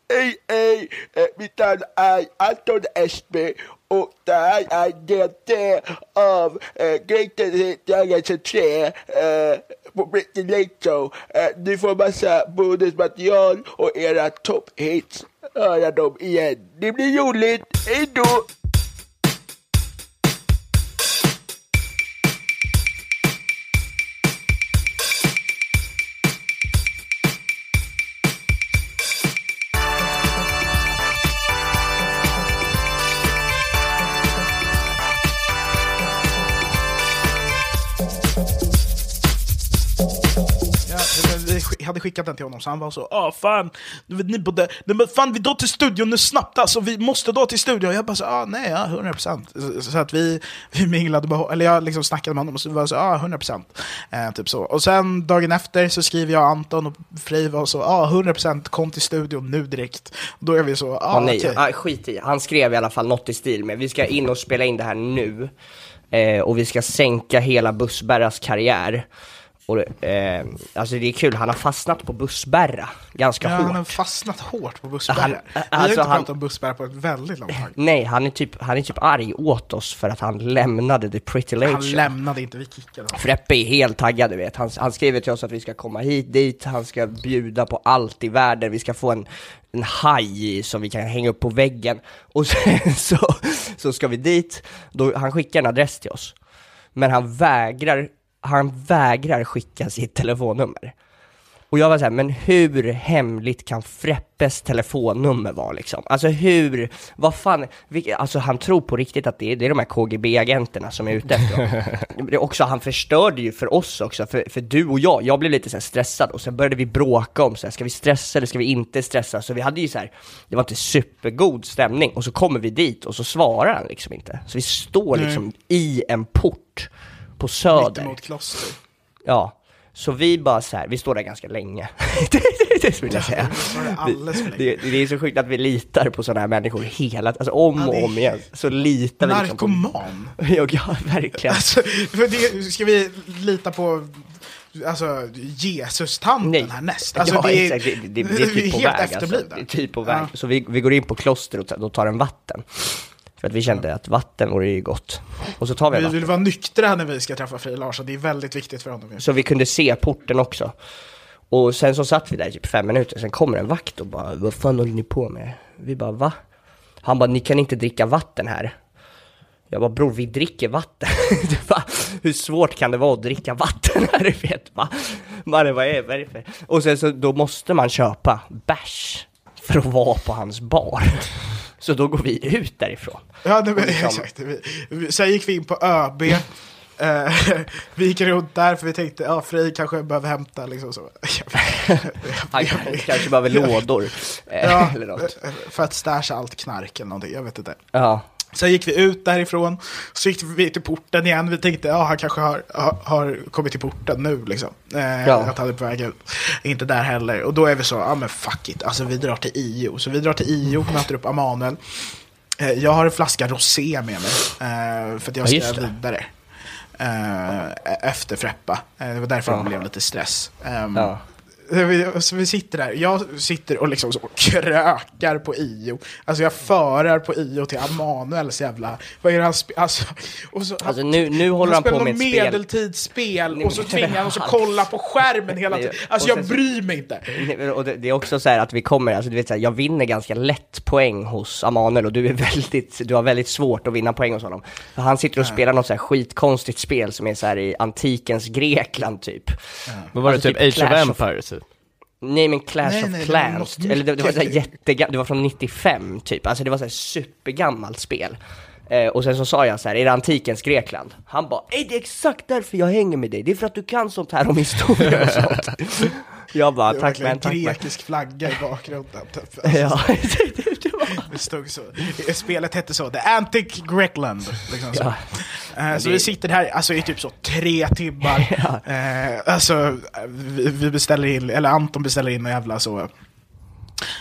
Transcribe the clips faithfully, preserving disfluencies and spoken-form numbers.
Hej, hej, mitt namn är Anton Esby och det här är del tre av äh, Greatest tre äh, på Britney Late Show. Äh, ni får massa bonusmaterial och era top-hits. Höra dem igen. Det blir roligt. Hej då! Jag hade skickat den till honom så han var så, ah fan, ni borde, nej, men fan vi drar till studion nu snabbt alltså, vi måste dra till studion. Jag bara så, ah nej, ja, hundra procent. Så att vi, vi minglade bara, eller jag liksom snackade med honom och så var så, ah hundra procent. Eh, typ så. Och sen dagen efter så skriver jag Anton och Frej var så, ah hundra procent kom till studion nu direkt. Då är vi så, ah, ah nej, okay. ah, skit i. Han skrev i alla fall något i stil med, vi ska in och spela in det här nu. Eh, och vi ska sänka hela Bussberras karriär. Och, eh, alltså det är kul, han har fastnat på Bussberra ganska ja, hårt. Han har fastnat hårt på Bussberra. Han, Vi har alltså inte han, pratat om Bussberra på ett väldigt långt tag. Nej, han är, typ, han är typ arg åt oss för att han lämnade The Pretty Late Han Show. lämnade inte, vi kickade. Freppe är helt taggad, du vet. Han, han skriver till oss att vi ska komma hit, dit. Han ska bjuda på allt i världen. Vi ska få en, en haj som vi kan hänga upp på väggen. Och sen så, så ska vi dit. Då, han skickar en adress till oss. Men han vägrar Han vägrar skicka sitt telefonnummer. Och jag var så här, men hur hemligt kan Freppes telefonnummer vara liksom? Alltså hur, vad fan, vilka, alltså han tror på riktigt att det är, det är de här K G B-agenterna som är ute efter. Det är också, han förstörde ju för oss också, för, för du och jag, jag blev lite så här stressad och sen började vi bråka om så här, ska vi stressa eller ska vi inte stressa? Så vi hade ju så här, det var inte supergod stämning och så kommer vi dit och så svarar han liksom inte. Så vi står liksom mm. i en port på Söder. Mitt emot kloster. Ja. Så vi bara så här, vi står där ganska länge. det vill jag säga. Det, det, det är så sjukt att vi litar på sådana här människor hela, alltså om och om igen. Så litar vi liksom på... Narkoman. Ja, ja, verkligen. Alltså, för det, ska vi lita på alltså Jesus-tanten här näst? Alltså, ja, det, är, exakt. Det, det, det är typ på väg. Alltså. Det är typ på väg. Ja. Så vi, vi går in på kloster och då tar en vatten. För att vi kände att vatten vore ju gott. Och så tar vi Vi vatten. vill vara nyktra när vi ska träffa Frej Larsson. Det är väldigt viktigt för honom. Så vi kunde se porten också. Och sen så satt vi där i typ fem minuter. Sen kommer en vakt och bara, vad fan håller ni på med? Vi bara, va? Han bara, ni kan inte dricka vatten här. Jag bara, bror, vi dricker vatten. Bara, hur svårt kan det vara att dricka vatten här? Du vet, va? Man, vad är det för? Och sen så då måste man köpa bärs för att vara på hans bar. Så då går vi ut därifrån. Ja, det var, liksom... exakt. Vi, vi, sen gick vi in på ÖB. Uh, vi gick runt där för vi tänkte, ja, Frej kanske behöver hämta liksom så. Han kanske behöver lådor. Ja, eller något. För att stasha allt knark eller någonting, jag vet inte. Ja. Sen gick vi ut därifrån, så gick vi till porten igen. Vi tänkte, ja, han kanske har, har, har kommit till porten nu liksom. Eh, ja. Att han är på väg ut. Inte där heller. Och då är vi så, ja men fuck it. Alltså vi drar till I O. Så vi drar till I O, möter upp Amanuel. Eh, jag har en flaska rosé med mig. Eh, för att jag ska ja, vidare. Eh, efter Freppa. Eh, det var därför ja. det blev lite stress. Eh, ja. Så vi sitter där. Jag sitter och liksom så krökar på I O. Alltså jag förar på I O till Amanuels jävla... Vad är det han spe, alltså, och så, alltså nu, nu håller han, han på med ett spel. medeltidsspel. Och så tvingar han oss att kolla på skärmen hela tiden. Alltså jag bryr mig inte. Och det, det är också så här att vi kommer... Alltså du vet så här, jag vinner ganska lätt poäng hos Amanuel. Och du är väldigt... Du har väldigt svårt att vinna poäng hos honom. För han sitter och ja. spelar något så här skitkonstigt spel som är så här i antikens Grekland typ. Ja. Vad var det, alltså, typ Age of Empires? Nej, men Clash nej, of nej, Clans. Det Eller det, det var så här jättegammalt. Det var från nittiofem typ. Alltså det var så här supergammalt spel. Eh, och sen så sa jag så här, är det antikens Grekland? Han bara, är det är exakt därför jag hänger med dig. Det är för att du kan sånt här om historia och sånt. Jag bara, tack men tack. En grekisk flagga i bakgrunden typ. Alltså, ja, det var... Det stod så. Spelet hette så, The Antique Grekland liksom så. Ja. Uh, så det... vi sitter här alltså i typ så tre timmar. Ja. Uh, alltså vi, vi beställer in, eller Anton beställer in en jävla så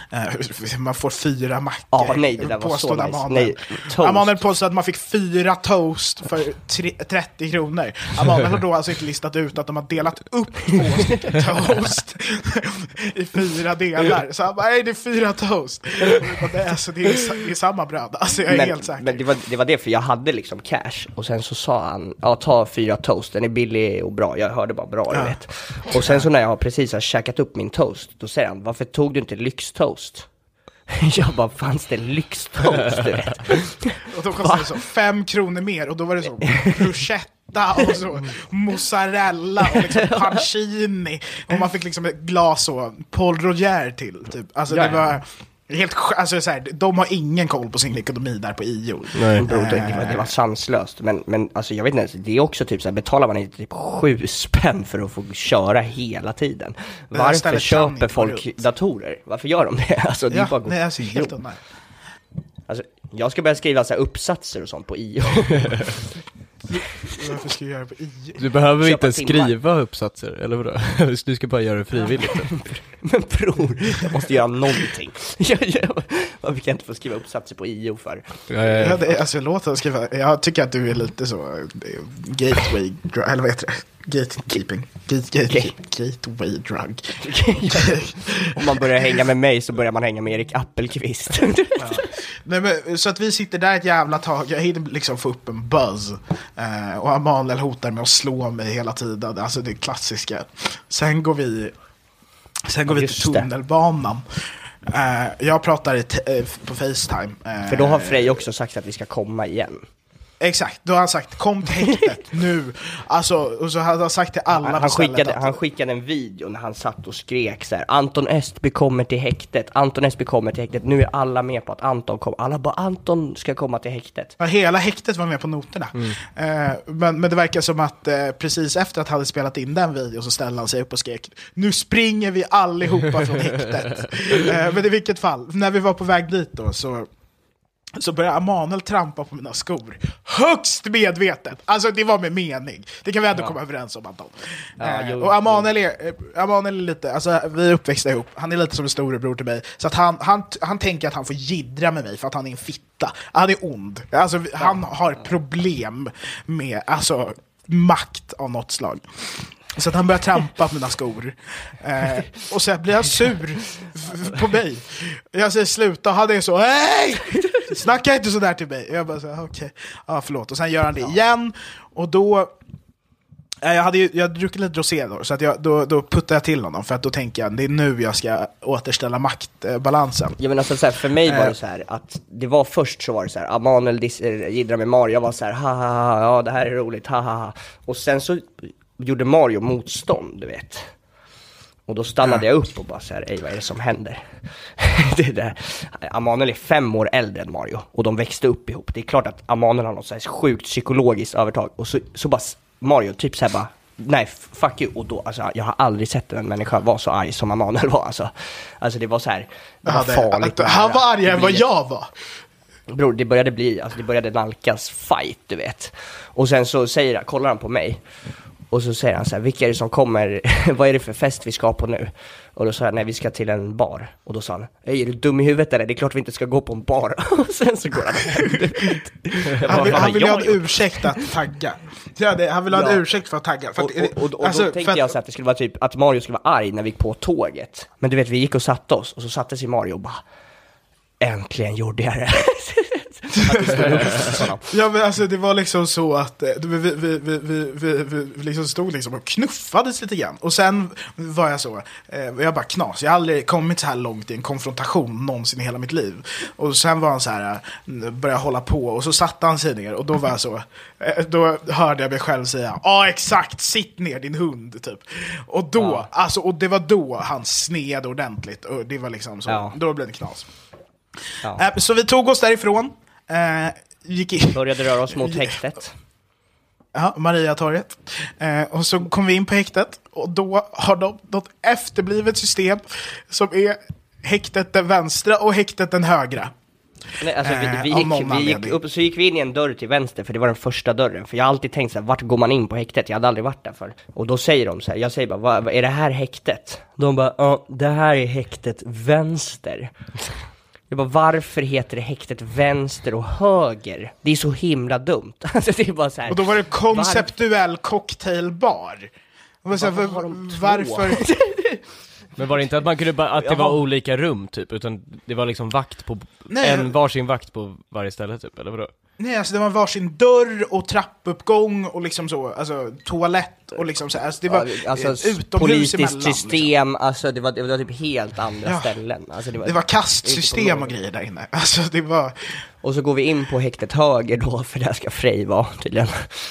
Uh, man får fyra mackor. Ja, nej, det där var så nice. Amanen. Nej, Amanen påstod att man fick fyra toast för trettio kronor. Amanen har då alltså inte listat ut att de har delat upp två stycken toast i fyra delar. Så han bara, nej, det är fyra toast. Och det, är, alltså, det, är, det är samma bröd. Alltså jag är men, helt säker. Men det var, det var det, för jag hade liksom cash. Och sen så sa han, ja, ta fyra toast. Den är billig och bra. Jag hörde bara bra, ja. Du vet. Och sen så när jag precis har käkat upp min toast, då säger han, varför tog du inte lyxtoast? Jag bara, fanns det lyxtoast, du vet? Och då kostade det så fem kronor mer. Och då var det så bruschetta och så mozzarella och liksom pancini. Och man fick liksom ett glas så Paul Roger till typ. Alltså det var helt, alltså så här, de har ingen koll på sin ekonomi där på I O. Nej. Bro, det, var, det var sanslöst. Men, men alltså jag vet inte, det är också typ så här, betalar man inte typ sju spänn för att få köra hela tiden? Varför köper folk datorer? Varför gör de det? Alltså, det ja, är bara nej, alltså, helt undan. Alltså, jag ska börja skriva så här uppsatser och sånt på I O. Varför ska jag göra på I O? Du behöver Köpa inte timmar. Skriva uppsatser, eller vadå? Du ska bara göra det frivilligt. Men bror, jag måste göra någonting. jag, jag, Varför kan jag inte få skriva uppsatser på I O för? Ja, ja, ja. Ja, det är, alltså, låt oss skriva. Jag tycker att du är lite så gateway, eller vad heter det? Gatekeeping. Gate, gate, gateway drug. Om man börjar hänga med mig så börjar man hänga med Erik Appelqvist. Ja. Nej, men, så att vi sitter där ett jävla tag. Jag hinner liksom få upp en buzz. Eh, och Emanuel hotar med att slå mig hela tiden. Alltså det klassiska. Sen går vi Sen går ja, vi till tunnelbanan. Uh, jag pratar i t- uh, på FaceTime. Uh, För då har Frej också sagt att vi ska komma igen. Exakt, då har han sagt kom till häktet nu. Alltså, och så hade han sagt till alla han, han, skickade, att... han skickade en video när han satt och skrek så här: Anton Östby kommer till häktet, Anton Östby kommer till häktet. Nu är alla med på att Anton kommer. Alla bara, Anton ska komma till häktet. Ja, hela häktet var med på noterna. mm. uh, men, men det verkar som att uh, precis efter att han hade spelat in den videon så ställde han sig upp och skrek: nu springer vi allihopa från häktet. uh, Men i vilket fall, när vi var på väg dit då så så började Emanuel trampa på mina skor. Högst medvetet. Alltså det var med mening. Det kan vi ändå ja. komma överens om, Anton. Ja, eh, och Emanuel är, Emanuel är lite, alltså vi är uppväxta ihop. Han är lite som en storebror till mig. Så att han, han, han tänker att han får jiddra med mig för att han är en fitta. Han är ond. Alltså ja. han har problem med alltså makt av något slag. Så att han börjar trampa på mina skor. Eh, och så blir han sur f- på mig. Jag säger sluta, han är så: hej! Snacka inte så där till mig. Jag bara så okej, okay. Ja förlåt. Och sen gör han det igen. Och då eh, jag hade ju, jag hade druckit lite rosé då. Så att jag, då, då puttar jag till honom. För att då tänker jag, det är nu jag ska återställa maktbalansen. Ja men alltså så här, för mig var det så här att det var först så var det så här: Emanuel jiddrar med Mario. Jag var så här: ha ha ha, ja det här är roligt, ha ha ha. Och sen så gjorde Mario motstånd, du vet. Och då stannade ja. jag upp och bara så här: ej, vad är det som händer? Det där. Emanuel är fem år äldre än Mario. Och de växte upp ihop. Det är klart att Emanuel har något så här sjukt psykologiskt övertag. Och så, så bara Mario typ så här bara: nej, fuck you. Och då, alltså, jag har aldrig sett en människa vara så arg som Emanuel var. Alltså, alltså det var så här, det var ja, farligt. Det, han var argare än vad jag var. Bror, det började bli, alltså det började nalkas fight, du vet. Och sen så säger, kollar han på mig. Och så säger han så här: vilka är det som kommer? Vad är det för fest vi ska på nu? Och då sa jag: nej, vi ska till en bar. Och då sa han: är du dum i huvudet eller? Det är klart vi inte ska gå på en bar. Och sen så går han bara, Han vill, han vill ha en ursäkt att tagga. Ja, det, han vill ha en ja. ursäkt för att tagga. För att, och, och, och, och alltså, då tänkte jag så att det skulle vara typ att Mario skulle vara arg när vi gick på tåget. Men du vet, vi gick och satte oss. Och så satte sig Mario och bara: äntligen gjorde jag det. Ja men alltså det var liksom så att vi, vi, vi, vi, vi, vi liksom stod liksom och knuffades lite grann. Och sen var jag så eh, jag bara knas, jag har aldrig kommit så här långt i en konfrontation någonsin i hela mitt liv. Och sen var han så här, började hålla på. Och så satte han sig ner. Och då var jag så eh, då hörde jag mig själv säga: ja exakt, sitt ner din hund typ. Och då, ja. alltså och det var då han sned ordentligt. Och det var liksom så, ja. då blev det knas. Ja. eh, Så vi tog oss därifrån. Uh, gick in. Började röra oss mot häktet. Ja, Mariatorget. Uh, och så kom vi in på häktet. Och då har de något efterblivet system som är häktet den vänstra och häktet den högra. Nej, alltså, vi, vi, Eh, av gick, någon vi gick anledning. upp, så gick vi in i en dörr till vänster, för det var den första dörren. För jag har alltid tänkt så här, vart går man in på häktet? Jag hade aldrig varit där för. Och då säger de så här, jag säger bara, vad, vad är det här häktet? De bara, ja, det här är häktet vänster. Jag bara, varför heter det häktet vänster och höger? Det är så himla dumt. Alltså, det är bara så här, Och då var det konceptuell cocktailbar. Och så här, Varför var, har de två? varför? Men var det inte att man kunde bara, att det Jaha. var olika rum typ, utan det var liksom vakt på, Nej. en varsin vakt på varje ställe typ, eller vadå? Nej, alltså det var varsin dörr och trappuppgång och liksom så, alltså toalett och liksom så här, alltså det var Ja, alltså, eh, utomhus politiskt emellan, system, liksom. alltså det var, det var typ helt andra Ja. ställen. Alltså, Det var kastsystem och grejer där inne. Alltså det var... Och så går vi in på häktet höger då, för där ska Frej vara tydligen.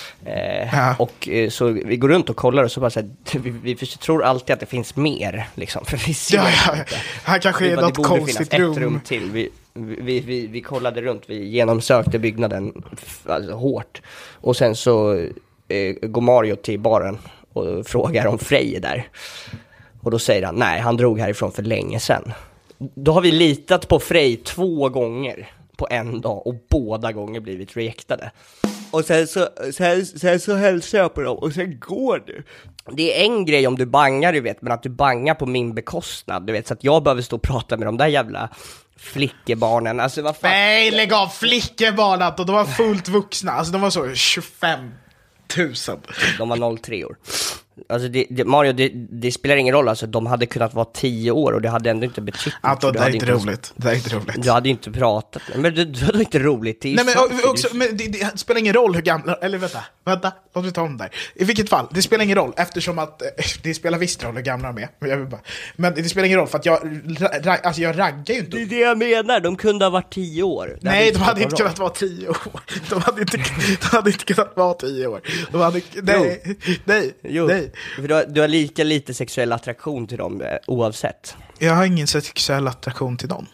Eh, Ja. Och eh, så vi går runt och kollar och så bara så här, vi, vi, vi tror alltid att det finns mer, liksom, för vi ser Ja, ja, inte. här kanske Det är bara, något det borde konstigt finnas rum. ett rum till. Vi, vi, vi, vi kollade runt, vi genomsökte byggnaden f- alltså, hårt. Och sen så eh, går Mario till baren och frågar om Frej är där. Och då säger han, nej, han drog härifrån för länge sedan. Då har vi litat på Frej två gånger på en dag och båda gånger blivit rejectade. Och sen så, sen, sen så hälsar jag på dem och sen går du. Det är en grej om du bangar, du vet, men att du bangar på min bekostnad, du vet, så att jag behöver stå och prata med de där jävla flickebarnen. Alltså vad fan. Nej, lägg av, flickebarnen, och de var fullt vuxna. Alltså de var så tjugofem tusen. De var noll tre år. Alltså det, det, Mario, det, det spelar ingen roll, alltså de hade kunnat vara tio år och det hade ändå inte betytt något, Anton, för det du är hade inte ens- roligt. Det är inte roligt. Du hade ju inte pratat. Men det, det var inte roligt. Det är ju Nej, men, sant, och, för också, du- men det, det spelar ingen roll hur gamla... Eller vänta, vänta, låt mig ta om där. I vilket fall, det spelar ingen roll, eftersom att... eh, Det spelar visst roll hur gamla de är. Men, jag vill bara, men det spelar ingen roll, för att jag, ra, ra, alltså jag raggar ju inte. Det är det jag menar, de kunde ha varit tio år. Det Nej, de hade spelat inte någon kunnat vara tio år. De hade inte, de hade inte kunnat vara tio år. De hade... Nej, nej, Jo, nej. för du har, du har lika lite sexuell attraktion till dem eh, oavsett. Jag har ingen sexuell attraktion till dem.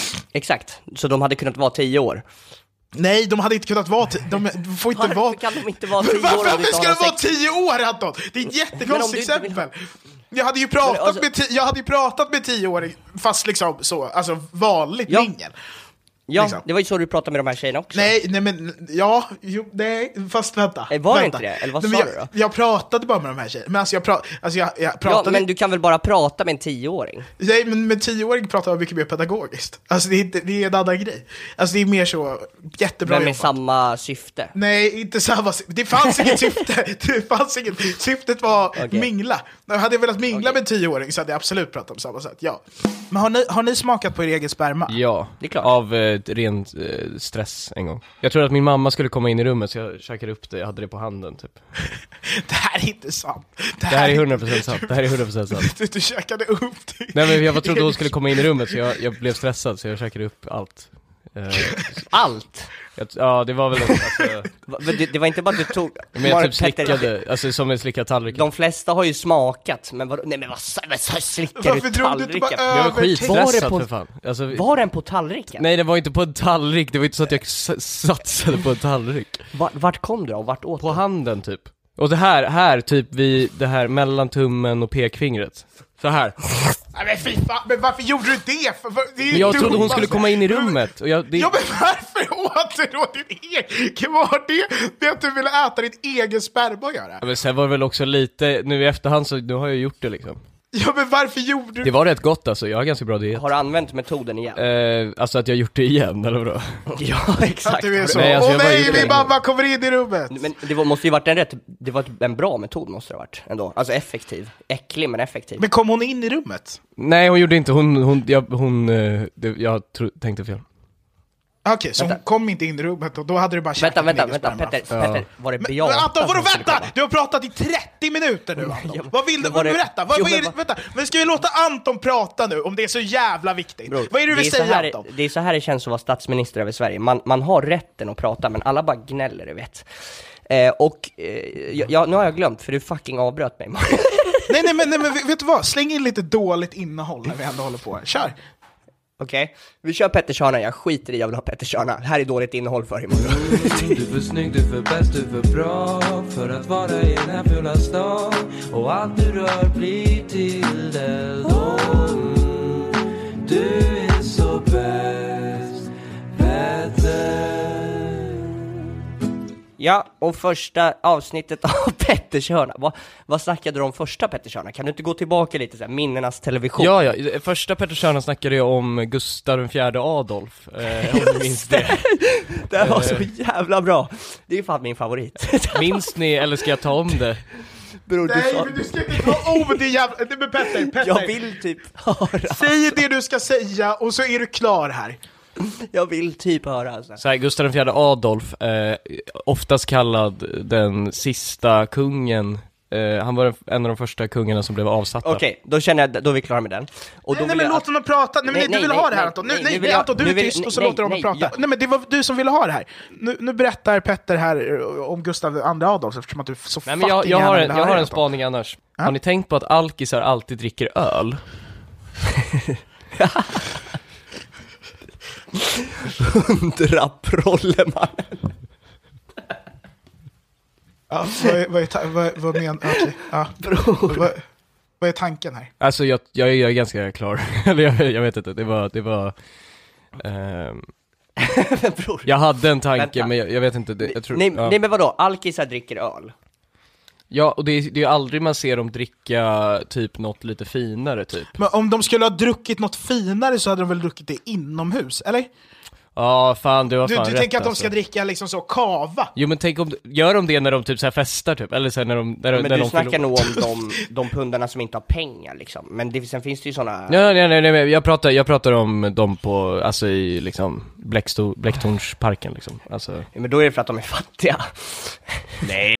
Exakt, så de hade kunnat vara tio år. Nej, de hade inte kunnat vara... T- de, de får inte Varför vara... kan de inte vara tio år? Varför, om varför inte ska har de vara sex? tio år, Anton? Det är ett Men om jättekonstigt du inte vill- exempel. Jag hade ju pratat, Men alltså- med, ti- jag hade ju pratat med tioåring, fast liksom så, alltså vanligt Ja. mingel. Ja, liksom. det var ju så du pratade med de här tjejerna också. Nej, nej men, ja, jo, nej, fast vänta. Eh, var det vänta. inte det? Eller vad Nej, sa men du jag, då? jag pratade bara med de här tjejerna, men alltså jag, pra, alltså jag, jag Ja, pratade... men du kan väl bara prata med en tioåring? Nej, men med tioåring pratar jag mycket mer pedagogiskt. Alltså det är, inte, det är en annan grej. Alltså det är mer så, jättebra Men med jobbat. samma syfte? Nej, inte samma syfte. Det fanns inget syfte. Det fanns inget. Syftet var Okej. mingla. Hade jag velat mingla med en tioåring så hade jag absolut pratat om samma sätt, ja. Men har ni, har ni smakat på er egen sperma? Ja, Det är klart. av eh, ren eh, stress en gång. Jag tror att min mamma skulle komma in i rummet så jag käkade upp det, jag hade det på handen typ. Det här är inte sant. Det här är hundra procent sant, det här är hundra procent sant. Du, du käkade upp det. Nej men jag trodde hon skulle komma in i rummet så jag, jag blev stressad så jag käkade upp allt. Eh, Allt? jag, ja det var väl alltså, Va- Det, det var inte bara att du tog... men jag Mark typ Petter- slickade, alltså som en slickad tallrik. De flesta har ju smakat, men vad, nej men vad, vad, vad slickar Varför du drog du inte bara tallriken? över? Jag var Var det skitstressad på- för fan. Alltså, Var den på tallriken? nej det var inte på en tallrik, det var inte så att jag s- satsade på en tallrik. Vart, vart kom du då? Vart åt På du? handen typ. Och det här, här typ vid det här mellan tummen och pekfingret. Så här. Nej, men fy fan, men varför gjorde du det? För, för, det är ju Men jag trodde hon dummaste. skulle komma in i rummet och jag, det, Ja, men varför åt du då din egen? Vad har det med att du ville äta din egen sperma att göra? Ja, men sen var det väl också lite, nu i efterhand så nu har jag gjort det liksom. Ja, men varför gjorde du Det var rätt gott alltså, jag har ganska bra diet. Har du använt metoden igen? Eh, alltså att jag gjort det igen, eller vadå? Ja, att exakt. du är så? Nej, alltså, Åh jag bara nej, gjorde min det. mamma kommer in i rummet! Men det var, måste ju varit en rätt, det var en bra metod måste det ha varit ändå. Alltså effektiv. Äcklig men effektiv. Men kom hon in i rummet? Nej hon gjorde inte, hon, hon, jag, hon, eh, det, jag tro, tänkte fel. Okej, så Vänta. hon kom inte in i rummet och då hade du bara käkat Vänta, din vänta, egen vänta, sperma. Petter, Ja. Petter, var det Men, Beata men Anton, får du som skulle vänta? komma? Du har pratat i trettio minuter nu, Anton. Ja, Vad vill du? men var det- Berätta, vad, Jo, vad är men det? vad- Vänta, men ska vi låta Anton prata nu om det är så jävla viktigt? Bror, Vad är det du vill är så säga, här, Anton? det är så här det känns att vara statsminister över Sverige. Man, man har rätten att prata, men alla bara gnäller, du vet. Eh, och eh, jag, nu har jag glömt, för du fucking avbröt mig. Nej, nej, men, nej, men vet du vad? Släng in lite dåligt innehåll när vi ändå håller på här. Kör! Okej, vi kör Petters hörna, jag skiter i jag vill ha Petters hörna. Här är dåligt innehåll för imorgon. Du är för snygg, du är för bäst, du är för bra för att vara i den här fula stan. Och allt du rör blir till det då. Du är så bäst, Ja, och första avsnittet av Pettershörna. Vad, vad snackade du om första Pettershörna? Kan du inte gå tillbaka lite så här, minnenas television? Ja, ja. Första Pettershörna snackade jag om Gustav den fjärde Adolf. Eh, om du minns det. Det här var så jävla bra. Det är fan min favorit. Minns ni, eller ska jag ta om det? Bror, du Nej, sa... men du ska inte ta om det jävla... Det med Petter, Petter. Jag vill typ höra. Säg det du ska säga och så är du klar här. Jag vill typ höra alltså. Så här, Gustav den fjärde Adolf, eh, oftast kallad den sista kungen. Eh, han var en av de första kungarna som blev avsatta. Okej, okay, då känner jag, då är vi klara med den. Och då nej, nej men jag... låt honom prata. Nej, men nej, du vill nej, ha nej, det här Anton. Nej, nej, nej, Anton, du är tyst och så låter honom prata. Ja. Nej, men det var du som ville ha det här. Nu, nu berättar Petter här om Gustav den andra Adolf eftersom att du så nej, men jag, jag har en, jag har en spaning annars. Ja? Har ni tänkt på att alkisar alltid dricker öl? Hundra prollemannen. Ja, vad är, vad är, ta- vad, vad men, okay. Ja. Vad, vad är tanken här? Alltså jag, jag, jag är ganska klar. Eller jag, jag vet inte, det var det var ehm, jag hade en tanke. Vänta. Men jag, jag vet inte det, jag tror, nej, ja. nej men vadå, alkisar dricker öl? Ja, och det är, det är aldrig man ser dem dricka typ något lite finare typ. Men om de skulle ha druckit något finare så hade de väl druckit det inomhus, eller? Ja, fan, du har fan Du, du rätt, tänker att alltså. de ska dricka liksom så kava? Jo, men tänk om, gör de det när de typ så här festar typ? Eller så här när de... När, men när du de snackar förlor... nog om de, de pundarna som inte har pengar liksom. Men det, sen finns det ju såna... Ja, nej, nej, nej, jag pratar, jag pratar om dem på, alltså i liksom Bläcksto, Bläcktornsparken liksom. Alltså... Ja, men då är det för att de är fattiga. Nej.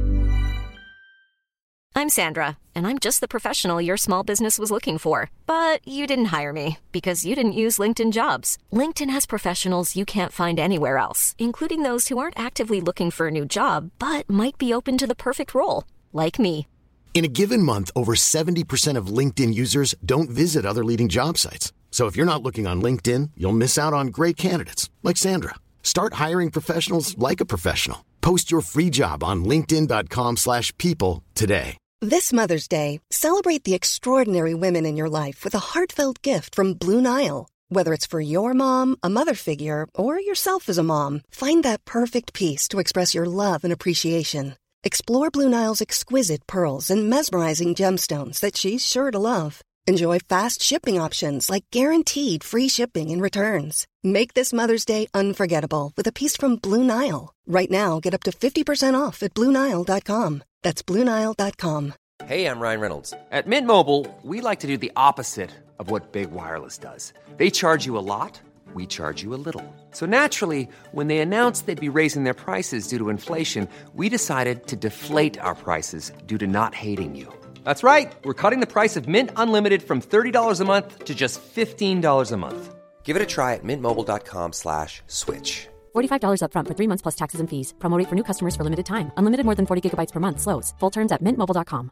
I'm Sandra, and I'm just the professional your small business was looking for. But you didn't hire me because you didn't use LinkedIn Jobs. LinkedIn has professionals you can't find anywhere else, including those who aren't actively looking for a new job, but might be open to the perfect role, like me. In a given month, over seventy percent of LinkedIn users don't visit other leading job sites. So if you're not looking on LinkedIn, you'll miss out on great candidates like Sandra. Start hiring professionals like a professional. Post your free job on linkedin dot com slash people today. This Mother's Day, celebrate the extraordinary women in your life with a heartfelt gift from Blue Nile. Whether it's for your mom, a mother figure, or yourself as a mom, find that perfect piece to express your love and appreciation. Explore Blue Nile's exquisite pearls and mesmerizing gemstones that she's sure to love. Enjoy fast shipping options like guaranteed free shipping and returns. Make this Mother's Day unforgettable with a piece from Blue Nile. Right now, get up to fifty percent off at blue nile dot com. That's blue nile dot com. Hey, I'm Ryan Reynolds. At Mint Mobile, we like to do the opposite of what Big Wireless does. They charge you a lot, we charge you a little. So naturally, when they announced they'd be raising their prices due to inflation, we decided to deflate our prices due to not hating you. That's right. We're cutting the price of Mint Unlimited from thirty dollars a month to just fifteen dollars a month. Give it a try at mintmobile.com slash switch. forty-five dollars up front for three months plus taxes and fees. Promo rate for new customers for limited time. Unlimited more than forty gigabytes per month. Slows full terms at mint mobile dot com.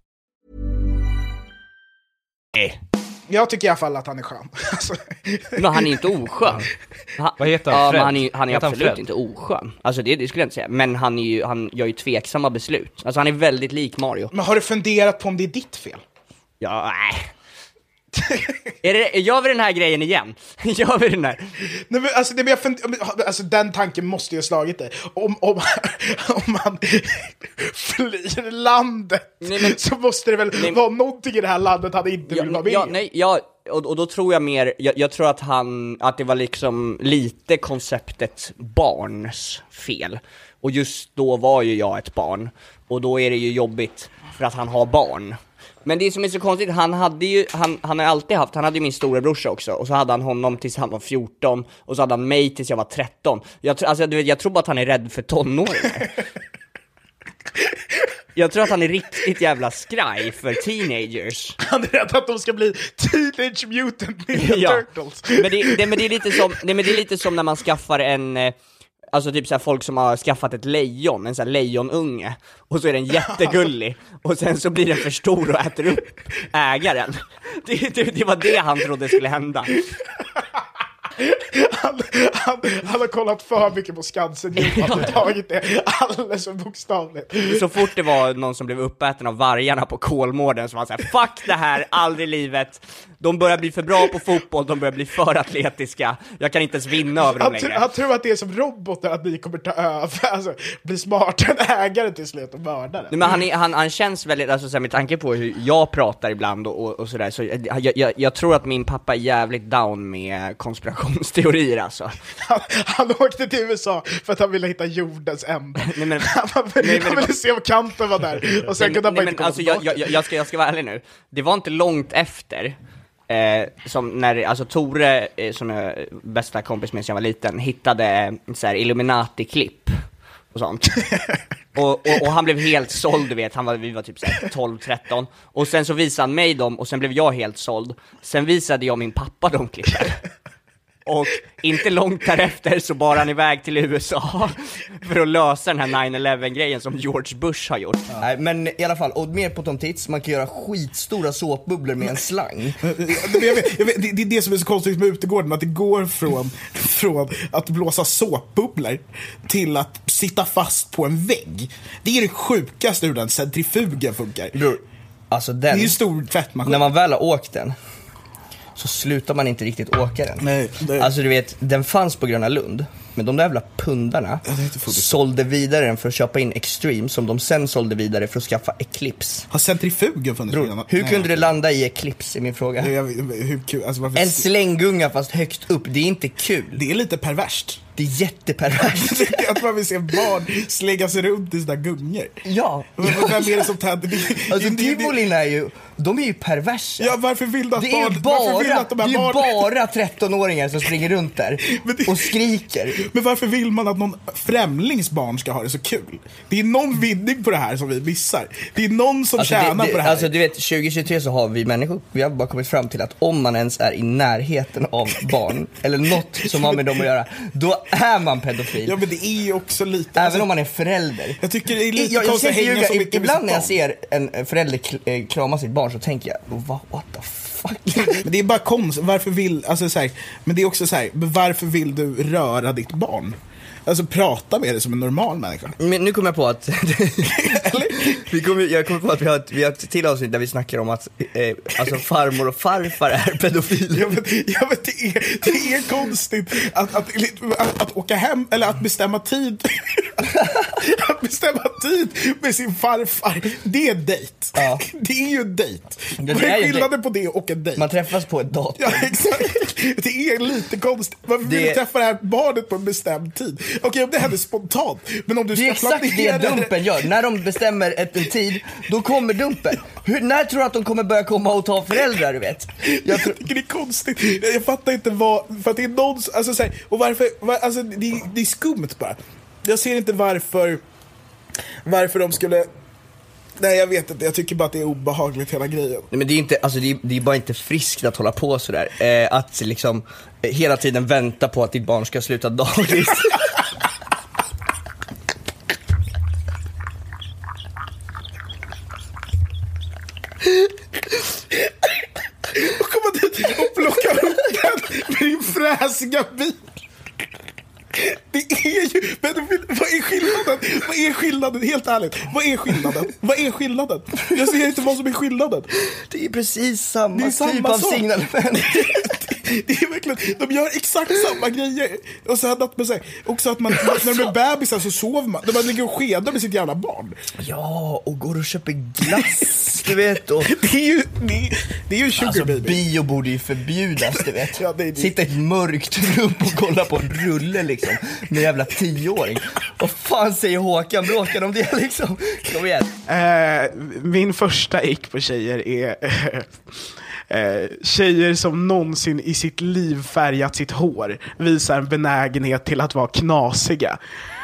Jag tycker i alla fall att han är skön. Alltså. Men han är inte oskön. Han, vad heter han? Ja, Fred? men han är, han är heter absolut han inte oskön. Alltså det, det skulle jag inte säga. Men han, är ju, han gör ju tveksamma beslut. Alltså han är väldigt lik Mario. Men har du funderat på om det är ditt fel? Ja, nej. Är det, gör vi den här grejen igen? Gör vi den här? Nej, men alltså, det, men jag fund, alltså den tanken måste ju ha slagit dig. Om, om, om man flyr landet, nej, men, så måste det väl nej, vara någonting i det här landet han inte ja, vill vara med. Ja, nej, ja, och, och då tror jag mer, jag, jag tror att han, att det var liksom lite konceptet barns fel. Och just då var ju jag ett barn. Och då är det ju jobbigt för att han har barn. Men det som är så konstigt, han hade ju, han, han har alltid haft, han hade ju min stora brorsa också. Och så hade han honom tills han var fjorton. Och så hade han mig tills jag var tretton. Jag, alltså, du vet, jag tror bara att han är rädd för tonåringar. Jag tror att han är riktigt jävla skraj för teenagers. Han är rädd att de ska bli Teenage Mutant Ninja ja. Turtles. Men det, det, men det är lite som, det, men det är lite som när man skaffar en... Alltså typ så här folk som har skaffat ett lejon, en sån här lejonunge. Och så är den jättegullig. Och sen så blir den för stor och äter upp ägaren. Det, det, det var det han trodde skulle hända. han, han, han har kollat för mycket på Skansen. Han har tagit det alldeles för bokstavligt. Så fort det var någon som blev uppäten av vargarna på Kolmården så var han såhär, fuck det här, aldrig i livet. De börjar bli för bra på fotboll, de börjar bli för atletiska. Jag kan inte ens vinna över dem han längre. Tr- han tror att det är som robotar, att ni kommer ta över, alltså bli smartare än ägare till slut och mördare. Nej, men han, är, han, han känns väldigt, alltså så här, med tanke på hur jag pratar ibland och, och, och sådär, så jag, jag, jag tror att min pappa är jävligt down med konspirationsteorier alltså. Han, han åkte till U S A för att han ville hitta jordens ände. Nej, men, han, han, nej, han ville se om kanten var där och sen nej, kunde han bara nej, inte men, alltså, jag, jag, jag, ska, jag ska vara ärlig nu. Det var inte långt efter Eh, som när, alltså Tore, eh, som är bästa kompis med när jag var liten, hittade eh, så här Illuminati-klipp och sånt. och, och, och han blev helt såld, du vet, han var, vi var typ så här tolv tretton. Och sen så visade han mig dem och sen blev jag helt såld. Sen visade jag min pappa de klippen. Och inte långt därefter så bar han iväg till U S A för att lösa den här nine eleven-grejen som George Bush har gjort. Ja. Nej, men i alla fall, och mer på Tom Tits, man kan göra skitstora såpbubblor med en slang. jag vet, jag vet, det, det är det som är så konstigt med utegården, att det går från, från att blåsa såpbubblor till att sitta fast på en vägg. Det är det sjukaste hur den centrifugen funkar. Bror, alltså den, det är ju stor tvättmaskin. När man väl har åkt den så slutar man inte riktigt åka den. Nej, det... Alltså du vet, den fanns på Gröna Lund, men de där jävla pundarna sålde vidare den för att köpa in Extreme, som de sen sålde vidare för att skaffa Eclipse. Har centrifugen funnits? Bror, hur Nej. kunde det landa i Eclipse är min fråga. Jag, hur kul? Alltså, varför... En slänggunga fast högt upp, det är inte kul. Det är lite perverst. Det är jätteperverst. Att man vill se barn slänga sig runt i sådana gungor. Ja. Vem är det som tänder? Alltså Tivolin är ju, de är ju perversa. Ja, varför vill du att det barn... är bara, vill att de här det är barn... bara tretton-åringar som springer runt där det... och skriker. Men varför vill man att någon främlingsbarn ska ha det så kul? Det är någon vinning på det här som vi missar. Det är någon som alltså, tjänar det, det, på det här. Alltså du vet, tjugo tjugotre så har vi människor, vi har bara kommit fram till att om man ens är i närheten av barn eller något som har med dem att göra, då är man pedofil. Ja, men det är ju också lite... Även alltså, om man är förälder. Jag tycker det är lite jag, jag konstigt att hänga ljuga, så mycket. ibland när jag ser en förälder k- krama sitt barn så tänker jag, what, what the fuck? Men det är bara konstigt. Varför vill... Alltså, så här, men det är också så här, varför vill du röra ditt barn? Alltså prata med det som en normal människa. Men nu kommer jag på att vi kommer, jag kommer på att vi har, vi har ett till avsnitt där vi snackar om att eh, alltså farmor och farfar är pedofiler. Ja, men, ja, men det, är, det är konstigt att, att, att, att åka hem eller att bestämma tid att bestämma tid med sin farfar. Det är dejt. Ja. Det är ju dejt. Vad är, är skillnaden på det och en dejt? Man träffas på ett datum. Ja, exakt. Det är lite konstigt. Varför vill det... du träffa det här barnet på en bestämd tid? Okej, okay, om det händer spontant. Men om du det är exakt det Dumpen gör. När de bestämmer ett, en tid, då kommer Dumpen. Hur, när tror du att de kommer börja komma och ta föräldrar, du vet? Jag, tror... jag tycker det är konstigt. Jag, jag fattar inte vad... För att det är någon... Alltså, så här, och varför... Var, alltså, det, det är skumt bara. Jag ser inte varför... Varför de skulle... Nej, jag vet inte. Jag tycker bara att det är obehagligt hela grejen. Nej, men det är inte, alltså det är, det är bara inte friskt att hålla på sådär. Eh, att liksom eh, hela tiden vänta på att ditt barn ska sluta dagis. Och komma dit och plocka upp den med din fräsiga bil. Det är ju... Men vad är skillnaden? Vad är skillnaden? Helt ärligt. Vad är skillnaden? Vad är skillnaden? Jag ser inte vad som är skillnaden. Det är precis samma, det är samma typ av signalement. Det är verkligen... De gör exakt samma grejer. Och så att man säger... Också att man... När de är bebisar så sover man. De ligger och skedar med sitt jävla barn. Ja, och går och köper glass, du vet. Och... Det är ju... Det är, det är ju sugar alltså, baby. bio borde ju förbjudas, du vet. Ja, det är det. Sitta i ett mörkt rum och kolla på en rulle, liksom. Med en jävla tioåring. Vad fan säger Håkan? Bråkar om det, liksom? Kom igen. Eh, min första ick på tjejer är... Eh, tjejer som någonsin i sitt liv färgat sitt hår visar en benägenhet till att vara knasiga.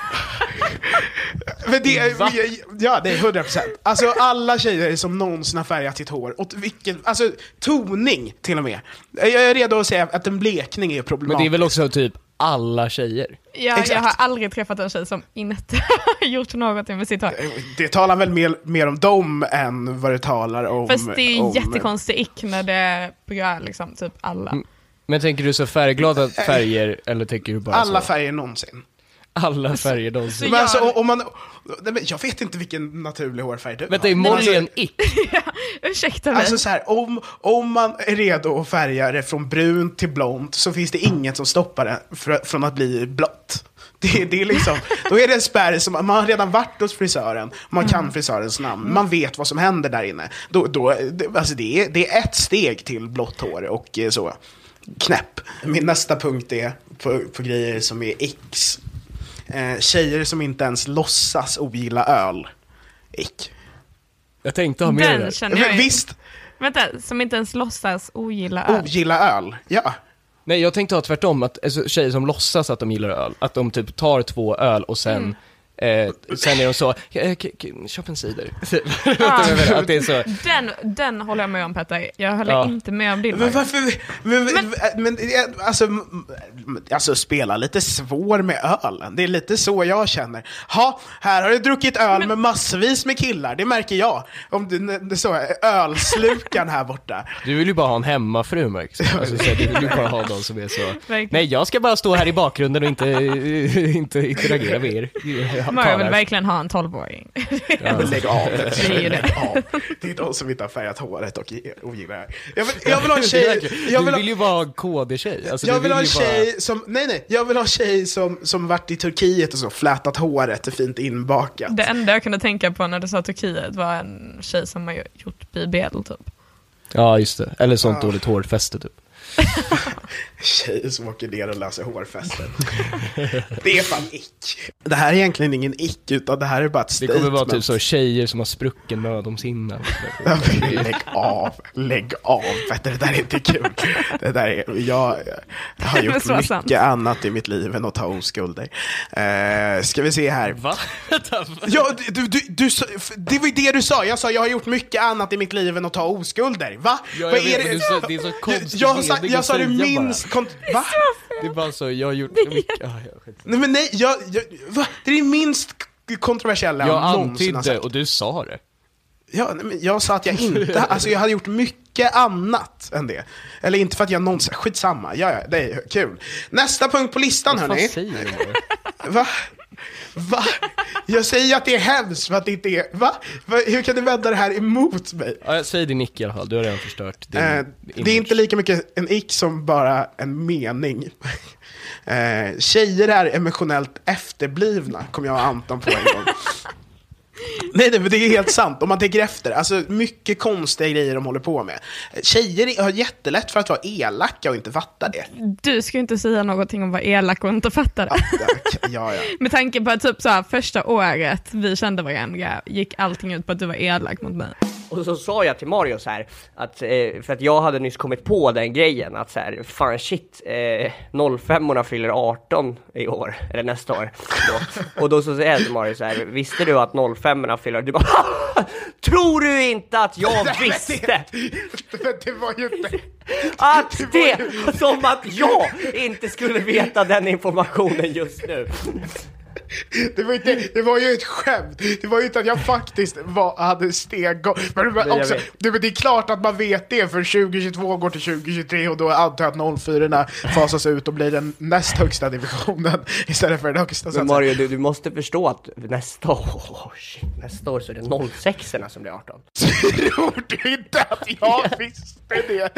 Men det är, ja, det är hundra procent. Alltså alla tjejer som någonsin har färgat sitt hår, och vilken, alltså toning till och med. Jag är redo att säga att en blekning är problematisk. Men det är väl också typ alla tjejer. Ja, exakt. Jag har aldrig träffat en tjej som inte har gjort något med sitt hår. Det talar väl mer, mer om dem än vad det talar om. Fast det är om... jättekonstigt ick när det börjar liksom typ alla. Mm. Men tänker du så färgglada färger eller tänker du bara alla så? färger någonsin. Alla färger någonsin. Men alltså, om man, nej, men jag vet inte vilken naturlig hårfärg du Vänta, är Molly en ick? ja, ursäkta mig. Alltså så här, om, om man är redo att färga det från brunt till blont så finns det inget som stoppar det för, från att bli blått. Det, det är liksom, då är det en spärr som man har redan varit hos frisören. Man kan frisörens namn. Man vet vad som händer där inne. Då, då, det, alltså det, är, det är ett steg till blått hår och så. Knäpp. Min nästa punkt är på, på grejer som är X. Eh, tjejer som inte ens låtsas ogilla öl. Ick. Jag tänkte ha med Den det. känner jag ju. Visst. Vänta, som inte ens låtsas ogilla öl. Ogilla öl, ja. Nej, jag tänkte ha tvärtom, att alltså, tjejer som låtsas att de gillar öl, att de typ tar två öl och sen mm. Eh, sen är de så, k- k- k- köp en cider. Ah. Att det är så. Den, den håller jag med om, Petter. Jag håller Ja. inte med om din. Men varför, men, men, men alltså, alltså spela lite svår med ölen. Det är lite så jag känner. Ha, här har du druckit öl men, med massvis med killar, det märker jag. Om du, det så, ölslukan här borta. Du vill ju bara ha en hemmafru, Max. Alltså, så du vill ju bara ha någon som är så. Verkligen. Nej, jag ska bara stå här i bakgrunden och inte, inte interagera med er. Man vill verkligen ha en tolvåring. Ja, men lägg av. Det är ju det. Ja, det är de som inte har färgat håret och ogillar det. Jag vill, jag vill ha en tjej... Jag vill du ha, vill ju vara en K D-tjej. Alltså, jag vill vill ha en tjej bara... som... Nej, nej. Jag vill ha en tjej som, som varit i Turkiet och så flätat håret och fint inbakat. Det enda jag kunde tänka på när du sa Turkiet var en tjej som har gjort B B L typ. Ja, just det. Eller sånt Ja. dåligt hårfäste typ. Tjejer som åker ner och löser hårfästen. Det är fan ick. Det här är egentligen ingen ick, utan det här är bara ett Det statement. kommer vara typ så tjejer som har sprucken mödomshinna. Lägg av, lägg av. Petter, det där är inte kul. Det där är, jag, jag har gjort så mycket sant. annat i mitt liv än att ta oskulder. Uh, ska vi se här. Va? Ja, du, du, du, det var ju det du sa. Jag sa jag har gjort mycket annat i mitt liv än att ta oskulder. Va? Ja, Vad jag vet, är men det? det är så, det är så konstigt. Jag, jag, sa, mening jag att sa det säga minst... bara. Kont- va? Det är bara så, jag har gjort mycket. Ah, ja, Nej, men nej, jag, jag, va? Det är det minst kontroversiella jag någonsin har antydde sagt. och du sa det. Ja, nej, men jag sa att jag inte, alltså jag hade gjort mycket annat än det. Eller inte för att jag någonsin, skitsamma, ja, ja, det är kul. Nästa punkt på listan, Vad hörni. säger du? Va? Va? Jag säger att det är hemskt för att det inte är, va? va? Hur kan du vända det här emot mig? Ja, säg din nick i alla fall, du har redan förstört din Eh, image. det är inte lika mycket en ick som bara en mening. Eh, tjejer är emotionellt efterblivna, kom jag och Anton på en gång. Nej, nej, men det är helt sant. Om man tänker efter, alltså mycket konstiga grejer de håller på med. Tjejer har jättelätt för att vara elaka och inte fatta det. Du ska ju inte säga någonting om vad elak och inte fatta det. Ja, ja, ja. Med tanke på att typ så här, första året vi kände varandra gick allting ut på att du var elak mot mig. Och så sa jag till Mario så här, att, eh, för att jag hade nyss kommit på den grejen, att så här, fan shit, eh, noll fem-orna fyller arton i år, eller nästa år. Då. Och då så säger jag till Mario så här, visste du att noll fem-orna fyller? Du bara, tror du inte att jag visste? Men det var ju inte... Att det, som att jag inte skulle veta den informationen just nu. Det var, inte, det var ju ett skämt. Det var ju inte att jag faktiskt var, hade steg. Men, men också, det, men det är klart att man vet det, för tjugo tjugotvå går till tjugo tjugotre och då antar jag att noll fyra fasas ut och blir den näst högsta divisionen istället för den högsta. Men Mario, du, du måste förstå att nästa år, oh shit, nästa år så är det noll sex-orna som blir arton. Tror du inte att jag visste det?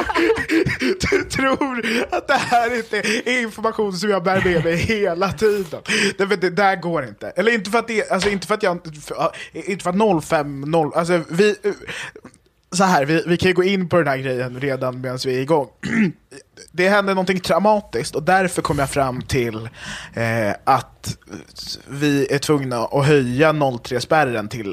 Du tror att det här inte är information som jag bär med mig hela tiden? Det, det där går inte. Eller inte för att det, alltså inte för att jag för, inte för att noll fem noll, alltså vi så här, vi, vi kan ju gå in på den här grejen redan medan vi är igång. Det hände någonting traumatiskt och därför kom jag fram till eh, att vi är tvungna att höja noll tre-spärren till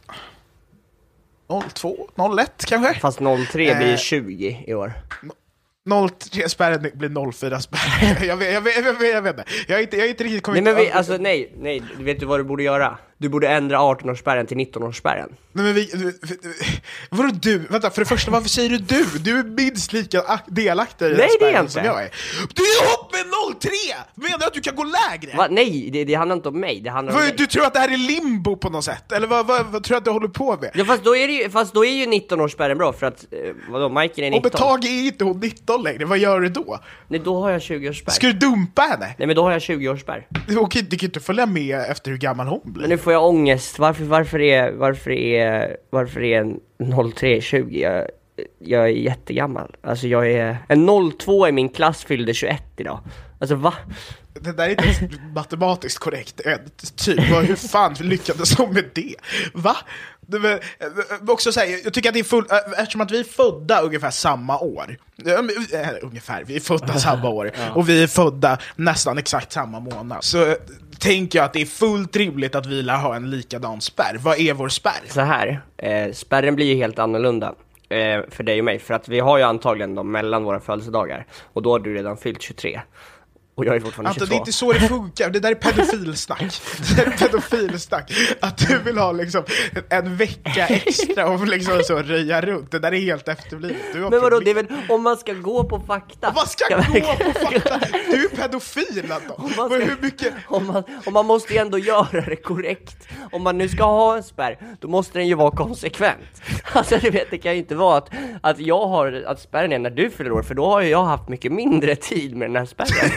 noll två, noll ett kanske? Fast noll tre blir eh, tjugo i år. noll tre-spärren blir noll fyra-spärren. jag, vet, jag, vet, jag, vet, jag vet inte. Jag har inte, jag har inte riktigt kommit... Nej, men vi, alltså nej, nej, vet du vad du borde göra? du borde ändra arton-årsspärren till nitton-årsspärren. Nej, men vi, vi, vi, vadå du? Vänta, för det första, varför säger du du? Du är minst lika delaktig i Nej, det är jag inte. som jag är. Du är ihop med noll tre! Menar du att du kan gå lägre? Va? Nej, det, det handlar inte om mig. Det handlar om vad, dig. Du tror att det här är limbo på något sätt? Eller vad, vad, vad tror du att du håller på med? Ja, fast då är, det ju, fast då är ju nitton-årsspärren bra, för att, eh, vadå, Michael är nitton. Och Tage är inte hon nitton längre, vad gör du då? Nej, då har jag tjugo-årsspärr. Ska du dumpa henne? Nej, men då har jag tjugo-årsspärr. Okej, du kan inte följa med efter hur gammal hon blir. Men nu får jag ångest. Varför, varför är, varför är, varför är en noll tre tjugo? Jag, jag är jättegammal. Alltså jag är, en noll två i min klass fyllde tjugoett idag. Alltså va? Det där är inte matematiskt korrekt. Typ, hur fan lyckades de med det? Va? Det var, också säga, jag tycker att det är full, eftersom att vi är födda ungefär samma år. Äh, ungefär, vi är födda samma år. Ja. Och vi är födda nästan exakt samma månad. Så tänker jag att det är fullt rimligt att vi lär ha en likadan spärr. Vad är vår spärr? Så här, eh, spärren blir ju helt annorlunda eh, för dig och mig. För att vi har ju antagligen dem mellan våra födelsedagar. Och då har du redan fyllt tjugotre. Och jag är fortfarande Anton, tjugotvå. det är inte så det funkar. Det där är pedofilsnack. Det där är pedofilsnack. Att du vill ha liksom en vecka extra och liksom så röja runt. Det där är helt efterblivet. Men vadå, det är väl om man ska gå på fakta. Om man ska, ska gå på fakta. Du är pedofil, Anton. Om man, ska, hur mycket... om, man, om man måste ju ändå göra det korrekt. Om man nu ska ha en spärr, då måste den ju vara konsekvent. Alltså du vet, det kan ju inte vara att, att jag har att spärren är när du fyller år. För då har ju jag haft mycket mindre tid med den här spärren.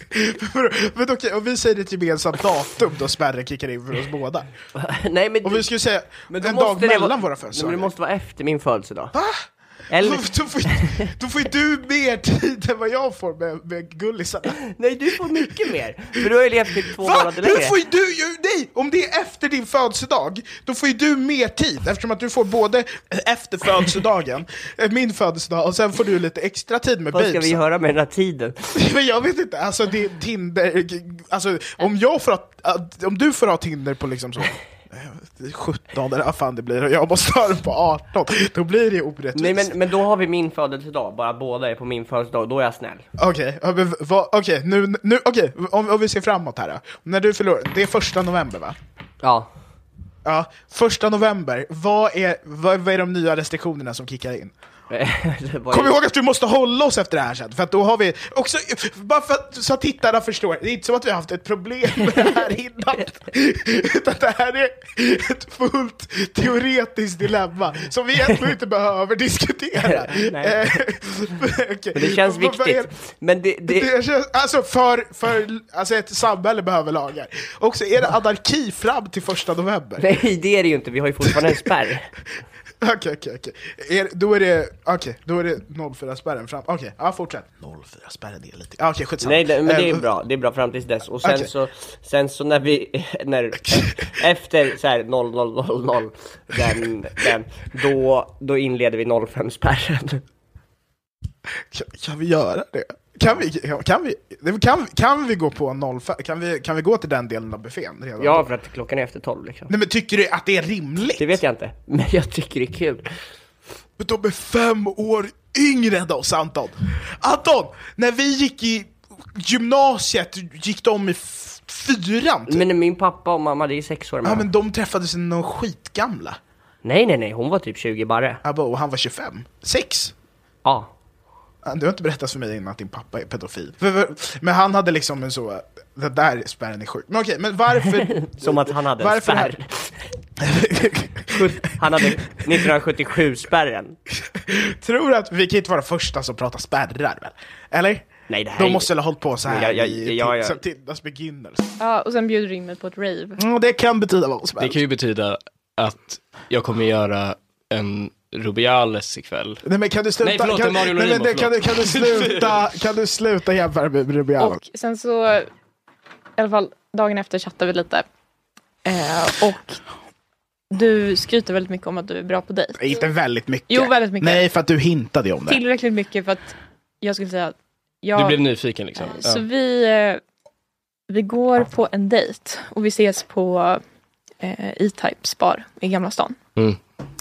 Men okej, och vi säger ett gemensamt datum då spärren kickar in för oss båda. Nej, men och vi skulle säga men en dag mellan vara, våra födelsedagar. Men det måste vara efter min födelsedag. Va? Eller... Då, får, då får ju du mer tid än vad jag får med, med gullisarna. Nej, du får mycket mer. För du har ju levt i två Va? månader längre. Du får ju, du, nej, om det är efter din födelsedag, då får ju du mer tid. Eftersom att du får både efter födelsedagen, min födelsedag, och sen får du lite extra tid med babes. Vad ska vi göra med den här tiden? Men jag vet inte, alltså det är Tinder. Alltså om jag får ha, om du får ha Tinder på liksom så sjutton eller vad fan det blir och jag måste ha den på arton, då blir det orättvist. Nej, men, men då har vi min födelsedag, bara båda är på min födelsedag, då är jag snäll. Okej, okay, okej, okay, nu, nu, okay, om, om vi ser framåt här då. När du förlorar, det är första november va? Ja. Ja, första november, vad är, vad, vad är de nya restriktionerna som kickar in? Kom ihåg att du måste hålla oss efter det här sen. För att då har vi också, bara för att, så att tittarna förstår, det är inte som att vi har haft ett problem med det här innan. Utan det här är ett fullt teoretiskt dilemma som vi egentligen inte behöver diskutera. Okay. Men det känns viktigt. Men det, det... det känns, alltså för, för alltså ett samhälle behöver lagar. Också är det anarki fram till första november? Nej, det är det ju inte. Vi har ju fortfarande en spärr. Okej, okej, okej. Då är det, okej, okay, då är det noll fyra spärren fram. Okej, okay, ja, fortsätt. noll fyra spärren är lite. Okej, okay, skitsamma. Nej, det, men det är bra. Det är bra fram tills dess. Och sen okay. så sen så när vi när efter så här noll noll noll noll den, den då då inleder vi noll fem spärren. Kan, kan vi göra det? Kan vi kan vi kan, kan vi gå på noll fem, kan vi kan vi gå till den delen av buffén redan? Ja, för att klockan är efter tolv liksom. Nej, men tycker du att det är rimligt? Det vet jag inte, men jag tycker det är kul. Men de är fem år yngre än oss, Anton. Anton, när vi gick i gymnasiet gick de i f- fyran typ. Men min pappa och mamma, det är sex år med. Ja, men de träffades någon skitgamla. Nej, nej, nej, hon var typ tjugo bara. Ja, och han var tjugofem. Sex? Ja. Du har inte berättat för mig innan att din pappa är pedofil. Men han hade liksom en så, det där spärren är sjuk. Men okej, men varför? Som att han hade en spärr. Han hade nittonhundrasjuttiosju-spärren. Tror du att vi kan inte vara första som pratar spärrar, väl? Eller? Nej, det här de måste väl ha hållit på så här jag, jag, i jag, jag, till, Tindas beginners. Ja, och sen bjuder du in mig på ett rave. Mm, det kan betyda vad som helst. Det kan ju betyda att jag kommer göra en Rubiales ikväll. Nej, men kan du sluta? Nej, förlåt, kan, Mario nej, Lorimo, men kan, du, kan du sluta kan du sluta jämföra med Rubiales? Och sen så i alla fall dagen efter chattade vi lite. Eh, och du skryter väldigt mycket om att du är bra på dig. Inte väldigt mycket. Jo, väldigt mycket. Nej, för att du hintade om det. Tillräckligt mycket för att jag skulle säga att jag, du blev nyfiken liksom. Eh, så ja. vi eh, vi går på en dejt och vi ses på eh, E-Type Spar i Gamla stan. Mm.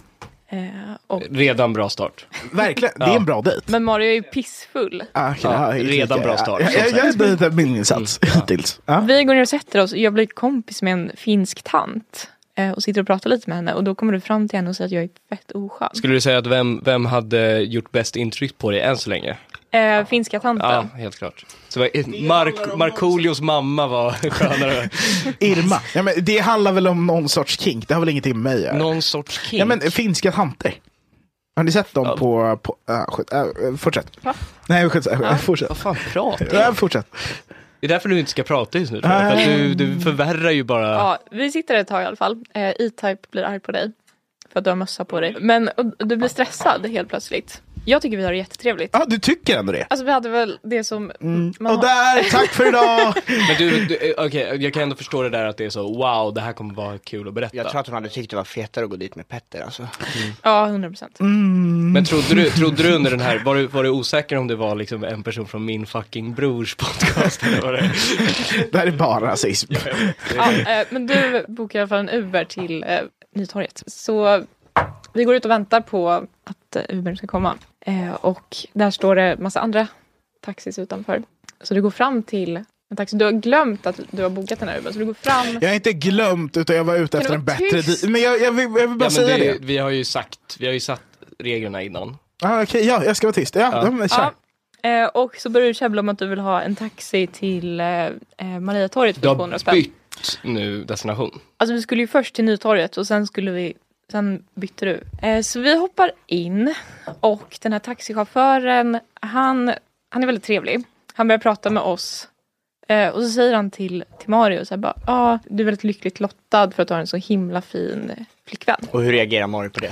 Eh, och... Redan bra start. Verkligen, det är en bra dejt. Men Mario är ju pissfull. Ah, okay. ja, redan bra start. Jag, jag, jag är inte min insats mm. hittills. Ja. Vi går ner och sätter oss och jag blir kompis med en finsk tant. Eh, och sitter och pratar lite med henne. Och då kommer du fram till henne och säger att jag är fett oskön. Skulle du säga att vem, vem hade gjort bäst intryck på dig än så länge? Eh, finska tanten. Ja, helt klart. Så Mark, Markoolios mamma var skönare. Irma. Ja, men det handlar väl om någon sorts kink. Det har väl ingenting med mig. Någon sorts kink? Ja, men finska tanter. Har ni sett dem ja. på... på äh, skit, äh, fortsätt. Va? Nej, skit, äh, ja. fortsätt. Vad fan pratar ja, fortsätt. Det är därför du inte ska prata just nu. För att du, du förvärrar ju bara... Ja, vi sitter ett tag i alla fall. Eh, E-Type blir arg på dig. För att du har mössa på dig. Men du blir stressad helt plötsligt. Jag tycker vi har det jättetrevligt. Ja, du tycker ändå det. Alltså vi hade väl det som... Mm. Och har... där, tack för idag! Men du, du okej, okay, jag kan ändå förstå det där att det är så, wow, det här kommer vara kul att berätta. Jag tror att hon hade tyckt det var fetare att gå dit med Petter, alltså. Mm. Ja, hundra procent. Mm. Men trodde du, trodde du under den här, var du, var du osäker om det var liksom en person från min fucking brors podcast? Eller var det? Det här är bara rasism. Ja, eh, men du bokar i alla fall en Uber till eh, Nytorget. Så vi går ut och väntar på att eh, Uber ska komma. Eh, och där står det massa andra taxis utanför. Så du går fram till en taxi. Du har glömt att du har bokat den här Uber. Så du går fram. Jag har inte glömt, utan jag var ute efter en bättre di- Men jag, jag, vill, jag vill bara ja, säga det, det. Vi har ju sagt, vi har ju satt reglerna innan. Ah, okay, ja, jag ska vara tyst. Ja, ja. De, kör. Ja. Eh, och så börjar du käbbla om att du vill ha en taxi till eh, Mariatorget för tvåhundra spänn. Du har bytt nu destination. Alltså vi skulle ju först till Nytorget och sen skulle vi Sen bytte du. Eh, så vi hoppar in och den här taxichauffören, han, han är väldigt trevlig. Han börjar prata med oss eh, och så säger han till, till Mario så här bara, ah, du är väldigt lyckligt lottad för att du har en så himla fin flickvän. Och hur reagerar Mario på det?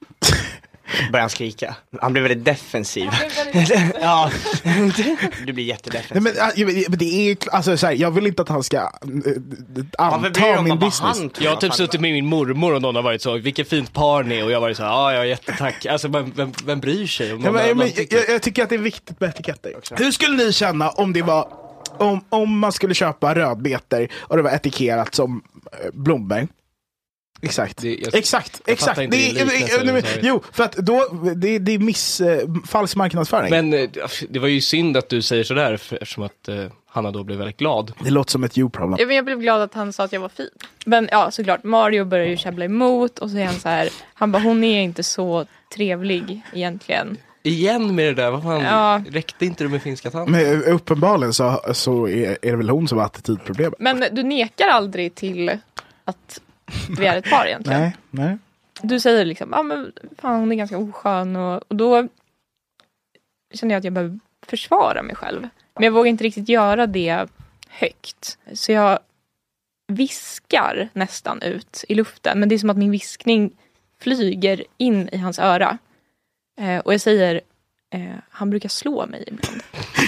Börjar han skrika? Han blir väldigt defensiv. Ja, du blir jättedefensiv. Nej, men, men det är alltså så här, jag vill inte att han ska äh, anta min business. Jag har typ suttit med min mormor och någon har varit så, vilket fint par ni, och jag har varit så, ja, ja, jättetack. Alltså, vem, vem, vem bryr sig? Om ja, men, men, jag, jag tycker att det är viktigt med etiketter. Hur skulle ni känna om det var om, om man skulle köpa rödbetor och det var etikerat som äh, blommor? Exakt. Det, jag, exakt, jag exakt. Det, det, det, det, det, jo, för att då det, det är miss eh, falsk marknadsföring. Men det var ju synd att du säger sådär eftersom att eh, Hanna då blev väldigt glad. Det låter som ett you-problem. Ja, men jag blev glad att han sa att jag var fin. Men ja, såklart, Mario börjar ju käbbla emot och så är han så här, han bara, hon är inte så trevlig egentligen. Igen med det där, vad fan, ja. Räckte inte du med finska tant? Men uppenbarligen så, så är, är det väl hon som har attitydproblem. Men du nekar aldrig till att vi är ett par egentligen. Nej, nej. Du säger liksom, ja ah, men fan hon är ganska oskön och, och då känner jag att jag behöver försvara mig själv. Men jag vågar inte riktigt göra det högt. Så jag viskar nästan ut i luften. Men det är som att min viskning flyger in i hans öra. Eh, och jag säger, eh, han brukar slå mig ibland.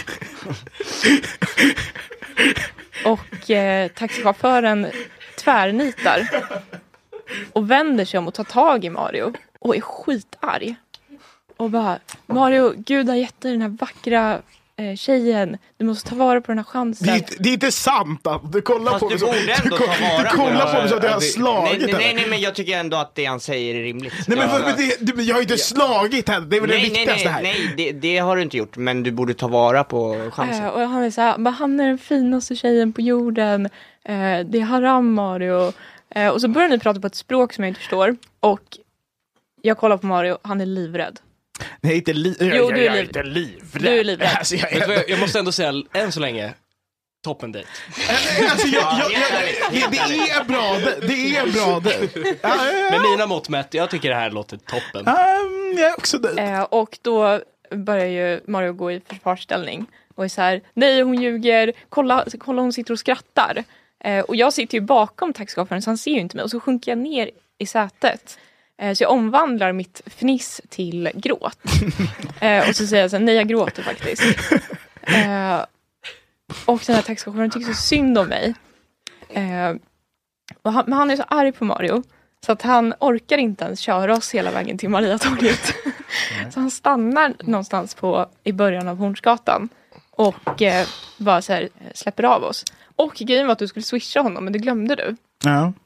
och eh, taxichauffören tvärnitar och vänder sig om och tar tag i Mario och är skitarg och bara, Mario, Gud har gett dig den här vackra eh, tjejen, du måste ta vara på den här chansen. Det är, det är inte sant att du kollar Fast på mig så, du, du, ta vara du kollar på mig så att jag har nej, slagit nej, henne. Nej, nej, men jag tycker ändå att det han säger är rimligt. Nej, men, ja. men det, du, jag har inte slagit henne, det är väl nej, det viktigaste nej, här. Nej, det, det har du inte gjort, men du borde ta vara på chansen. Eh, och han är så här, han är den finaste tjejen på jorden, eh, det är haram Mario. Eh, och så börjar ni prata på ett språk som jag inte förstår. Och jag kollar på Mario, han är livrädd. Nej, inte li- jo, jag, du jag är, är liv- inte livrädd. Du är livrädd. Alltså, jag, är... jag, jag måste ändå säga, än så länge, toppen date. alltså, jag, jag, jag, det, det är bra, det, det är bra det. Ja, ja, ja. Med mina mått mätt, jag tycker det här låter toppen. Um, jag är också det. Eh, och då börjar ju Mario gå i försvarsställning. Och är så här, nej hon ljuger, kolla, kolla hon sitter och skrattar. Eh, och jag sitter ju bakom taxichauffören så han ser ju inte mig. Och så sjunker jag ner i sätet. Eh, så jag omvandlar mitt fniss till gråt. eh, och så säger jag så här, nej jag gråter faktiskt. Eh, och den här taxichauffören tycker så synd om mig. Eh, och han, men han är så arg på Mario. Så att han orkar inte ens köra oss hela vägen till Mariatorget. Så han stannar någonstans på, i början av Hornsgatan. Och eh, bara så här, släpper av oss. Och grejen var att du skulle swisha honom, men det glömde du. Ja.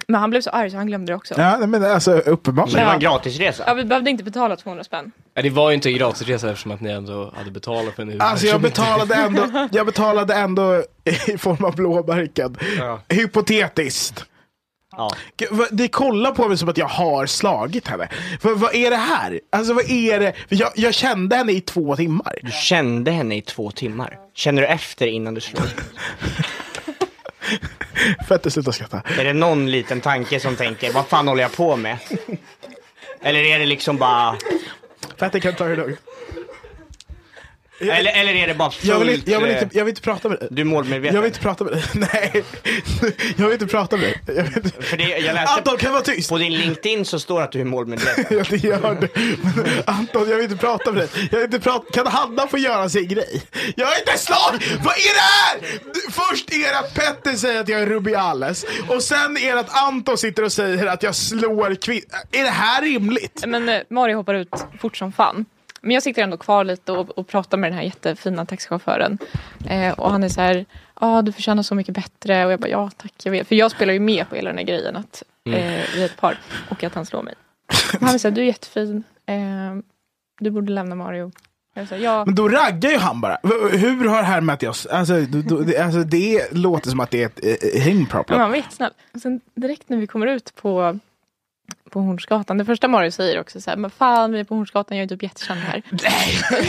Men han blev så arg så han glömde det också. Ja, men alltså uppenbarligen. Men det var en gratisresa. Ja, vi behövde inte betala tvåhundra spänn. Ja, det var ju inte en gratisresa eftersom att ni ändå hade betalat för en Uber. Alltså jag betalade ändå, jag betalade ändå i form av blåbärken. Ja. Hypotetiskt. Ja. Det kollar på mig som att jag har slagit henne. Vad, vad är det här? Alltså vad är det? Jag, jag kände henne i två timmar. Du kände henne i två timmar? Känner du efter innan du slår? För att det slutar skratta. Är det någon liten tanke som tänker, vad fan håller jag på med? Eller är det liksom bara... För att det kan ta det lugnt. Eller, eller är det bara fullt... Jag vill, inte, jag, vill inte, jag vill inte prata med dig. Du är målmedveten. Jag vill inte prata med dig. Nej. Jag vill inte prata med dig. Jag vill inte... För det, jag läste Anton, kan vara tyst. På din LinkedIn så står att du är målmedveten. Ja, det gör det. Men, Anton, jag vill inte prata med dig. Jag vill inte prata... Kan Hanna få göra sin grej? Jag är inte slag! Vad är det här? Först är det att Petter säger att jag är Rubiales. Och sen är det att Anton sitter och säger att jag slår kvinnor. Är det här rimligt? Men eh, Mario hoppar ut fort som fan. Men jag sitter ändå kvar lite och, och pratar med den här jättefina taxichauffören. Eh, och han är så här, ja ah, du förtjänar så mycket bättre. Och jag bara, ja tack, jag vet. För jag spelar ju med på hela den här grejen att mm. eh, vi är ett par och att han slår mig. Och han säger, du är jättefin. Eh, du borde lämna Mario. Jag säger, ja. Men då raggar ju han bara. Hur har det här med att jag... Alltså, då, det, alltså det låter som att det är ett äh, hängproblem. Men han var jättesnäll. Och sen direkt när vi kommer ut på... på Hornsgatan. Det första Mario säger också så här, men fan, vi är på Hornsgatan, jag är typ jättekänd här. Nej!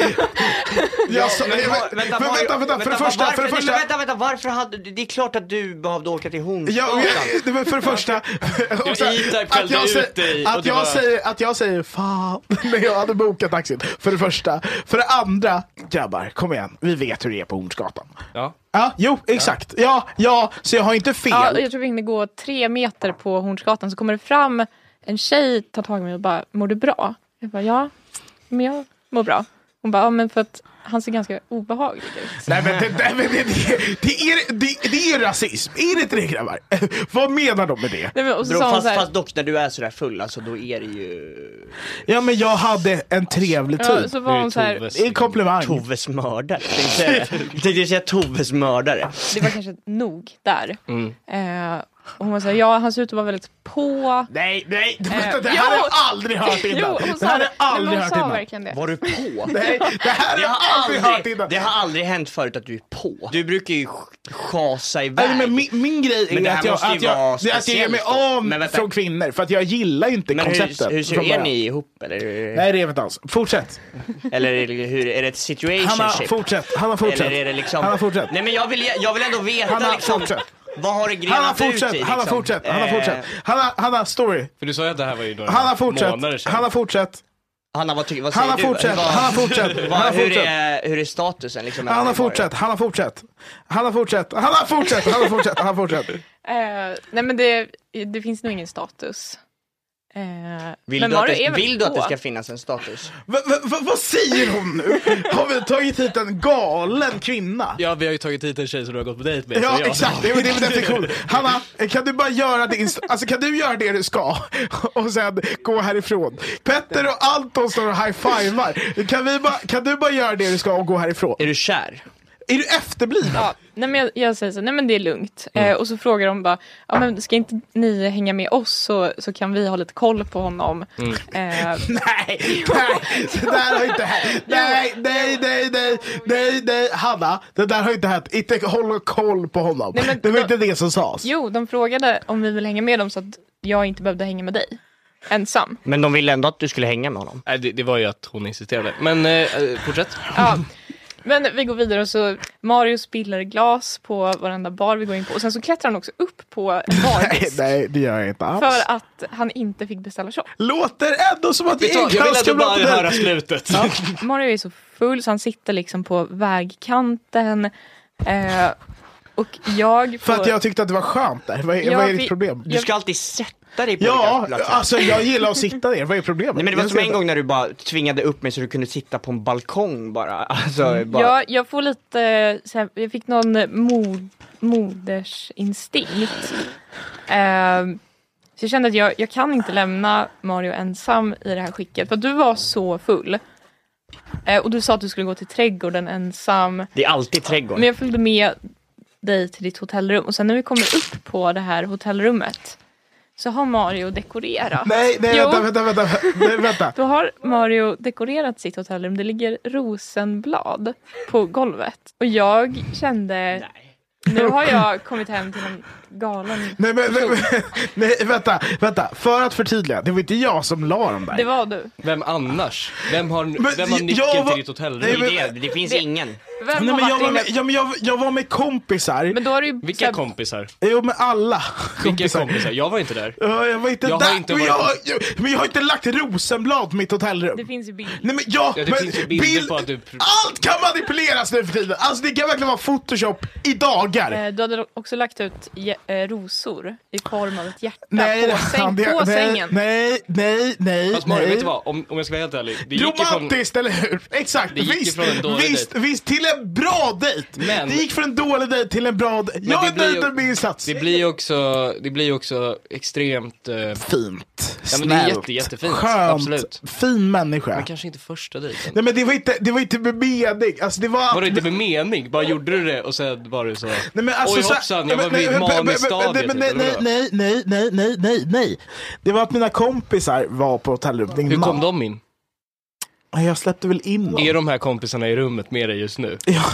Jag sa, men, vänta, men, vänta, Mario, vänta, vänta, för det första, varför, för det första. Nej, vänta, vänta, varför hade du, det är klart att du behövde åka till Hornsgatan. Ja, ja, för det första. Och så, att jag, säger, att, jag var... säger, att jag säger fan när jag hade bokat taxin. För det första. För det andra, grabbar, kom igen. Vi vet hur det är på Hornsgatan. Ja. Ja, jo, exakt. Ja, ja, så jag har inte fel. Ja, jag tror vi hinner gå tre meter på Hornsgatan så kommer det fram en tjej, tar tag i mig och bara, mår du bra? Jag bara, ja, men jag mår bra. Hon bara, ja men för att han ser ganska obehaglig ut. Nej men det, det, det, det, det, är, det, det är rasism. Är det inte det, grabbar? Vad menar de med det? Nej, men, och så Bro, sa fast, här, fast dock när du är sådär full, alltså då är det ju... Ja men jag hade en trevlig tid. Ja, så var hon så här, det är en komplimang. Toves mördare. Jag tänkte säga Toves mördare. Det var kanske nog där. Mm. Eh, och hon sa, ja han ser ut att vara väldigt på. Nej, nej, det, Eh, det här har jag aldrig hört innan. Jo, hon det här har sa jag aldrig hon hört sa innan. verkligen det. Var du på? Nej, det här har jag aldrig hört innan. Det har aldrig hänt förut att du är på. Du brukar ju chasa iväg. Nej, men min, min grej är att jag, att jag, att jag, att jag ger mig av från kvinnor. För att jag gillar inte men konceptet. Hur, hur ser är ni ihop? Eller? Nej, det är inte alls. Fortsätt. Eller hur, är det ett situationship? Hanna, fortsätt. Hanna, fortsätt. Eller är det liksom... Hanna, fortsätt. Nej, men jag vill, jag vill ändå veta Hanna, liksom... Fortsätt. Vad har det grenat ut i? Liksom? Hanna, fortsätt. Hanna, fortsätt. Hanna, Hanna, story. För du sa ju att det här var ju några Hanna, fortsätt. månader sedan. Hanna, fortsätt. Hanna, vad, ty- vad säger Hanna, du? fortsätt. Hanna, fortsätt. Vad, Hanna, hur, fortsätt. är, hur är statusen? Liksom, Hanna, fortsätt. Hanna, fortsätt. Hanna, fortsätt. Hanna, fortsätt. Hanna, fortsätt. Hanna, fortsätt. Uh, nej men det, det finns nog ingen status. Uh, vill men du, att det, är vill du att det på? ska finnas en status? Va, va, va, vad säger hon nu? Har vi tagit hit en galen kvinna? Ja, vi har ju tagit hit en tjej som du har gått på dejt med. Ja, jag... exakt. Det är det med definition. Hanna, kan du bara göra det, inst- alltså kan du göra det du ska och sen gå härifrån? Petter och Anton står och high-fivar. Kan, vi bara, kan du bara göra det du ska och gå härifrån? Är du kär? Är du efterbliven? Ja, nej men jag, jag säger så, nej men det är lugnt. Mm. Eh, och så frågar de bara, ja men ska inte ni hänga med oss så, så kan vi ha lite koll på honom. Mm. Eh, nej, nej, det där har inte hänt. Nej, nej, nej, nej, nej, nej, Hanna, det där har inte hänt. Inte hålla koll på honom. Nej, men det var de, inte det som sades. Jo, de frågade om vi vill hänga med dem så att jag inte behövde hänga med dig. Ensam. Men de ville ändå att du skulle hänga med honom. Nej, det, det var ju att hon insisterade. Men eh, fortsätt. Ja. Men vi går vidare och så Mario spiller glas på varenda bar vi går in på. Och sen så klättrar han också upp på en bardisk. nej, nej, det gör jag inte alls. För att han inte fick beställa shot. Låter ändå som att det är jag vill ändå bara höra slutet. Ja. Mario är så full så han sitter liksom på vägkanten. Eh, och jag... För att jag tyckte att det var skönt där. Vad är, ja, vad är ditt vi, problem? Du ska alltid sätta dig på ja, alltså jag gillar att sitta ner. Vad är problemet? Nej, men det var som en gång när du bara tvingade upp mig så du kunde sitta på en balkong bara. Alltså, mm. bara... Ja, jag får lite... Så här, jag fick någon mod, modersinstinkt. Eh, så jag kände att jag, jag kan inte lämna Mario ensam i det här skicket. För du var så full. Eh, och du sa att du skulle gå till trädgården ensam. Det är alltid trädgården. Men jag följde med dig till ditt hotellrum. Och sen när vi kommer upp på det här hotellrummet så har Mario dekorerat. Nej, nej, Jo. vänta, vänta, vänta, nej, vänta. Då har Mario dekorerat sitt hotellrum. Det ligger rosenblad på golvet. Och jag kände... Nej. Nu har jag kommit hem till en galen... Nej, men, nej, nej, vänta, vänta. För att förtydliga, det var inte jag som la dem där. Det var du. Vem annars? Vem har, men, vem har nyckeln var, till ditt hotellrum? Nej, men, det, det finns det, ingen. Vem nej, men jag, var med, med... ja, men jag, jag var med kompisar. Men då har du ju... Vilka kompisar? Jo, med alla kompisar. Vilka kompisar? Jag var inte där. Ja, jag var inte jag där. Har inte men, varit... jag, jag, men jag har inte lagt rosenblad på mitt hotellrum. Det finns ju bilder. Nej, men ja, ja, det men, finns ju bilder bild, på att du... Allt kan manipuleras nu för tiden. Alltså det kan verkligen vara Photoshop i dagar. Du hade också lagt ut rosor i form av ett hjärta nej, på, säng, det, på nej, sängen. Nej, nej, nej. Fast Mario, nej. vet du vad? Om, om jag ska vara helt ärlig. Det romantiskt, ifrån... eller hur? Exakt. Det gick visst, ifrån en dålig visst, dejt. visst, till en bra dejt. Men... Det gick från en dålig dejt till en bra dejt. Jag är nöjd med min insats. Det blir ju också, det blir också extremt... Uh... Fint. Ja, men det är jätte, jättefint. Skönt. Absolut. Fin människa. Men kanske inte första dejten. Nej, men det var inte, det var inte med mening. Alltså, det var... Var det inte med mening? Bara gjorde du det och sen var du så... Nej, men alltså, oj så... hoppsan, jag var vid manistadiet. Nej, nej, nej, nej, nej, nej, nej, nej. Det var att mina kompisar var på hotellrummet. Hur kom de in? Jag släppte väl in dem. Är de här kompisarna i rummet med dig just nu? Ja,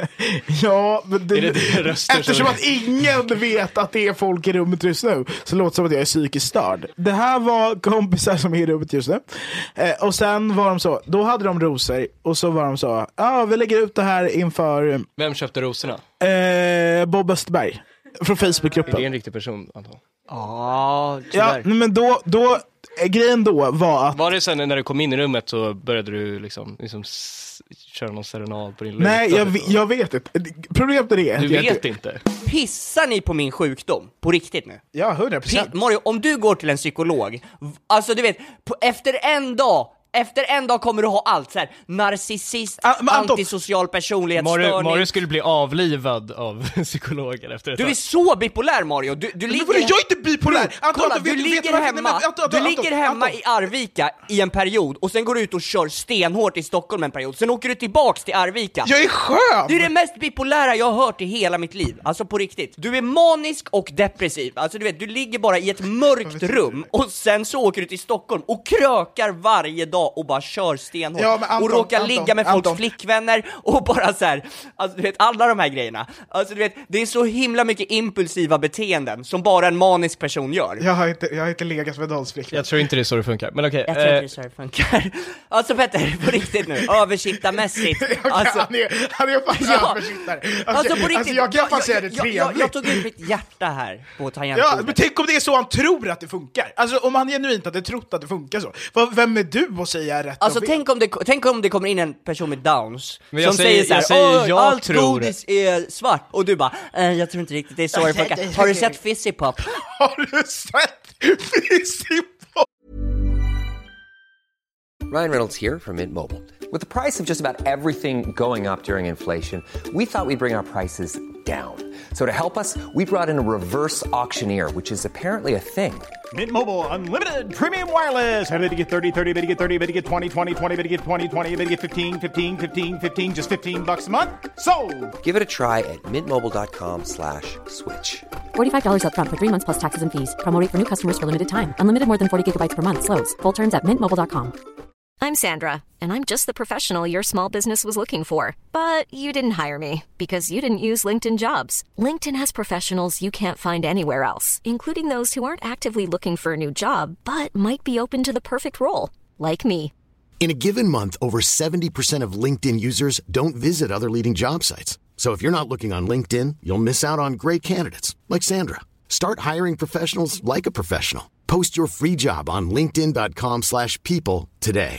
ja men det, är det det röster eftersom som... att ingen vet att det är folk i rummet just nu, så låter det som att jag är psykiskt störd. Det här var kompisar som är i rummet just nu. Eh, och sen var de så, då hade de rosor. Och så var de så, ja ah, vi lägger ut det här inför... Vem köpte rosorna? Eh, Bob Österberg. Från Facebookgruppen. Är det en riktig person, Anton? Oh, ja, men då... då grejen då var att... Var det sen när du kom in i rummet så började du liksom, liksom s- köra någon serenad på din luta? Nej, jag, jag vet inte. Problemet är det. Du vet jag, inte. Pissar ni på min sjukdom? På riktigt nu? Ja, hundra procent. Mario, om du går till en psykolog, alltså du vet, på, efter en dag Efter en dag kommer du ha allt så här: narcissist, ah, antisocial personlighetsstörning. Mario, Mario skulle bli avlivad av psykologer efter ett Du är så bipolär, Mario. Du, du ligger... Men jag är inte bipolär. Du, Anton, kolla, vet, du vet, ligger vet, hemma, nej, Anton, du Anton, ligger Anton, hemma Anton. i Arvika i en period och sen går du ut och kör stenhårt i Stockholm en period. Sen åker du tillbaks till Arvika. Jag är skön! Det är det mest bipolära jag har hört i hela mitt liv. Alltså på riktigt. Du är manisk och depressiv. Alltså du vet, du ligger bara i ett mörkt rum och sen så åker du till Stockholm och krökar varje dag och bara kör stenhårt. Ja, Anton, och råkar Anton, ligga med folks Anton. flickvänner och bara så här, alltså du vet, alla de här grejerna. Alltså du vet, det är så himla mycket impulsiva beteenden som bara en manisk person gör. Jag har inte, jag har inte legat med någons flickvän. Jag tror inte det är så det funkar, men okej. Jag tror inte det är så det funkar. Alltså Petter, på riktigt nu, översittarmässigt. Alltså, han är, han är faktiskt ja, översittare. Alltså, alltså på riktigt, alltså, jag kan fan säga det jag, trevligt. jag, jag, jag tog ut mitt hjärta här på tangentbordet. Ja, men tänk om det är så han tror att det funkar. Alltså om han genuint hade trott att det funkar så. Vem är du att säga rätt? Alltså tänk om, det, tänk om det kommer in en person med Downs som säger, säger så här: säger, jag allt tror godis är svart. Och du bara, äh, jag tror inte riktigt det är så det funkar. Har du sett Fizzy Pop? Har du sett Fizzy Pop? Ryan Reynolds here from Mint Mobile. With the price of just about everything going up during inflation, we thought we'd bring our prices down. So to help us, we brought in a reverse auctioneer, which is apparently a thing. Mint Mobile Unlimited Premium Wireless. How to get thirty, thirty, how to get thirty, how to get twenty, twenty, twenty, how to get twenty, twenty, how to get fifteen, fifteen, fifteen, fifteen, just fifteen bucks a month? Sold! Give it a try at mintmobile.com slash switch. forty-five dollars up front for three months plus taxes and fees. Promo rate for new customers for limited time. Unlimited more than forty gigabytes per month. Slows full terms at mint mobile dot com. I'm Sandra, and I'm just the professional your small business was looking for. But you didn't hire me because you didn't use LinkedIn Jobs. LinkedIn has professionals you can't find anywhere else, including those who aren't actively looking for a new job, but might be open to the perfect role, like me. In a given month, over seventy percent of LinkedIn users don't visit other leading job sites. So if you're not looking on LinkedIn, you'll miss out on great candidates like Sandra. Start hiring professionals like a professional. Post your free job on linkedin dot com slash people today.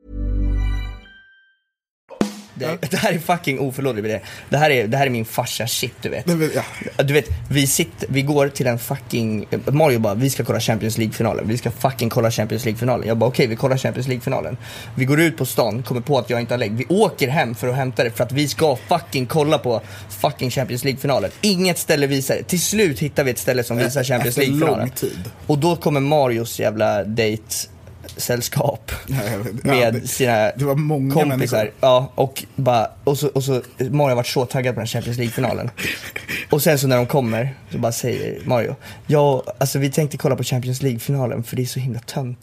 Det, det här är fucking oförlåtligt med det. Det här är, det här är min farsa shit, du vet. Men, ja. Du vet, vi sitter, vi går till en fucking... Mario bara, vi ska kolla Champions League-finalen. Vi ska fucking kolla Champions League-finalen. Jag bara, okej, okay, vi kollar Champions League-finalen. Vi går ut på stan, kommer på att jag inte har lägg. Vi åker hem för att hämta det för att vi ska fucking kolla på fucking Champions League-finalen. Inget ställe visar det. Till slut hittar vi ett ställe som visar Champions League-finalen. Och då kommer Marios jävla date... sällskap med sina det var många kompisar. människor. Ja, och bara och så och så Mario har varit så taggad på den Champions League-finalen. Och Och sen så när de kommer så bara säger Mario, ja, alltså vi tänkte kolla på Champions League-finalen för det är så himla tönt.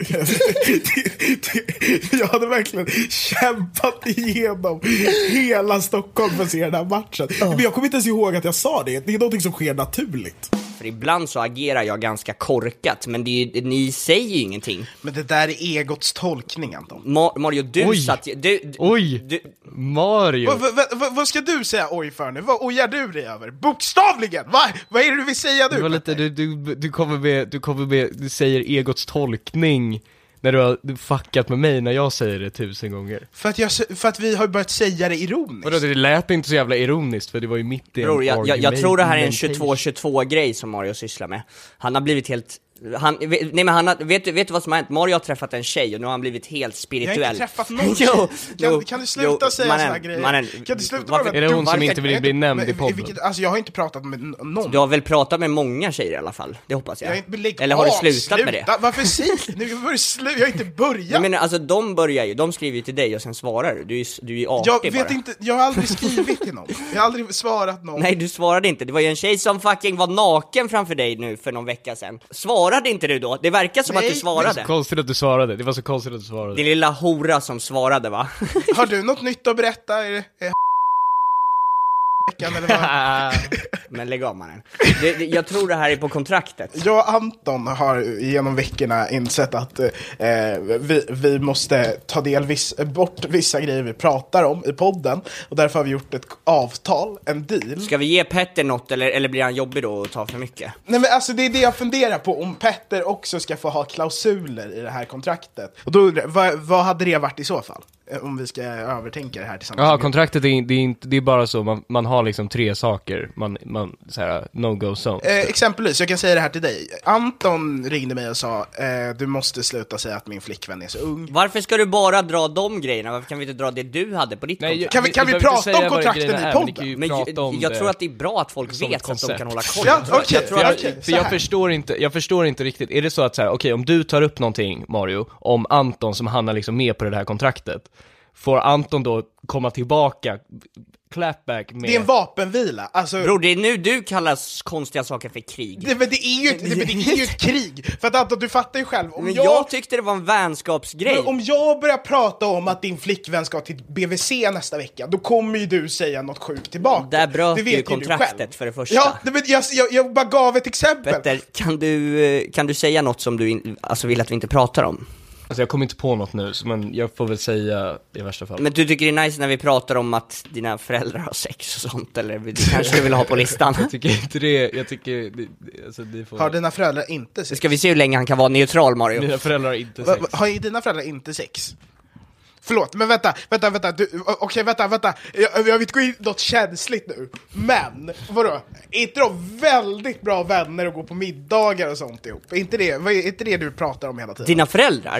Jag hade verkligen kämpat igenom hela Stockholm för att se den här matchen. Oh. Men jag kommer inte ens ihåg att jag sa det. Det är någonting som sker naturligt. För ibland så agerar jag ganska korkat, men det är ju, ni säger ju ingenting. Men det där är egots tolkning, Anton. Ma- Mario, du oj. satt... Du, du, oj! Du, Mario! Va, va, va, vad ska du säga oj för nu? Vad ojar du dig över? Bokstavligen! Va? Vad är det du vill säga nu? Det var lite, du, du, du kommer med, du kommer med, du säger egots tolkning när du har fuckat med mig när jag säger det tusen gånger. För att, jag, för att vi har börjat säga det ironiskt. Vadå, det lät inte så jävla ironiskt för det var ju mitt i en Bror, jag, jag, jag tror det här är en tjugotvå tjugotvå-grej som Mario sysslar med. Han har blivit helt... Han, nej men han har, vet, vet du vad som har hänt? Mario har träffat en tjej och nu har han blivit helt spirituell. Jag har inte träffat någon tjej. jo, kan, jo, kan du sluta jo, säga såna grejer? Mannen, kan du sluta varför, är det hon som inte vill bli nämnd i podden? Vilket, alltså jag har inte pratat med någon. Du har väl pratat med många tjejer i alla fall, det hoppas jag. jag Eller har du slutat sluta. med det? Varför säger nu börjar slu- Jag har inte börjat. Jag menar, alltså de börjar ju, de skriver ju till dig och sen svarar du. Du är du är artig Jag vet bara. inte, jag har aldrig skrivit till någon. Jag har aldrig svarat någon. Nej, du svarade inte. Det var ju en tjej som fucking var naken framför dig nu för någon vecka sedan. Svarade inte du då? Det verkar som Nej, att du svarade. Det var så konstigt att du svarade. Det var så konstigt att du svarade. Din lilla hora som svarade, va? Har du något nytt att berätta? Är det, är eller vad? Men lägg av, mannen. Det, det, jag tror det här är på kontraktet. Jag och Anton har genom veckorna insett att eh, vi, vi måste ta del viss, bort vissa grejer vi pratar om i podden. Och därför har vi gjort ett avtal, en deal. Ska vi ge Petter något eller, eller blir han jobbig då och ta för mycket? Nej men alltså det är det jag funderar på. Om Petter också ska få ha klausuler i det här kontraktet. Och då undrar jag, vad, vad hade det varit i så fall? Om vi ska övertänka det här tillsammans. Ja, kontraktet är, det är, inte, det är bara så, man, man har liksom tre saker. Man, man så här, no-go zone. Eh, exempelvis, jag kan säga det här till dig. Anton ringde mig och sa, eh, du måste sluta säga att min flickvän är så ung. Varför ska du bara dra de grejerna? Varför kan vi inte dra det du hade på ditt Nej, kontrakt? Kan vi, kan vi, vi prata om kontrakten i podden? Men jag, jag tror att det är bra att folk vet att de kan hålla koll. Ja, okay, jag, tror jag, att, okay, för jag, förstår inte, jag förstår inte riktigt. Är det så att så här, okej, okay, om du tar upp någonting, Mario, om Anton som han är liksom med på det här kontraktet, får Anton då komma tillbaka clapback med... Det är en vapenvila. Alltså... Bro, det är nu du kallar konstiga saker för krig. Det, men det är ju, det, men det är ju ett krig. För att Anton, du fattar ju själv. Om men jag, jag tyckte det var en vänskapsgrej. Om jag börjar prata om att din flickvän ska till B V C nästa vecka, då kommer ju du säga något sjukt tillbaka. Där bröt det vet ju kontraktet för det första. Ja, det, men jag, jag, jag bara gav ett exempel. Petter, kan du, kan du säga något som du in, alltså vill att vi inte pratar om? Alltså jag kommer inte på något nu, men jag får väl säga i värsta fall. Men du tycker det är nice när vi pratar om att dina föräldrar har sex och sånt, eller du kanske vill ha på listan? Jag tycker inte det, jag tycker det, alltså, det får... Har dina föräldrar inte sex? Ska vi se hur länge han kan vara neutral, Mario? Mina föräldrar har inte sex. Va, va, har dina föräldrar inte sex? Förlåt, men vänta, vänta, vänta, du, okej, okay, vänta, vänta, jag, jag vill inte gå in något känsligt nu, men, vadå, är inte de väldigt bra vänner och gå på middagar och sånt ihop? Är inte det, är inte det du pratar om hela tiden? Dina föräldrar?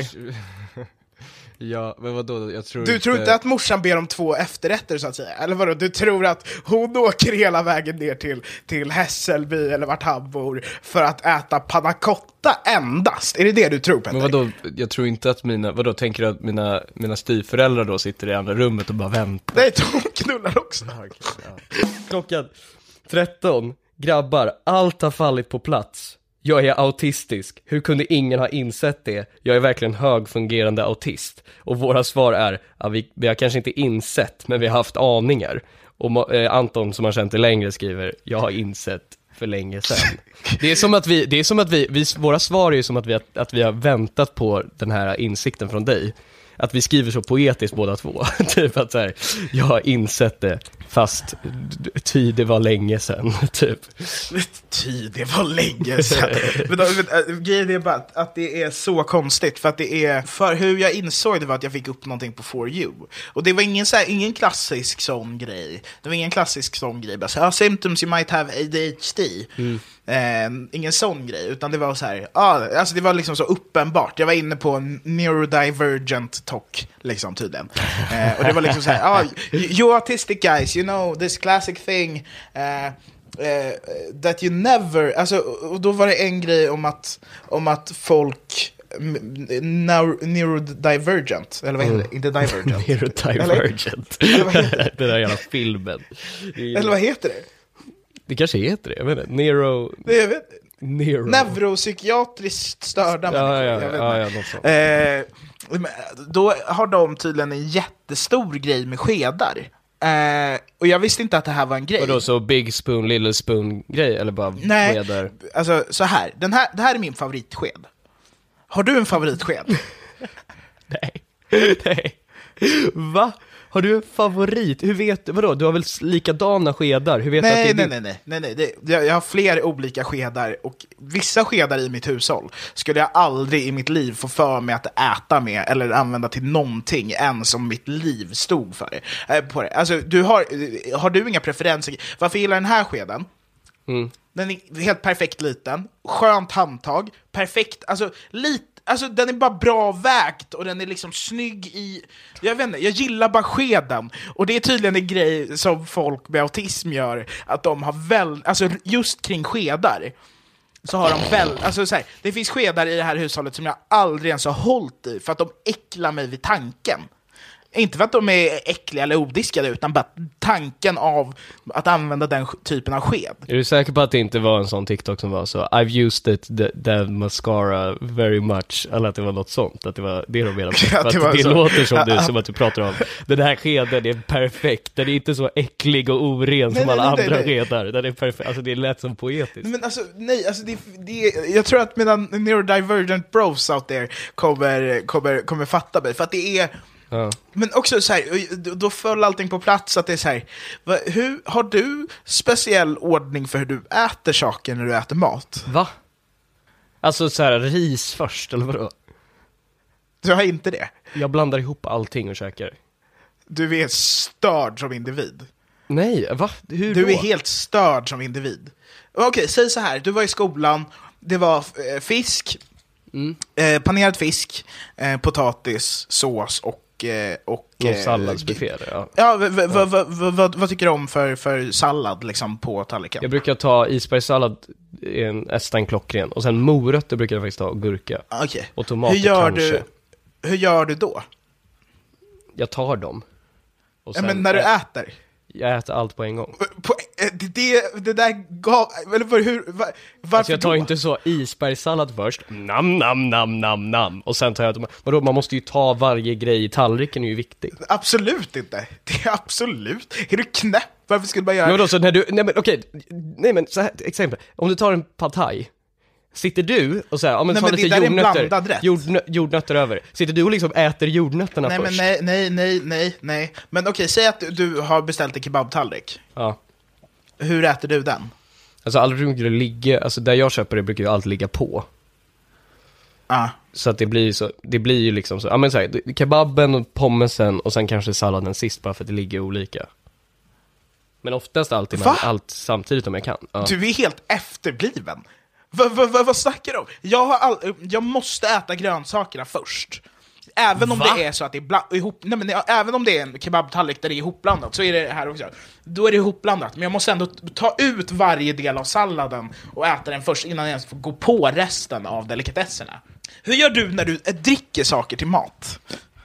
Ja, men vadå, jag tror Du inte... tror inte att morsan ber om två efterrätter så att säga? Eller vadå, du tror att hon åker hela vägen ner till, till Hässelby eller vart han bor för att äta panna cotta endast? Är det det du tror, Petter? Men vadå, jag tror inte att mina, vadå, tänker du att mina, mina styvföräldrar då sitter i andra rummet och bara väntar? Nej, de knullar också. Klockan tretton, grabbar, allt har fallit på plats. Jag är autistisk. Hur kunde ingen ha insett det? Jag är verkligen högfungerande autist. Och våra svar är, ja, vi, vi har kanske inte insett, men vi har haft aningar. Och eh, Anton, som har känt det längre, skriver, jag har insett för länge sedan. Det är som att vi, det är som att vi, vi våra svar är ju som att vi, att, att vi har väntat på den här insikten från dig. Att vi skriver så poetiskt båda två. Typ att så här, jag har insett det, fast ty det var länge sedan. Typ. Ty det var länge sedan. Men då, men, grejen är bara att, att det är så konstigt. För att det är, för hur jag insåg det var att jag fick upp någonting på For You. Och det var ingen, så här, ingen klassisk sån grej. Det var ingen klassisk sån grej. Bara så här, symptoms you might have A D H D. Mm. Eh, ingen sån grej, utan det var så här, ah, alltså det var liksom så uppenbart. Jag var inne på en neurodivergent talk, liksom tydligen. Eh, och det var liksom så här, ah, you autistic guys, you know this classic thing uh, uh, that you never, alltså, och då var det en grej om att, om att folk Neuro, neurodivergent, eller vad heter det? Mm. Inte divergent. Neurodivergent. Den där jävla filmen. Eller vad heter det? Det kanske heter det, jag vet inte. Neuro... Det, jag vet. Neuro. Neuropsykiatriskt störda människor. Ja, ja, jag vet ja, ja, något sånt. eh, Då har de tydligen en jättestor grej med skedar. Eh, och jag visste inte att det här var en grej. Och då så big spoon, little spoon grej, eller bara Nej, skedar? alltså så här. Den här, det här är min favoritsked. Har du en favoritsked? Nej. Nej. Va? Har du en favorit? Hur vet du? Vadå? Du har väl likadana skedar? Hur vet nej, du att det nej, är nej, nej, nej, nej. Det, jag, jag har fler olika skedar. Och vissa skedar i mitt hushåll skulle jag aldrig i mitt liv få för mig att äta med eller använda till någonting än som mitt liv stod för. Eh, på det. Alltså, du har, har du inga preferenser? Varför gillar den här skeden? Mm. Den är helt perfekt liten. Skönt handtag. Perfekt, alltså lite. Alltså den är bara bra vägt och den är liksom snygg i... Jag vet inte, jag gillar bara skeden. Och det är tydligen en grej som folk med autism gör. Att de har väl... Alltså just kring skedar så har de väl... Alltså så här, det finns skedar i det här hushållet som jag aldrig ens har hållit i. För att de äcklar mig vid tanken. Inte för att de är äckliga eller odiskade, utan bara tanken av att använda den typen av sked. Är du säker på att det inte var en sån TikTok som var så I've used it, the, the mascara very much, eller att det var något sånt, att det var det de menade? Ja, det att det så. låter som, du, som att du pratar om den här skeden är perfekt, den är inte så äcklig och oren nej, som nej, alla nej, andra nej, nej. skedar, den är perfekt, alltså det är lätt som poetiskt. Men alltså, nej, alltså det, det, jag tror att mina neurodivergent bros out there kommer, kommer, kommer fatta mig, för att det är ja. Men också så här, då föll allting på plats att det är så här, va, hur, har du speciell ordning för hur du äter saker när du äter mat? Va? Alltså så här, ris först, eller vadå? Du har inte det? Jag blandar ihop allting och käkar. Du är störd som individ. Nej, va? Hur du då? är helt störd som individ. Okej, säg så här, du var i skolan, det var eh, fisk, mm. eh, panerad fisk, eh, potatis, sås och och någon salladsbuffé, ja. Ja, v- v- v- v- v- vad tycker du om för, för sallad liksom på tallriken? Jag brukar ta isbergssallad, en nästan klockren, och sen morötter brukar jag faktiskt ta, och gurka. Okay. Och tomater hur gör kanske. Du, hur gör du då? Jag tar dem. Och sen, ja, men när du ä- äter? Jag äter allt på en gång. På, det, det, det där gav... Eller för hur, var, varför alltså jag tar då? inte så isbergssallad först. Nam, nam, nam, nam, nam. Och sen tar jag... Vadå, man måste ju ta varje grej i tallriken, är ju viktigt. Absolut inte. Det är absolut... Är du knäpp? Varför skulle man göra... Men då, så när du... Nej men okej. Nej men så här, exempel. Om du tar en pad thai. Sitter du och säger, ja men, nej, men lite jordnötter, jord, jordnötter över. Sitter du och liksom äter jordnötterna nej, först? Men nej, nej, nej, nej, nej. Men okej, säg att du har beställt en kebabtallrik. Ja. Hur äter du den? Alltså aldrig brukar det ligga, alltså där jag köper det brukar ju allt ligga på. Ja. Så att det blir så, det blir ju liksom så, ja men så här, kebaben och pommesen och sen kanske salladen sist, bara för att det ligger olika. Men oftast alltid man, allt samtidigt om jag kan. Ja. Du är helt efterbliven. Vad va, va, va snackar du om? Jag, har all, jag måste äta grönsakerna först. Även om Va? det är så att det är bla- ihop, nej men även om det är en kebabtallrik där det är ihopblandat, så är det här också. Då är det ihopblandat, men jag måste ändå ta ut varje del av salladen och äta den först innan jag ens får gå på resten av delikatesserna. Hur gör du när du äh, dricker saker till mat?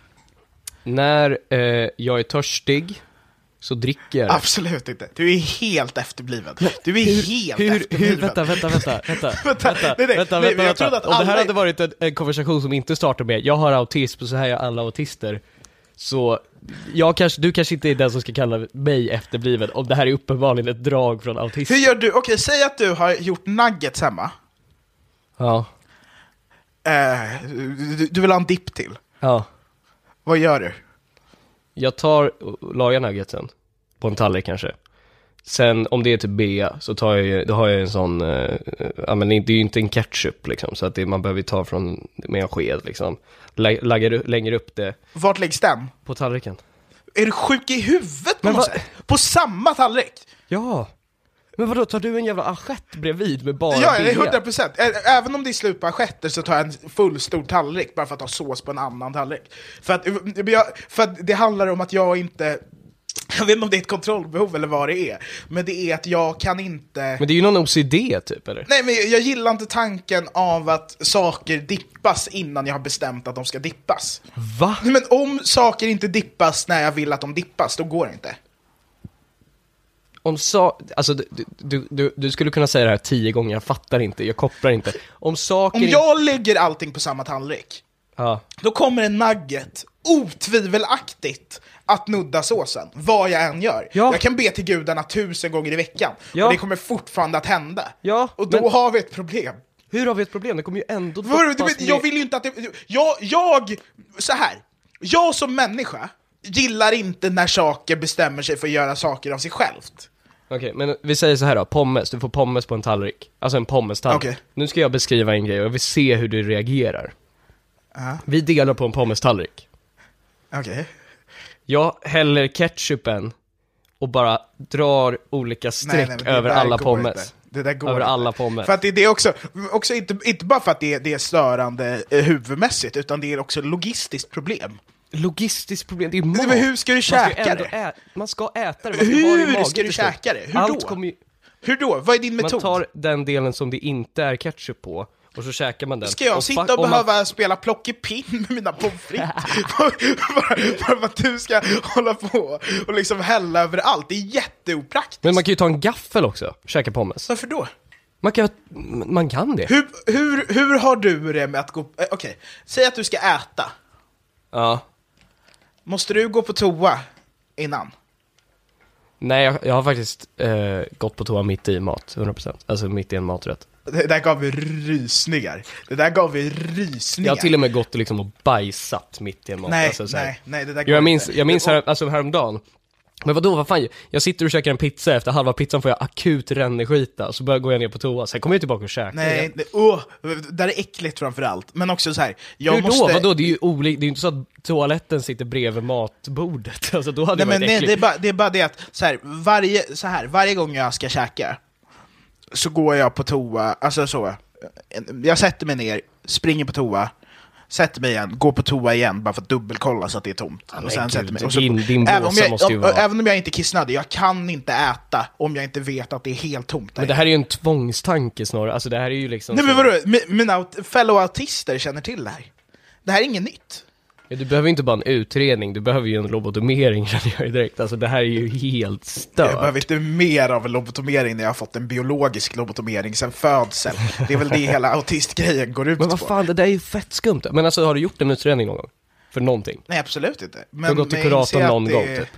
När eh, jag är törstig så dricker jag. Absolut inte. Du är helt efterbliven. Du är hur, helt hur, efterbliven. Hur, vänta, vänta, vänta, vänta, vänta, vänta, nej, nej, vänta, nej, vänta, jag trodde vänta. att Om det här alla... hade varit en, en konversation som inte startar med jag har autism och så här är alla autister, så jag kanske, du kanske inte är den som ska kalla mig efterbliven om det här är uppenbarligen ett drag från autism. Hur gör du? Okej, okay, säg att du har gjort nuggets hemma. Ja. Eh, du, du vill ha en dipp till. Ja. Vad gör du? Jag tar och lagar nuggetsen på en tallrik kanske. Sen om det är till B så tar jag, då har jag en sån, äh, ja men det är ju inte en ketchup liksom, så att det, man behöver ta från med en sked liksom. Lä, lägger, lägger upp det. Vart läggs den? På tallriken. Är du sjuk i huvudet på något sätt? På samma tallrik? Ja. Men vadå, tar du en jävla assiett bredvid med bara ja, B? hundra procent. Även om det är slut på assietter så tar jag en full stor tallrik bara för att ha sås på en annan tallrik. För att, för att det handlar om att jag inte... Jag vet inte om det är ett kontrollbehov eller vad det är. Men det är att jag kan inte... Men det är ju någon O C D typ, eller? Nej, men jag gillar inte tanken av att saker dippas innan jag har bestämt att de ska dippas. Va? Men om saker inte dippas när jag vill att de dippas, då går det inte. Om sa, alltså du, du, du, du skulle kunna säga det här tio gånger, jag fattar inte, jag kopplar inte. Om saker... Om jag lägger allting på samma tallrik, ja. Då kommer en nugget otvivelaktigt att nudda såsen, vad jag än gör. Ja. Jag kan be till gudarna tusen gånger i veckan, ja. och det kommer fortfarande att hända. Ja, och då men... har vi ett problem. Hur har vi ett problem? Det kommer ju ändå Var, du vet, jag vill ju inte att det, jag, jag, så här. Jag som människa gillar inte när saker bestämmer sig för att göra saker av sig självt. Okej, okay, men vi säger så här då, pommes, du får pommes på en tallrik. Alltså en pommes-tallrik. Okay. Nu ska jag beskriva en grej och jag vill se hur du reagerar. Uh-huh. Vi delar på en pommes-tallrik. Okej. Okay. Jag häller ketchupen och bara drar olika streck nej, nej, över alla pommes. Inte. Det där går över inte. alla pommes. För att det, det är också, också inte, inte bara för att det, det är störande eh, huvudmässigt, utan det är också logistiskt problem. Logistiskt problem, det är mat. Men hur ska du käka det? Ä- man ska äta det, man ska hur ha det i magen. ska du käka det? Hur Allt då? Ju... Hur då? Vad är din metod? Man tar den delen som det inte är ketchup på, och så käkar man den. Ska jag och sitta och, och behöva man... spela plockepinn med mina pommes frites? bara, bara för att du ska hålla på och liksom hälla över allt. Det är jätteopraktiskt. Men man kan ju ta en gaffel också, käka pommes. Varför då? Man kan, man kan det. Hur, hur, hur har du det med att gå... Okej, okay. Säg att du ska äta. Ja. Måste du gå på toa innan? Nej, jag, jag har faktiskt eh, gått på toa mitt i mat, hundra procent. Alltså mitt i en maträtt. Det där gav vi rysningar. Det där gav vi rysningar. Jag har till och med gått liksom och bajsat mitt i en mat. Nej, alltså, nej, nej, det där jag minns, jag minns här, alltså häromdagen. Men vadå, vad fan? Jag sitter och käkar en pizza, efter halva pizzan får jag akut ränneskita. Så börjar går jag ner på toa, sen kommer jag tillbaka och käkar. Nej, det, oh, det där är äckligt framförallt. Men också så här, jag hur måste... då? Vadå? Det är ju olikt, det är ju inte så att toaletten sitter bredvid matbordet. Alltså då hade nej, det men varit nej, det, är bara, det är bara det att så här, varje, så här, varje gång jag ska käka så går jag på toa, alltså så. Jag sätter mig ner, springer på toa, sätter mig igen, går på toa igen bara för att dubbelkolla så att det är tomt. Ja, och sen gud, sätter mig. Och så, din, din även, om jag, måste ju om, vara... även om jag inte är kissnödig, jag kan inte äta om jag inte vet att det är helt tomt. Men det här är ju en tvångstanke snarare. Alltså det här är ju liksom... Nej, men så... vadå? Mina fellow autister känner till det här. Det här är inget nytt. Ja, du behöver inte bara en utredning, du behöver ju en lobotomering, känner jag direkt. Alltså det här är ju helt stört. Jag behöver inte mer av en lobotomering när jag har fått en biologisk lobotomering sen födsel. Det är väl det hela autistgrejen går ut på. Men vad fan, det där är ju fett skumt. Men alltså, har du gjort en utredning någon gång? För någonting? Nej, absolut inte. Men du har gått till kuratorn någon det... gång, typ?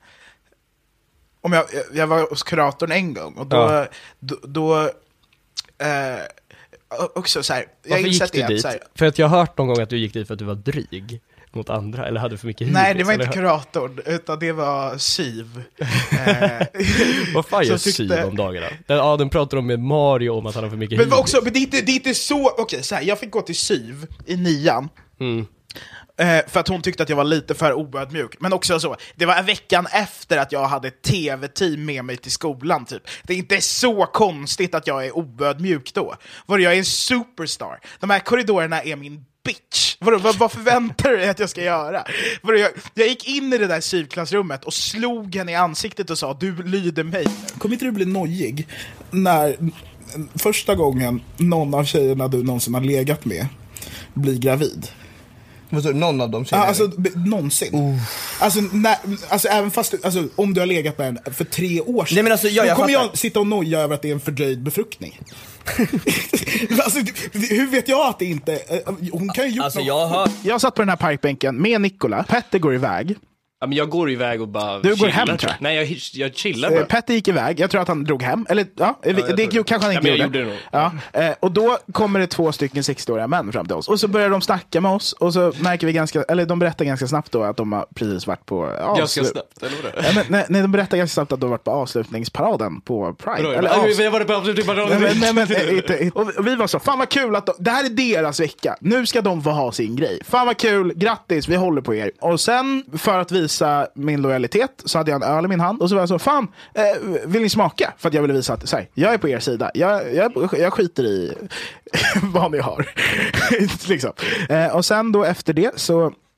Om jag, jag var hos kuratorn en gång, och då... Ja. då, då eh, också så här, jag varför gick du det, dit? Så här, för att jag har hört någon gång att du gick dit för att du var dryg mot andra, eller hade för mycket hybris. Nej, det var inte eller? kuratorn, utan det var syv. Vad fan gör tyckte... syv om dagarna? Den, ja, den pratar om med Mario om att han har för mycket men hybris. också, men det är inte, det är inte så... Okej, okay, så här, jag fick gå till syv i nian. Mm. Eh, för att hon tyckte att jag var lite för oödmjuk. Men också så, det var veckan efter att jag hade ett tv-team med mig till skolan typ. Det är inte så konstigt att jag är oödmjuk då. Var jag är en superstar. De här korridorerna är min bitch. Vad, vad, vad förväntar du dig att jag ska göra? Jag, jag gick in i det där syvklassrummet och slog henne i ansiktet och sa, du lyder mig. Kommer inte du bli nojig när första gången någon av tjejerna du någonsin har legat med blir gravid? Vad sa du, någon av dem tjejerna? Ja, alltså b- någonsin. Uh. Alltså, när, alltså även fast du, alltså, om du har legat med en för tre år sedan. Nej, men alltså, jag, då jag kommer fattar. jag sitta och noja över att det är en fördröjd befruktning. Alltså, hur vet jag att det inte... Hon kan ju gjort alltså, något. jag, har... jag satt på den här parkbänken med Nikola. Petter går iväg. Ja, men jag går iväg och bara Du går chillar, hem, tror jag. jag. Nej, jag, jag chillar bara. Petter gick iväg, jag tror att han drog hem. Eller, ja, ja det, det kanske han inte ja, gjorde. gjorde det ja, eh, och då kommer det två stycken sextioåriga män fram till oss. Och så börjar de snacka med oss. Och så märker vi ganska, eller de berättar ganska snabbt då att de har precis varit på avslut... Ganska snabbt, eller vad det? Ja, men, nej, nej, de berättar ganska snabbt att de har varit på avslutningsparaden på Pride. Bra, eller, avs- vi var på avslutningsparaden. Nej, men, nej, men, inte, inte. Och vi var så, fan vad kul att de, det här är deras vecka. Nu ska de få ha sin grej. Fan vad kul, grattis, vi håller på er. Och sen, för att visa min lojalitet, så hade jag en öl i min hand. Och så var jag så, fan, eh, vill ni smaka? För att jag ville visa att, så här, jag är på er sida. Jag, jag, jag skiter i vad ni har. liksom. eh, och sen då efter det så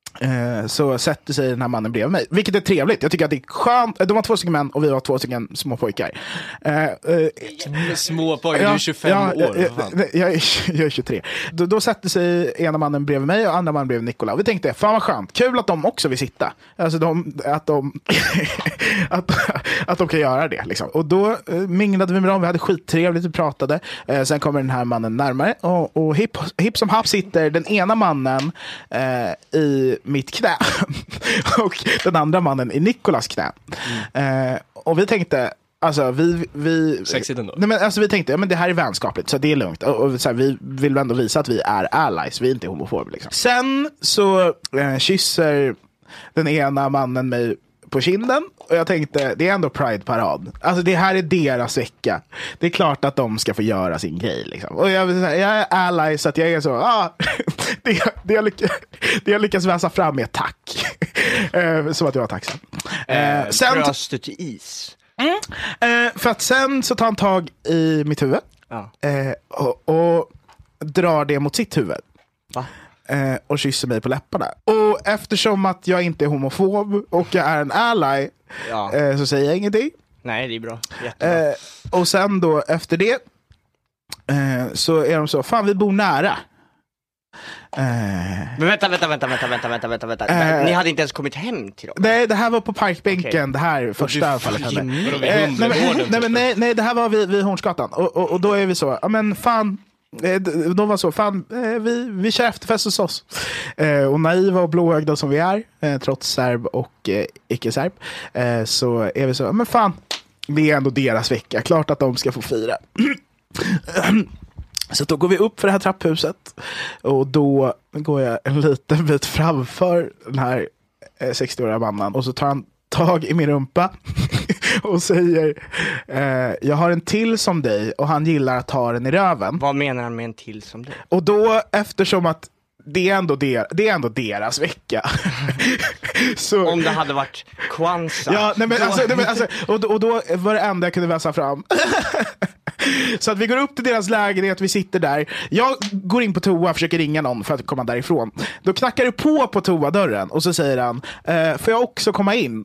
Eh, så sätter sig den här mannen bredvid mig, vilket är trevligt. Jag tycker att det är skönt. De var två stycken män och vi var två stycken små pojkar. Eh, eh, små pojkar, ja, du är tjugofem ja, år. Jag, jag, jag, är, jag är tjugotre. Då, då sätter sig ena mannen bredvid mig och andra mannen bredvid Nikola. Vi tänkte, fan vad skönt. Kul att de också vill sitta. Alltså de, att de att, att de kan göra det liksom. Och då eh, minglade vi med dem. Vi hade skittrevligt och pratade. Eh, sen kommer den här mannen närmare och, och hipp, hipp som happ sitter den ena mannen eh, i mitt knä och den andra mannen i Nikolas knä. Mm. Eh, och vi tänkte, alltså vi... vi Sexigt ändå. Nej, men, alltså, vi tänkte, ja, men det här är vänskapligt så det är lugnt. Och, och så här, vi vill ändå visa att vi är allies, vi är inte homofober. Liksom. Sen så eh, kysser den ena mannen mig på kinden och jag tänkte, det är ändå Pride-parad. Alltså det här är deras vecka. Det är klart att de ska få göra sin grej liksom. Och jag, jag är ally så att jag är så, ah, det, det, jag lyckas, det jag lyckas väsa fram med tack. eh, så att jag var tacksam. Eh, sen bröstet till is. Mm, eh, för att sen så tar han tag i mitt huvud. Ja. Eh, och, och drar det mot sitt huvud. Va? Eh, och kysser mig på läpparna. Och eftersom att jag inte är homofob och jag är en ally, ja. eh, så säger jag ingenting. Nej, det är bra. Jättebra. Eh, och sen då efter det eh, så är de så, fan vi bor nära. Eh, Men vänta, vänta, vänta, vänta, vänta, vänta, vänta, vänta. Eh, Ni hade inte ens kommit hem till dem? Nej, det här var på parkbänken, okay. Det här första fallet hände. Eh, nej, nej, nej, nej, nej, det här var vid, vid Hornsgatan. Och, och, och då är vi så, ja men fan, de var så, fan, vi, vi kör efterfest hos oss. Eh, och naiva och blåögda som vi är, eh, trots serb och eh, icke-serb, eh, så är vi så, men fan, det är ändå deras vecka. Klart att de ska få fira. Så då går vi upp för det här trapphuset och då går jag en liten bit framför den här eh, sextioåriga mannen och så tar han tag i min rumpa och säger eh, jag har en till som dig och han gillar att ta den i röven. Vad menar han med en till som dig? Och då, eftersom att det är ändå, der, det är ändå deras vecka. Så, om det hade varit Kwanzaa. Ja, nej men, alltså, nej men alltså, och, och då var det enda jag kunde väsa fram. Så att vi går upp till deras lägenhet, vi sitter där. Jag går in på toa och försöker ringa någon för att komma därifrån. Då knackar du på på toadörren och så säger han, eh, får jag också komma in?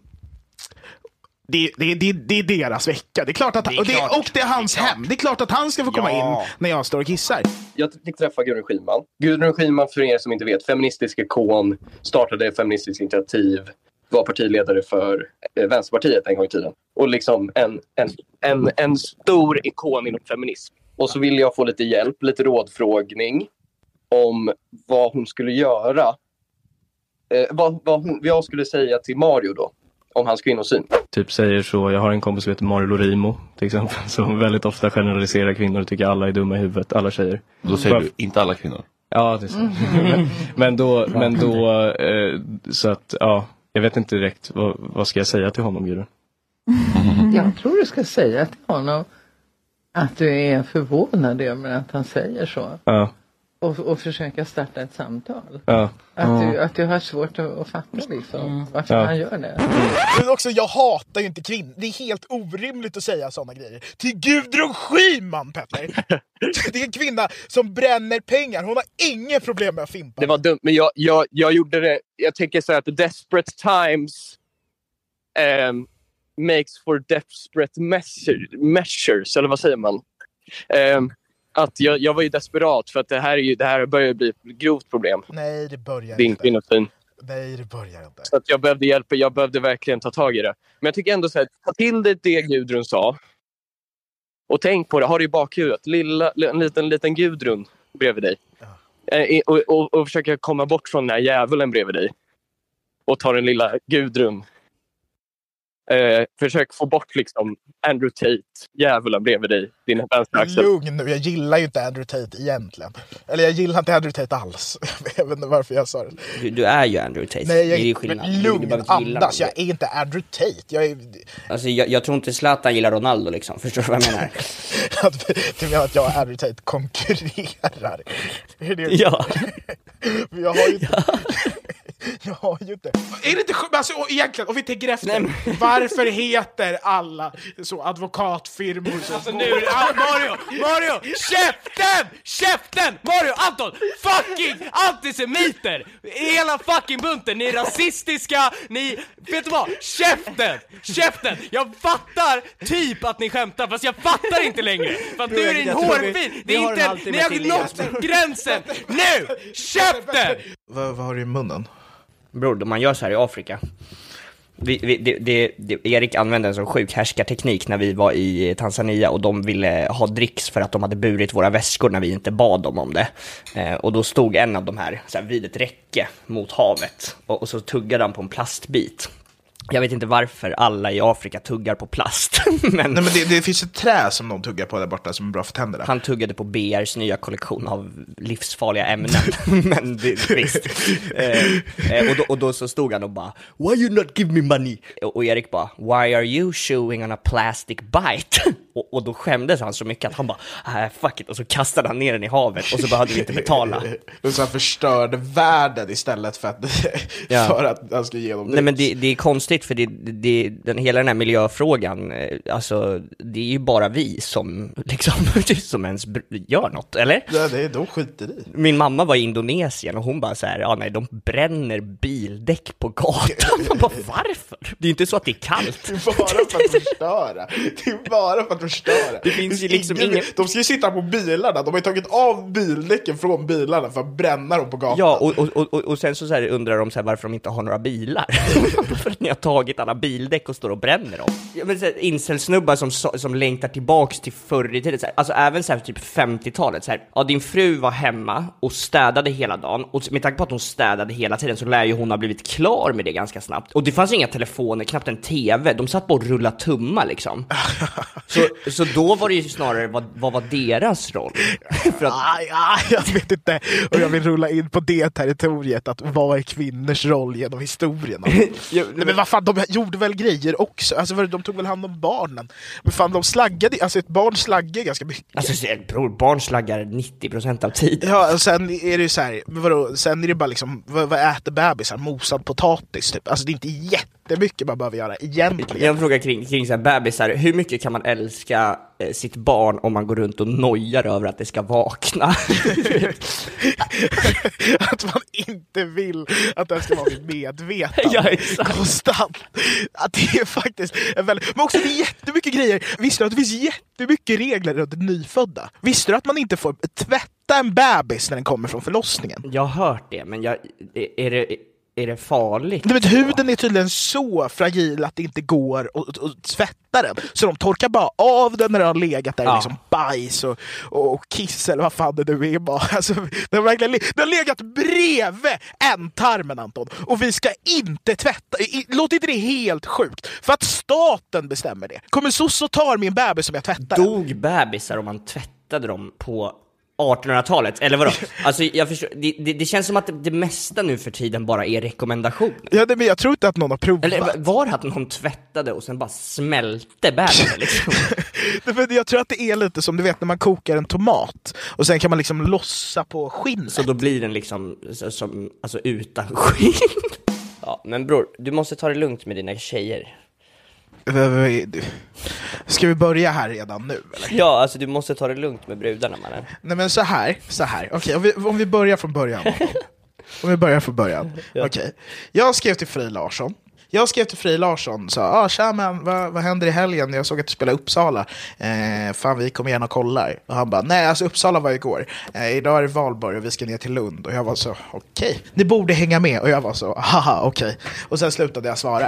Det, det, det, det är deras vecka. Det är klart att, det är och, det, och det är hans det är hem. Det är klart att han ska få komma ja. in när jag står och kissar. Jag fick träffa Gudrun Schyman. Gudrun Schyman, för er som inte vet, feministisk ikon, startade Feministiskt initiativ, var partiledare för eh, Vänsterpartiet en gång i tiden. Och liksom en, en, en, en stor ikon inom feminism. Och så ville jag få lite hjälp, lite rådfrågning om vad hon skulle göra. Eh, vad, vad, hon, vad jag skulle säga till Mario då, om hans kvinnosyn. Typ säger så, jag har en kompis som heter Mario Lorimo till exempel, som väldigt ofta generaliserar kvinnor och tycker alla är dumma i huvudet, alla tjejer. Då säger du inte alla kvinnor. Ja, det är så. men, men då, men då eh, så att, ja, jag vet inte direkt, vad, vad ska jag säga till honom, Gudrun? Jag tror du ska säga till honom att du är förvånad över att han säger så. Ja. Och, och försöka starta ett samtal. Ja. Att, du, att du har svårt att, att fatta liksom, varför ja. han gör det. Men också, jag hatar ju inte kvinnor. Det är helt orimligt att säga sådana grejer. Till Gudrun Schyman, Petter. Det är en kvinna som bränner pengar. Hon har inga problem med att fimpa. Det var dumt, men jag, jag, jag gjorde det. Jag tänker så här att desperate times um, makes for desperate measure, measures. Eller vad säger man? Um, Att jag, jag var ju desperat för att det här, är ju, det här börjar bli ett grovt problem. Nej, det börjar Din inte. Kvinnosyn. Nej, det börjar inte. Så att jag behövde hjälpa, jag behövde verkligen ta tag i det. Men jag tycker ändå så här, ta till det det Gudrun sa. Och tänk på det, har det i bakhuvudet. Lilla, en liten, liten Gudrun bredvid dig. Ja. Eh, och, och, och försöka komma bort från den här djävulen bredvid dig. Och ta den lilla Gudrun. Eh, försök få bort liksom Andrew Tate, djävulen bredvid dig, din vänsteraxel. Lugn nu, jag gillar ju inte Andrew Tate egentligen. Eller jag gillar inte Andrew Tate alls. Jag vet inte varför jag sa det. Du, du är ju Andrew Tate. Nej, jag, det är skillnad. Men lugn, andas, jag är inte Andrew Tate. Jag är... Alltså jag, jag tror inte Zlatan gillar Ronaldo liksom, förstår du vad jag menar? Du menar att jag och Andrew Tate konkurrerar? Är det... Ja. Jag har ju inte... Jag har ju inte. Är det inte alltså, egentligen, om vi tänker efter, nej, varför heter alla så advokatfirmor så? Alltså nu, ah, Mario, Mario, käften, käften, Mario, Anton, fucking antisemiter, hela fucking bunten, ni är rasistiska, ni, vet du vad, käften, käften, jag fattar typ att ni skämtar, fast jag fattar inte längre, för att du är en hårfin, det är inte, ni har nått gränsen, nu, käften! Vad, vad har du i munnen? Bror, man gör så här i Afrika. Vi, vi, det, det, det, Erik använde en sån sjuk härskarteknik när vi var i Tanzania och de ville ha dricks för att de hade burit våra väskor när vi inte bad dem om det. Eh, och då stod en av de här, så här vid ett räcke mot havet och, och så tuggade han på en plastbit. Jag vet inte varför alla i Afrika tuggar på plast. men Nej, men det, det finns ett trä som de tuggar på där borta som är bra för tänderna. Han tuggade på B R:s nya kollektion av livsfarliga ämnen. men det, visst. eh, och, då, och då så stod han och bara, why you not give me money? Och, och Erik bara, why are you chewing on a plastic bite? och, och då skämdes han så mycket att han bara, ah, fuck it. Och så kastade han ner den i havet och så behövde vi inte betala. och så han förstörde världen istället för att, ja. för att han skulle ge dem det. Nej, men det, det är konstigt. För det, det, den, hela den här miljöfrågan, alltså det är ju bara vi som liksom som ens gör något, eller? Ja, det är de skiter i. Min mamma var i Indonesien och hon bara så här, ja nej, de bränner bildäck på gatan. Man bara, varför? Det är ju inte så att det är kallt. Det är bara för att förstöra. Det är bara för att förstöra. Det finns ju liksom ingen... ingen... De ska ju sitta på bilarna. De har ju tagit av bildäcken från bilarna för att bränna dem på gatan. Ja, och, och, och, och sen så, så här undrar de så här, varför de inte har några bilar. För att ni har tagit alla bildäck och står och bränner dem. Ja, men så här, incelsnubbar som, som längtar tillbaks till förr i tiden. Så här, alltså även så här, typ femtiotalet. Så här, ja, din fru var hemma och städade hela dagen. Och med tanke på att hon städade hela tiden så lär ju hon ha blivit klar med det ganska snabbt. Och det fanns inga telefoner, knappt en tv. De satt på att rulla tumma liksom. så, så då var det ju snarare, vad, vad var deras roll? För att... aj, aj, jag vet inte. Och jag vill rulla in på det territoriet. Att vad är kvinnors roll genom historien? ja, men, men vad fan, de gjorde väl grejer också. Alltså de tog väl hand om barnen. Men fan, de slaggade, alltså ett barn slaggar ganska mycket. Alltså bror, barn slaggar nittio procent av tiden. Ja, och sen är det ju så här, vadå, sen är det bara liksom, vad, vad äter bebisar? Mosad potatis typ. Alltså det är inte jättemycket man behöver göra egentligen. Jag frågar kring, kring så här bebisar, hur mycket kan man älska eh, sitt barn om man går runt och nojar över att det ska vakna? Att man inte vill att det ska vara medveten. Ja, exakt. Konstant. Att det är faktiskt en väldigt... Men också det är jättemycket grejer. Visste du att det finns jättemycket regler runt nyfödda? Visste du att man inte får tvätta en bebis när den kommer från förlossningen? Jag har hört det, men jag, är det... Är det farligt? Du vet, huden är tydligen så fragil att det inte går att, att tvätta den. Så de torkar bara av den när den har legat där, ja. Liksom bajs och, och kiss eller vad fan det nu är bara. Alltså, den, har verkligen, den har legat bredvid ändtarmen, Anton. Och vi ska inte tvätta. Låt inte det helt sjukt. För att staten bestämmer det. Kommer Sosso tar min bebis som jag tvättar. Dog bebisar om man tvättade dem på artonhundratalet, eller vadå? Alltså jag förstår, det, det, det känns som att det, det mesta nu för tiden bara är rekommendationer. Ja, det, men jag tror inte att någon har provat. Eller var det att någon tvättade och sen bara smälte bebisen liksom? Jag tror att det är lite som, du vet, när man kokar en tomat och sen kan man liksom lossa på skinnet. Så då blir den liksom som, alltså utan skinn. Ja, men bror, du måste ta det lugnt med dina tjejer. Ska vi börja här redan nu, eller? Ja, alltså du måste ta det lugnt med brudarna, mannen. Nej, men så här, så här. Okej, om vi, om vi börjar från början. Om vi börjar från början. Ja. Okej. Jag skrev till Frej Larsson. Jag skrev till Frej Larsson och sa, ah, tja man, vad, vad händer i helgen? Jag såg att du spelar Uppsala. Eh, fan, vi kommer gärna och kollar. Och han bara, nej, alltså Uppsala var igår. Eh, idag är det Valborg och vi ska ner till Lund. Och jag var så, okej. Okay. Ni borde hänga med. Och jag var så, haha, okej. Okay. Och sen slutade jag svara.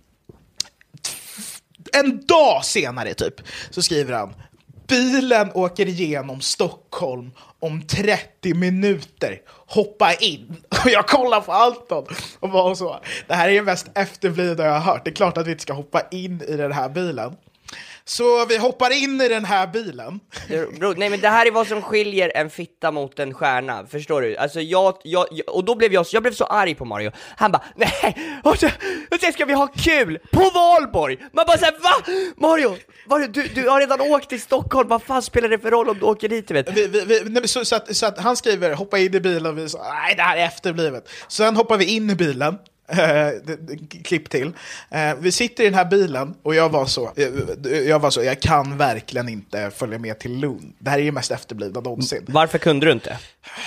En dag senare typ så skriver han, bilen åker igenom Stockholm om trettio minuter, hoppa in. Och jag kollar på Anton och var så, det här är det mest efterblivna jag har hört. Det är klart att vi inte ska hoppa in i den här bilen. Så vi hoppar in i den här bilen. Bro, nej men det här är vad som skiljer en fitta mot en stjärna. Förstår du? Alltså jag, jag, jag och då blev jag, jag blev så arg på Mario. Han bara, nej, och så, och så ska vi ha kul på Valborg. Man bara såhär, va? Mario, Mario du, du har redan åkt till Stockholm. Vad fan spelar det för roll om du åker dit, vet? Vi, vi, vi, nej, så, så, att, så att han skriver, hoppa in i bilen och vi sa, nej det här är efterblivet. Sen hoppar vi in i bilen. Uh, klipp till. Uh, vi sitter i den här bilen och jag var så uh, jag var så, jag kan verkligen inte följa med till Lund. Det här är ju mest efterblivna någonsin. Varför kunde du inte?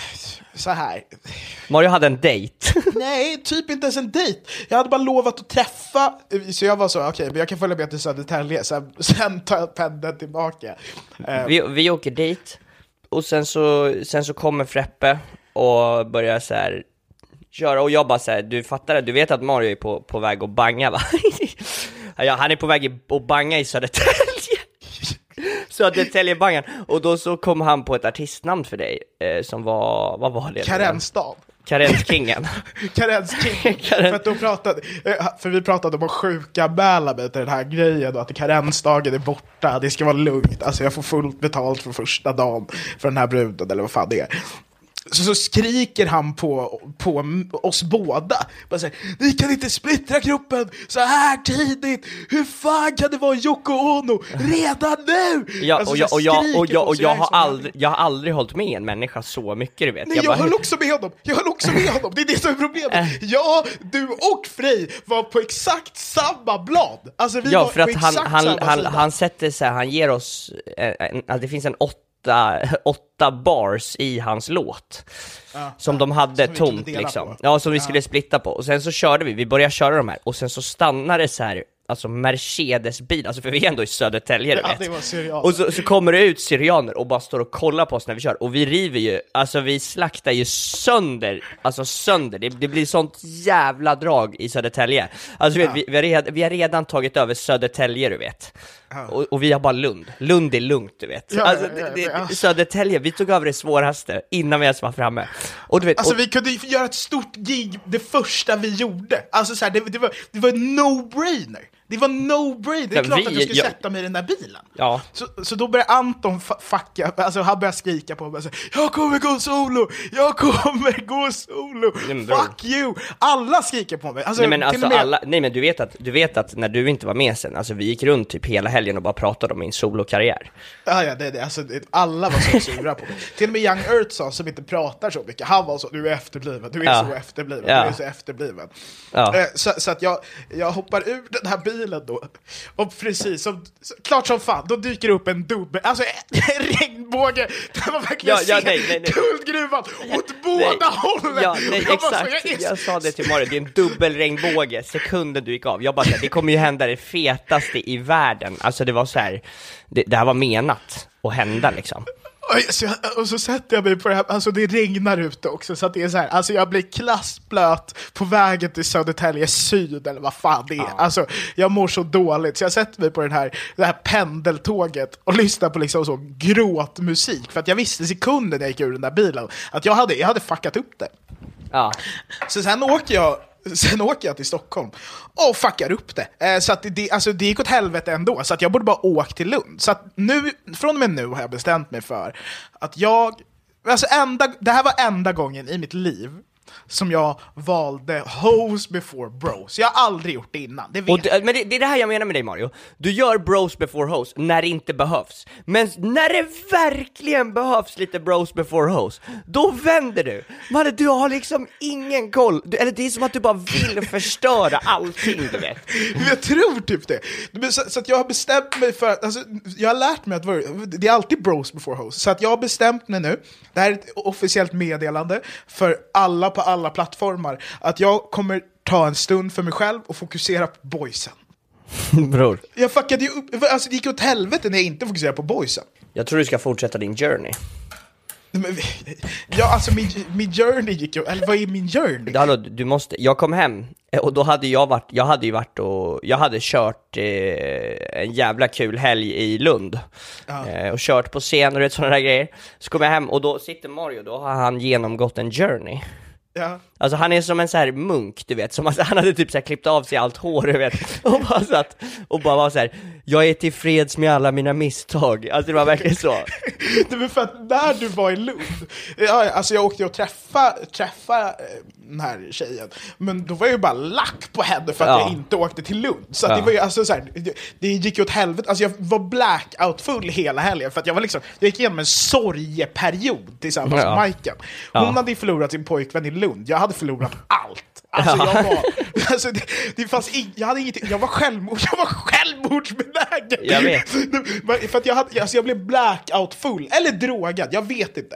Så här. Mario hade en dejt. Nej, typ inte ens en dejt. Jag hade bara lovat att träffa. Så jag var så, okej, okay, jag kan följa med till Södertälje. Sen, sen tar jag pendeln tillbaka. uh, vi, vi åker dit. Och sen så, sen så kommer Freppe och börjar så här köra, och jag bara såhär, du fattar det, du vet att Mario är på, på väg att banga, va? Ja, han är på väg att banga i Södertälje. Södertäljebangan. Och då så kom han på ett artistnamn för dig, eh, som var, vad var det? Karensdag. Karenskingen. Karenskingen. För att då pratade, för vi pratade om att sjuka bäla mig till den här grejen och att karensdagen är borta, det ska vara lugnt. Alltså jag får fullt betalt för första dagen för den här bruden, eller vad fan det är. Så, så skriker han på, på oss båda. Bara säger, ni kan inte splittra gruppen så här tidigt. Hur fan kan det vara Yoko Ono redan nu? Ja, alltså, och, jag, och, jag, och, jag, och jag, har aldrig, jag har aldrig hållit med en människa så mycket, du vet. Nej, jag, jag bara, höll också med honom. Jag höll också med honom. Det är det som är problemet. Ja, du och Frej var på exakt samma blad. Alltså vi ja, var för på att han, exakt han, samma han, sida. han sätter sig, han ger oss en, en, alltså det finns en åtta åtta bars i hans låt, ja, som ja, de hade som tomt liksom på. Ja, som vi skulle ja. splitta på. Och sen så körde vi, vi började köra de här. Och sen så stannade det så här, alltså Mercedes-bil, alltså för vi är ändå i Södertälje, du ja, vet. Det var syrianer. Och så, så kommer det ut syrianer och bara står och kollar på oss när vi kör. Och vi river ju, alltså vi slaktar ju sönder, alltså sönder. Det, det blir sånt jävla drag i Södertälje. Alltså ja. vet, vi, vi, har redan, vi har redan tagit över Södertälje, du vet. Ja. Och, och vi har bara Lund. Lund är lugnt, du vet. Ja, alltså, ja, ja, det, ja. Det, Södertälje, vi tog över det svåraste innan vi ens var framme. Och du vet, alltså och, vi kunde göra ett stort gig det första vi gjorde. Alltså så här, det, det, var, det var en no-brainer. Det var no-brainer. Det är ja, klart vi, att du skulle ja. sätta mig i den där bilen. Ja. Så, så då började Anton fucka, alltså han började skrika på mig. Jag kommer gå solo! Jag kommer gå solo! Nej, fuck you! Alla skriker på mig. Alltså, nej, men alltså, med... alla, nej men du vet, att, du vet att när du inte var med sen, alltså vi gick runt typ hela helgen och bara pratade om min solokarriär. Ja, ja, det, det, alltså, det, alla var så sura på mig. Till och med Young Earth sa, som inte pratar så mycket, han var så, du är efterbliven, du är ja. så efterbliven, ja. du är så efterbliven. Ja. Eh, så, så att jag, jag hoppar ur den här bilen då. Och precis som, klart som fan, då dyker det upp en dubbel, alltså en regnbåge där man verkligen ja, ja, nej, nej, nej. ser guldgruvan åt båda hållen. Ja, nej, jag exakt. Bara, jag, är... jag sa det till Mario, det är en dubbel regnbåge sekunden du gick av. Jag bara, det kommer ju hända det fetaste i världen. Alltså det var så här, det, det här var menat att hända liksom. Så jag, och så sätter jag mig på det här, alltså det regnar ute också, så att det är så här, alltså jag blir klassblöt på vägen till Södertälje syd eller vad fan det är. Ja. Alltså jag mår så dåligt, så jag sätter mig på den här, det här pendeltåget och lyssnar på liksom så gråtmusik, för att jag visste sekunden när jag gick ur den där bilen att jag hade, jag hade fuckat upp det. Ja. Så sen åker jag Sen åker jag till Stockholm och fuckar upp det. Eh, så att det, alltså det gick åt helvete ändå. Så att jag borde bara åka till Lund. Så att nu, från och med nu har jag bestämt mig för att jag, alltså enda, det här var enda gången i mitt liv som jag valde hoes before bros. Jag har aldrig gjort det innan, det vet och det, men det, det är det här jag menar med dig, Mario. Du gör bros before hoes när det inte behövs. Men när det verkligen behövs lite bros before hoes, då vänder du. Man, du har liksom ingen koll. Du, eller det är som att du bara vill förstöra allting, du vet. Jag tror typ det. Så, så att jag har bestämt mig för att, alltså, jag har lärt mig att vara, det är alltid bros before hoes. Så att jag har bestämt mig nu, det här är ett officiellt meddelande för alla på alla plattformar, att jag kommer ta en stund för mig själv och fokusera på boysen. Bror. Jag fuckade ju upp, alltså det gick åt helvete när jag inte fokuserade på boysen. Jag tror du ska fortsätta din journey. Men, ja, alltså min, min journey gick ju, eller vad är min journey? Hallå, du måste, jag kom hem och då hade jag varit, jag hade ju varit och, jag hade kört eh, en jävla kul helg i Lund. Ja. Eh, och kört på scen och sådana där grejer. Så kom jag hem och då sitter Mario, då har han genomgått en journey. Ja. Alltså han är som en så här munk, du vet, som alltså, han hade typ så här klippt av sig allt hår, du vet, och bara satt och bara var så här: jag är tillfreds med alla mina misstag. Alltså det var verkligen så. Det var för att när du var i Lund, ja, alltså jag åkte och träffa, träffa den här tjejen, men då var jag ju bara lack på henne för att Ja. jag inte åkte till Lund. Så att Ja. det var ju alltså så här, det, det gick ju åt helvete. Alltså jag var blackout full hela helgen för att jag var liksom, jag gick igenom en sorgeperiod tillsammans Ja. med Majken. Hon Ja. hade ju förlorat sin pojkvän i Lund. Jag hade förlorat allt. Alltså jag var, alltså det, det fanns ing, jag hade ingenting, jag var självmord, jag var självmordsbenägen. Jag vet. För att jag hade, alltså jag blev blackout full, eller drogad, jag vet inte.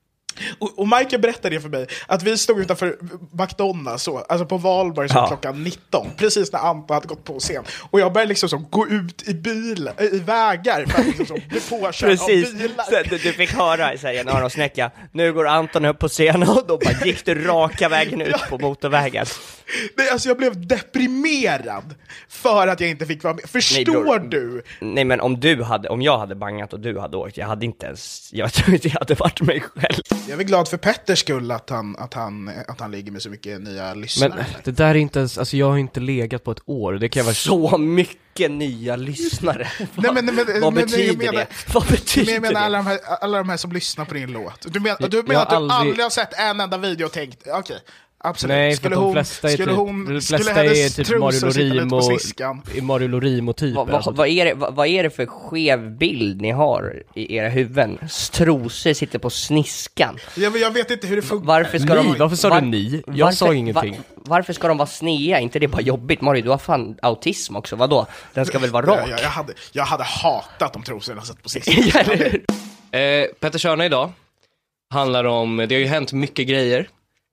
Och, och Michael berättade det för mig, att vi stod utanför McDonalds så, alltså på Valborg så Ja. klockan nitton, precis när Anton hade gått på scen. Och jag började liksom så gå ut i bil, i vägar för att liksom så bli påkörd Precis, av bilar. så du, du fick höra så här, en öronsnäcka: nu går Anton upp på scenen, och då bara gick du raka vägen ut på motorvägen. Nej, alltså jag blev deprimerad för att jag inte fick vara med. Förstår Nej, bror. du? Nej, men om du hade, om jag hade bangat och du hade åkt, jag hade inte ens, jag tror inte jag hade varit mig själv. Jag är glad för Petters skull att han, att han, att han ligger med så mycket nya lyssnare. Men det där är inte ens, alltså jag har inte legat på ett år. Det kan jag vara så mycket nya lyssnare. Nej, men, men, men, Vad men, betyder jag menar, det? Vad betyder men jag menar det? alla de, här, alla de här som lyssnar på din låt. Du, men, du Jag menar har att du aldrig- aldrig har sett en enda video och tänkt, okej, okay, absolut. Nej, för skulle att de hon, flesta är skulle typ, hon, de skulle flesta är hennes typ trosor Mario sitta lite Lorimo, på sniskan? Mario Lorimo typ. Vad, vad, vad, är det, vad, vad är det för skev bild ni har i era huvuden? Trosor sitter på sniskan. Jag, jag vet inte hur det funkar. Varför ska Ni? de, Varför sa du ni? Jag sa ingenting. Var, varför ska de vara snea? Inte det bara jobbigt? Mario, du har fan autism också. Vadå? Den ska väl vara rak? Jag, jag, hade, jag hade hatat om trosorna satt på sniskan. Eh, Petter Körna idag handlar om, det har ju hänt mycket grejer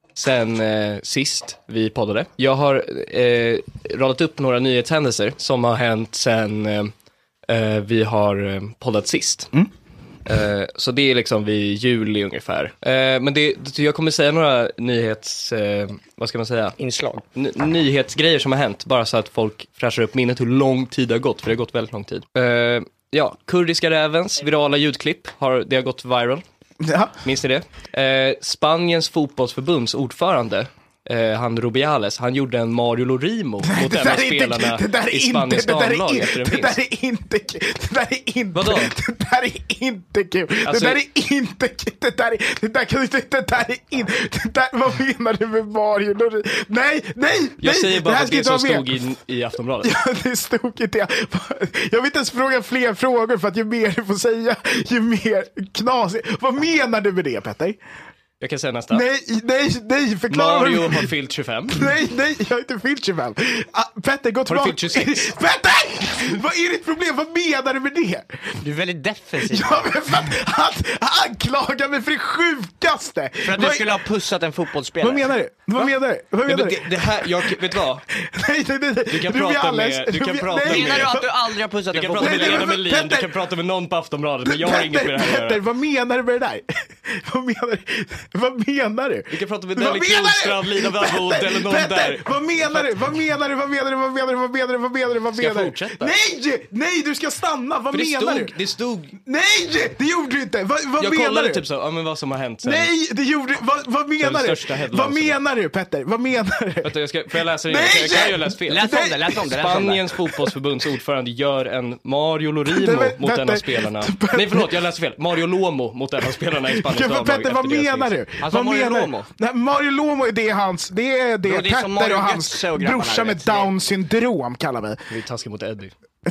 sen eh, sist vi poddade. Jag har eh, radat upp några nyhetshändelser som har hänt sen eh, eh, vi har eh, poddat sist. Mm. Eh, så det är liksom vid juli ungefär. Eh, men det, jag kommer säga några nyhets, eh, vad ska man säga? Inslag. N- nyhetsgrejer som har hänt, bara så att folk fräschar upp minnet hur lång tid det har gått, för det har gått väldigt lång tid. Eh, ja, kurdiska rävens virala ljudklipp, har, det har gått viral. Ja. Minns ni det? Eh, Spaniens fotbollsförbunds ordförande, eh, han Rubiales, han gjorde en Mario Lorimo mot en av spelarna i Spaniens damlag efter en Det där vinst. är inte kul. Det där är inte Vadå? Det där är inte kul. Alltså- det där är inte kul. Det där är det där kan du inte det där är in. Det där, vad menar du med Mario Lorimo? Nej, nej, Jag nej. säger bara här att ska det inte som vara med. stod i, i Aftonbladet. Ja, det stod inte jag. Jag vill inte ens fråga fler frågor, för att ju mer du får säga, ju mer knasigt. Vad menar du med det, Petter? Jag kan säga nästa. Nej, nej, nej, förklara. Mario vad du- har fyllt tjugofem. Nej, nej, jag har inte fyllt tjugofem. Ah, Petter, gå Har du tillbaka. fyllt tjugosex? Petter! Vad är ditt problem? Vad menar du med det? Du är väldigt defensiv. Ja, men för att han, han klagar mig för det sjukaste. För att du Vad- skulle ha pussat en fotbollsspelare. Vad menar du? Vad menar du? Vad Nej, menar men du? det, det här, jag, vet du vad? Nej, nej, nej. Du kan blir prata alldeles- med, du kan blir- prata nej. Menar du med, att du aldrig har pussat du en kan prata med fotbollsspelare? Lena Melin, du Petter. kan prata med någon på Aftonbladet, men jag har inget med det här att Petter, göra. vad menar du med det där? Vad menar du? Vad menar du? Du kan prata med Vad Nelly menar du? Kronstrand, Lina Vavod Petter, eller någon Petter, där. Vad menar du? Vad menar du? Vad menar du? Vad menar du? Vad menar du? Vad menar du? Vad Ska jag menar du? fortsätta? Nej! Nej, du ska stanna. Vad För det menar stod, du? det stod, Nej! Det gjorde du inte. Vad, vad jag menar kollade du? typ så, ja men vad som har hänt sen. Nej, det gjorde du. Vad, vad menar Den du? största headline Vad som- menar du, Petter? Vad menar du? Vänta, jag ska, får jag läsa det igen? Nej! Jag kan ju ha läst fel. Läs om det, läs om det, läs om det. Spaniens fotbollsförbunds ordförande gör en Mario Lorimo Det var- mot en vänta. av spelarna. Nej förlåt, jag läste fel. Mario Lomo mot en av spelarna i Spaniens Ja, men damlag Petter, vad efter deras menar vinst. du? Alltså, vad Mario menar Lomo? Nej, Mario Lomo är det hans, det är det, Bro, det är som Petter Mario och hans Götze och grabbarna, brorsa du med vet. Down syndrom kallar vi. Vi är taskiga mot Eddie.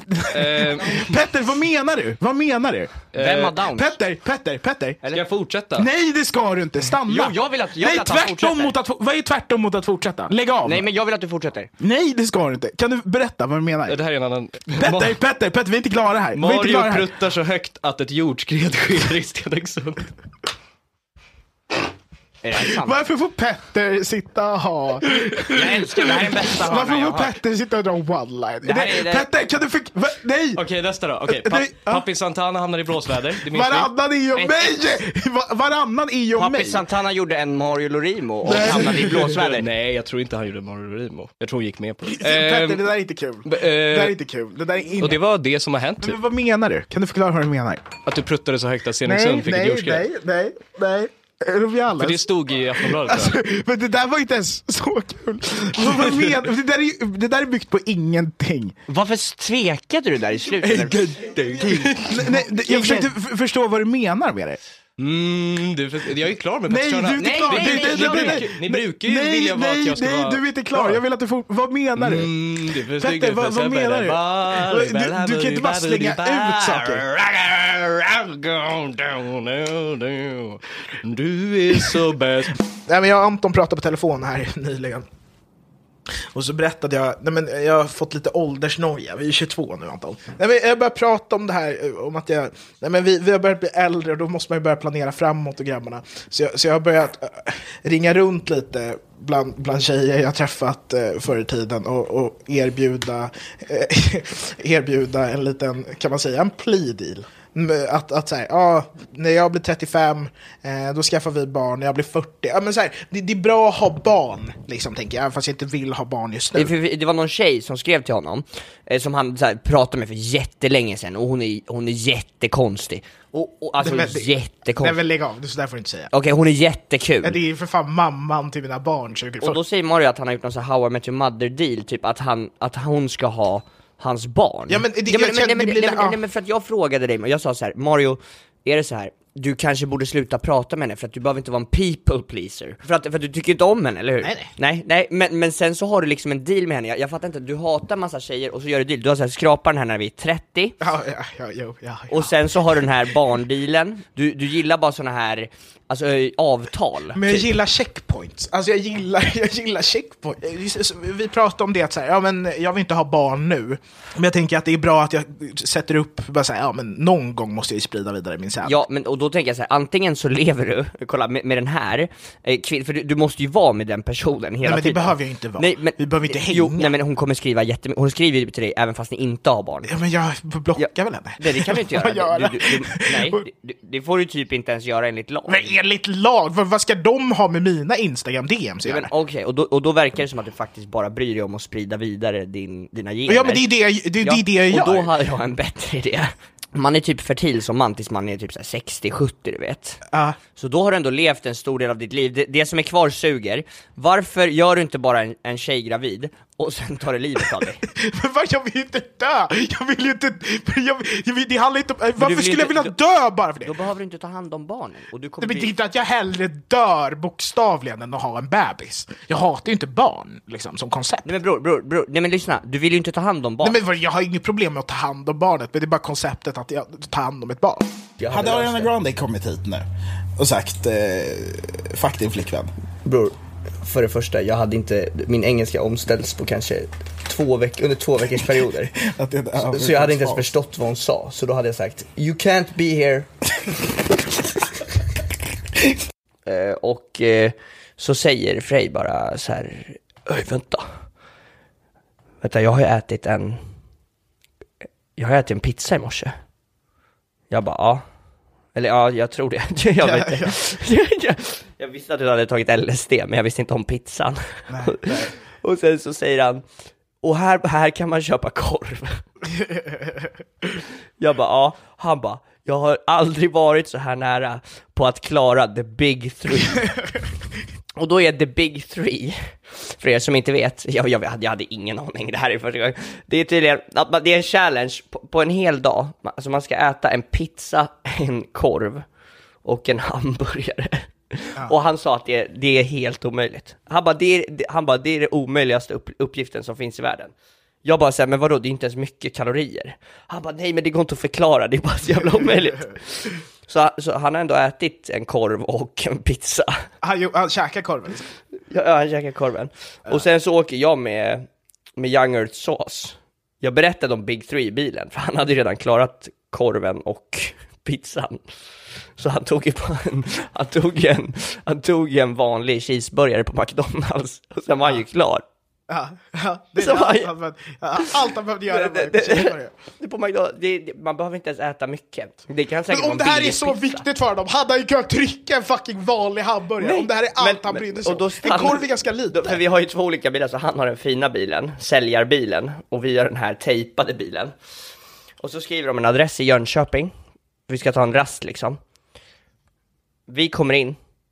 eh, Petter, vad menar du? Vad menar du? Vem har Downs? Petter, Petter, Petter. Ska jag fortsätta? Nej, det ska du inte. Stanna. Jo, jag vill att- jag Nej, vill att han tvärtom fortsätter. mot att, vad är tvärtom mot att fortsätta? Lägg av. Nej, men jag vill att du fortsätter. Nej, det ska du inte. Kan du berätta vad du menar? Det här är en annan... Petter, Petter, Petter, vi är inte klara här. Vi är inte klara Mario här. pruttar så högt att ett jordskred sker i Stenungsund. Är det sant? Varför får Petter sitta och ha... Jag älskar det, det här är den bästa hörnan Varför jag får har hört. Petter sitta och dra one-line? Det här är det- Petter, kan du fick... Va? Nej! Okej, nästa då. Okej, pa- Nej, ja. Papi Santana hamnar i blåsväder. Det minns vi. Varannan är ju om mig! Va- Varannan är ju om Papi mig! Santana gjorde en Mario Lorimo och Nej. hamnade i blåsväder. Nej, jag tror inte han gjorde Mario Lorimo. Jag tror hon gick med på det. Petter, Ehm, det där är inte kul. b- Det där är eh, inte kul. Det där är inte... och det var det som har hänt typ. Men vad menar du? Kan du förklara vad du menar? Att du pruttade så högt att Nej, Stenungsund fick ett nej, jordskred. nej, nej, nej. Rubiales. För det stod i Aftonbladet. Alltså, men det där var inte ens så kul. Vad men, det, där är, det där är byggt på ingenting. Varför tvekade du där i slutet? Nej, det, jag försökte f- förstå vad du menar med det. Mm, du, jag är klar med nej, du är inte klar. Nej, nej, nej, nej, nej. Ni brukar ju nej, vilja vara nej, att jag ska nej, vara... du är inte klar. Jag vill att du får... Vad menar du? Mm, du Petter, vad, vad menar du? du? Du kan inte bara slänga ut saker. Du är så bäst. Nej, men jag och Anton pratade på telefon här nyligen. Och så berättade jag, nej men jag har fått lite åldersnoja, vi är tjugotvå nu Anton. Nej men jag började prata om det här, om att jag, nej men vi, vi har börjat bli äldre och då måste man ju börja planera framåt och grabbarna. Så jag, så jag har börjat äh, ringa runt lite bland, bland tjejer jag träffat äh, förr i tiden och, och erbjuda, äh, erbjuda en liten, kan man säga, en plea deal. Att, att så här, ja, när jag blir trettiofem eh, då skaffar vi barn, när jag blir fyrtio. Ja, men så här, det, det är bra att ha barn liksom, tänker jag, fast jag inte vill ha barn just nu. Det, det var någon tjej som skrev till honom eh, som han så här, pratade med för jättelänge sedan. Och hon är, hon är jättekonstig. Och, och, alltså det, jättekonstig. Nej men lägg av, det så där får du inte säga. Okej, okay, hon är jättekul. Ja, det är för fan mamman till mina barn så. Och då säger Mario att han har gjort någon så här How I Met Your Mother deal. Typ att, han, att hon ska ha hans barn. Ja men det, ja, men, nej, men, det nej, blir nej, det, nej, ja. nej, men för att jag frågade dig, och jag sa så här: Mario, är det så här, du kanske borde sluta prata med henne för att du behöver inte vara en people pleaser. För att, för att du tycker inte om henne, eller hur? Nej, nej. nej, nej men, men sen så har du liksom en deal med henne. Jag, jag fattar inte, du hatar massa tjejer och så gör du deal. Du har så här, skrapar den här när vi är trettio. Ja, ja, ja, ja, ja. Och sen så har du den här barndealen. Du, du gillar bara såna här, alltså avtal. Men jag typ. gillar checkpoints. Alltså jag gillar, jag gillar checkpoints. Vi pratade om det att så här, ja men jag vill inte ha barn nu. Men jag tänker att det är bra att jag sätter upp, bara så här, ja men någon gång måste jag sprida vidare min säd. Ja, men och då tänker jag så här, antingen så lever du, kolla, med, med den här, eh, kvin- för du, du måste ju vara med den personen hela tiden. Nej men det tiden. behöver jag inte vara. Nej, men, vi behöver inte hänga. Jo, nej men hon kommer skriva jättemycket, hon skriver ju till dig även fast ni inte har barn. Ja men jag blockar ja, väl henne. Det, det kan du inte göra. göra? Du, du, du, nej, det, det får du typ inte ens göra enligt lag. Men enligt lag? Vad, vad ska de ha med mina Instagram D Ms? Ja, okej, okay, och, då, och då verkar det som att du faktiskt bara bryr dig om att sprida vidare din, dina gener. Ja men det är det, jag, det, ja, det, är det jag gör. Och då har jag en bättre idé. Man är typ fertil som man tills man är typ sextio sjuttio, du vet. Uh. Så då har du ändå levt en stor del av ditt liv. Det, det som är kvar suger. Varför gör du inte bara en, en tjej gravid och sen tar det livet av dig? Men vad, jag vill ju inte dö. Jag vill ju inte... Jag, jag vill, det handlar inte om... Varför skulle jag vilja då, dö bara för det? Då behöver du inte ta hand om barnen. Och du kommer det bli... betyder inte att jag hellre dör bokstavligen än att ha en bebis. Jag hatar ju inte barn, liksom, som koncept. Nej men bror, bror, bror. Nej men lyssna. Du vill ju inte ta hand om barn. Nej men jag har inget problem med att ta hand om barnet. Men det är bara konceptet att jag tar hand om ett barn. Jag hade Ariana Grande kommit hit nu och sagt eh, fuck din flickvän. Bror, för det första, jag hade inte, min engelska omställs på kanske två veckor, under två veckors perioder. Att det, ja, så, så jag hade inte ens förstått vad hon sa. Så då hade jag sagt, you can't be here. uh, och uh, så säger Frej bara så här, öj vänta. Vänta, jag har ju ätit en Jag har ätit en pizza i morse. Jag bara, ja. Eller ja, jag tror det. jag, vet ja, ja. jag, jag visste att du hade tagit L S D, men jag visste inte om pizzan. Nej, nej. Och sen så säger han, och här, här kan man köpa korv. Jag bara, ja. Han bara, jag har aldrig varit så här nära på att klara the big three. Och då är the big three, för er som inte vet, jag, jag, jag hade ingen aning, det här är första gången. Det är tydligen att man, det är en challenge på, på en hel dag. Alltså man ska äta en pizza, en korv och en hamburgare. Ja. Och han sa att det, det är helt omöjligt. Han bara, det är, det, han bara, det är det omöjligaste upp, uppgiften som finns i världen. Jag bara säger, men vadå, det är inte ens mycket kalorier. Han bara, nej men det går inte att förklara, det är bara så jävla omöjligt. Så, så han har ändå ätit en korv och en pizza. Han, han käkar korven? Ja, han käkar korven. Ja. Och sen så åker jag med, med Young Earth Sauce. Jag berättade om Big Three i bilen, för han hade ju redan klarat korven och pizzan. Så han tog ju på en, han tog en, han tog en vanlig cheeseburgare på McDonalds. Och sen var han ju klar. Ja, ja, det är allt, man, han behövde, allt han behövde göra. Det, det, det, det, på McDonald's, det, det, man behöver inte ens äta mycket. Det kan säkert men om det här är så pizza. viktigt för dem, hade han ju kunnat trycka en fucking vanlig hamburgare. Nej, om det här är allt men, han brydde sig om. En korv är ganska lite. För vi har ju två olika bilar, så han har den fina bilen, säljarbilen, och vi har den här tejpade bilen. Och så skriver de en adress i Jönköping. Vi ska ta en rast liksom. Vi kommer in,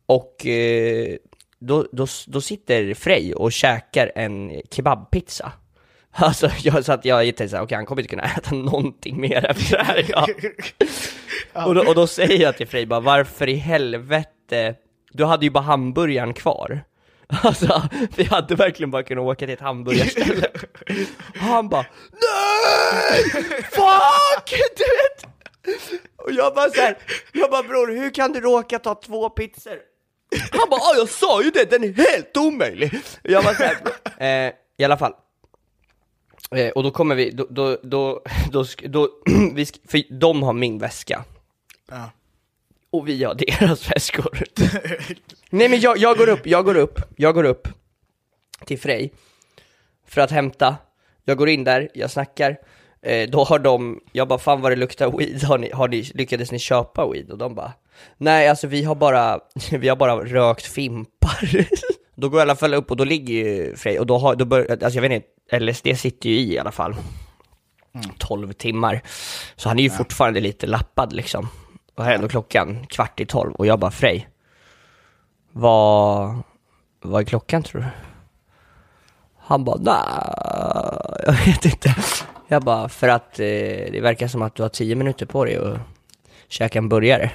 Och eh, då, då, då sitter Frej och käkar en kebabpizza. Alltså jag, så att jag tänkte såhär, okej okay, han kommer inte kunna äta någonting mer efter det här. Ja. och, då, och då säger jag till Frej bara, varför i helvete, du hade ju bara hamburgaren kvar. Alltså, vi hade verkligen bara kunnat åka till ett hamburgarställe. Och han bara, nej! Fuck! Du vet! Och jag bara såhär, jag bara bror, hur kan du råka ta två pizzor? Han bara, jag sa ju det, den är helt omöjlig. Och jag bara såhär, eh, i alla fall. Eh, och då kommer vi, då, då, då, då, då vi sk- för de har min väska. Ja. Och vi har deras väskor. Nej men jag, jag går upp, jag går upp, jag går upp till Frej för att hämta. Jag går in där, jag snackar. Eh, då har de, jag bara, fan vad det luktar weed. Har ni, har ni, lyckades ni köpa weed? Och de bara, nej alltså vi har bara, vi har bara rökt fimpar. Då går jag i alla fall upp och då ligger ju Frej. Och då har, då bör, alltså jag vet inte, L S D sitter ju i i alla fall. Mm. tolv timmar. Så han är ju ja. fortfarande lite lappad liksom. Och här är ändå klockan kvart i tolv. Och jag bara, Frej, vad, vad är klockan tror du? Han bara, nej, jag vet inte. Jag bara, för att eh, det verkar som att du har tio minuter på dig att käka en burgare.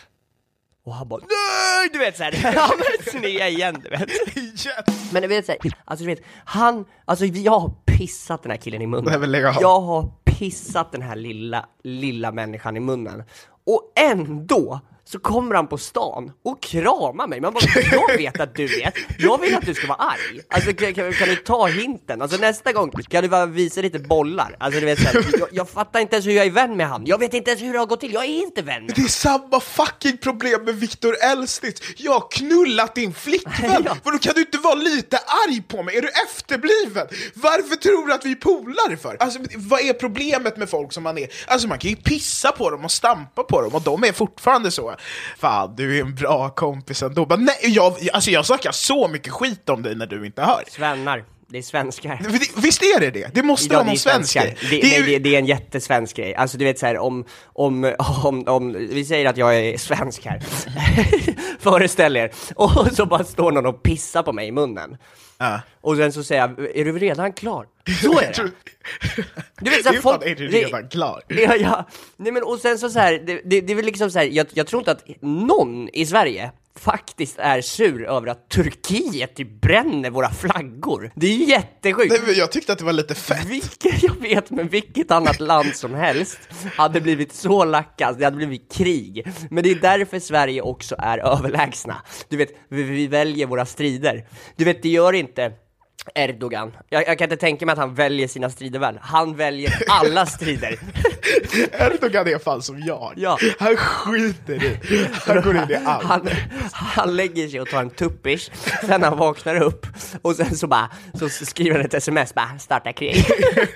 Och han bara, nej, du vet såhär, han är snea igen, du vet. Men du vet såhär, alltså du vet, han, alltså jag har pissat den här killen i munnen. Jag har pissat den här lilla, lilla människan i munnen. Och ändå så kommer han på stan och kramar mig. Man bara, jag vet att du vet. Jag vill att du ska vara arg. Alltså kan, kan, kan du ta hinten? Alltså nästa gång kan du bara visa lite bollar. Alltså du vet så här, jag, jag fattar inte ens hur jag är vän med han. Jag vet inte ens hur det har gått till. Jag är inte vän med. Det är samma fucking problem med Viktor Elstnitz. Jag har knullat din flickvän. Ja. För då kan du inte vara lite arg på mig. Är du efterbliven? Varför tror du att vi är polare för? Alltså vad är problemet med folk som man är? Alltså man kan ju pissa på dem och stampa på dem. Och de är fortfarande så. Fan, du är en bra kompis ändå. Men nej, jag, alltså jag snackar så mycket skit om dig när du inte hör. Svennar, det är svenskar. Visst är det det? Det måste ja, vara någon svensk grej. Det, det, är... det, det är en jättesvensk grej. Alltså du vet så här, om, om, om, om vi säger att jag är svensk här. Föreställ er. Och så bara står någon och pissar på mig i munnen. Uh. Och sen så säger jag, är du redan klar? Så är det. Du vet, så här, folk, är du redan klar? Ja, ja. Nej, men, och sen så, så här, det, det, det är väl liksom så här, jag, jag tror inte att någon i Sverige faktiskt är sur över att Turkiet typ bränner våra flaggor. Det är ju jättesjukt. Nej, men jag tyckte att det var lite fett. Vilket, jag vet, men vilket annat land som helst hade blivit så lackas. Det hade blivit krig. Men det är därför Sverige också är överlägsna. Du vet, vi, vi väljer våra strider. Du vet, det gör inte Erdogan. Jag, jag kan inte tänka mig att han väljer sina strider väl. Han väljer alla strider. Erdogan är fan som jag. Ja. Han skiter i. Han går in i allt. Han, han lägger sig och tar en tuppish. Sen han vaknar upp. Och sen så bara så skriver han ett sms. Bara, starta krig.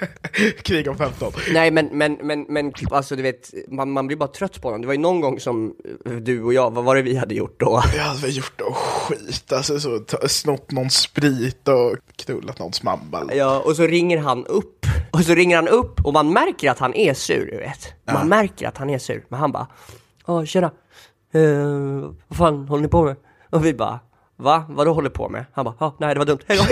Krig om femton. Nej men, men, men, men alltså du vet, man, man blir bara trött på honom. Det var ju någon gång som du och jag, vad var det vi hade gjort då? Vi hade väl gjort då skit. Alltså så snott någon sprit och knullat någons mamma. Ja, och så ringer han upp. Och så ringer han upp och man märker att han är sur, du vet. Man ja. märker att han är sur. Men han bara, åh tjena, uh, vad fan håller ni på med? Och vi bara, va? Vad du håller på med? Han bara, ja, nej det var dumt. Hej då.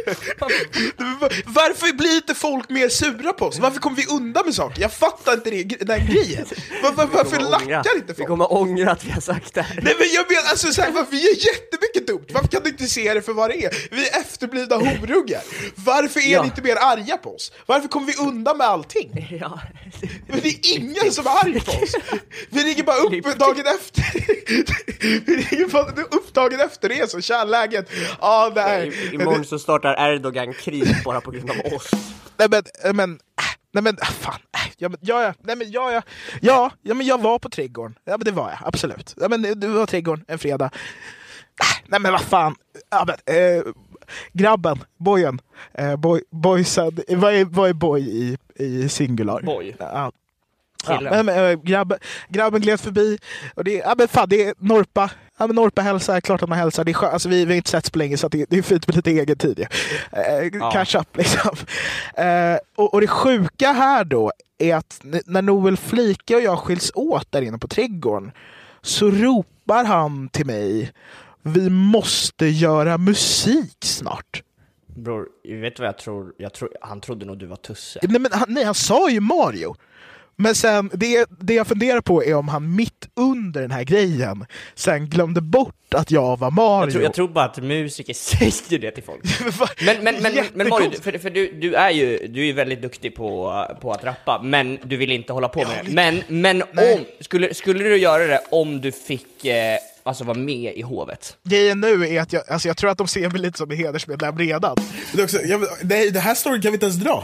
Varför blir inte folk mer sura på oss? Varför kommer vi undan med saker? Jag fattar inte det, den grejen. Var, var, varför lackar inte folk? Vi kommer ångra att vi har sagt det här. Nej men jag menar, alltså så här, varför vi är jättemycket dumt. Varför kan du inte se det för vad det är? Vi är efterblivna horungar. Varför är ja. ni inte mer arga på oss? Varför kommer vi undan med allting? Ja. Men det är ingen som är arg på oss. Vi ringer bara upp dagen efter. Vi ringer bara upp dagen efter det, så kärläget. Ah, nej. I, imorgon så startar Erdogan krig bara på grund av oss. Nej men, men, nej men, fan. Ja, men, ja, ja, nej men, ja, ja, ja, ja, men jag var på trädgården. Ja, men det var jag, absolut. Ja, men du var på trädgården en fredag. Nej men vad fan. Ja, men, eh, grabben, boyen, eh, boy, boysen, vad är, vad är boy i, i singular? Boy. Ja. Ja, men, men, grabb, grabben gled förbi och det, ja, men fan, det är Norpa. Ja, men Norpa hälsar, klart att man hälsar. Det är skö- alltså, vi, vi har inte sett på länge, så det, det är fint med lite egen tid. Ja. Eh, ja. Catch up liksom. Eh, och, och det sjuka här då är att n- när Noel Flika och jag skiljs åt där inne på trädgården, så ropar han till mig vi måste göra musik snart. Bror, vet du vad jag tror? Jag tror han trodde nog du var Tusse. Nej, men han, nej, han sa ju Mario. Men sen, det, det jag funderar på är om han mitt under den här grejen sen glömde bort att jag var Mario. Jag tror, jag tror bara att musiker säger det till folk. men men, men, men Mario, för, för du, du är ju du är väldigt duktig på, på att rappa, men du vill inte hålla på med det. Men, men om, skulle, skulle du göra det om du fick eh, alltså vara med i hovet? Grejen nu är att jag, alltså jag tror att de ser mig lite som en hedersmedlem redan. Det, också, jag, det, det här storyn kan vi inte ens dra.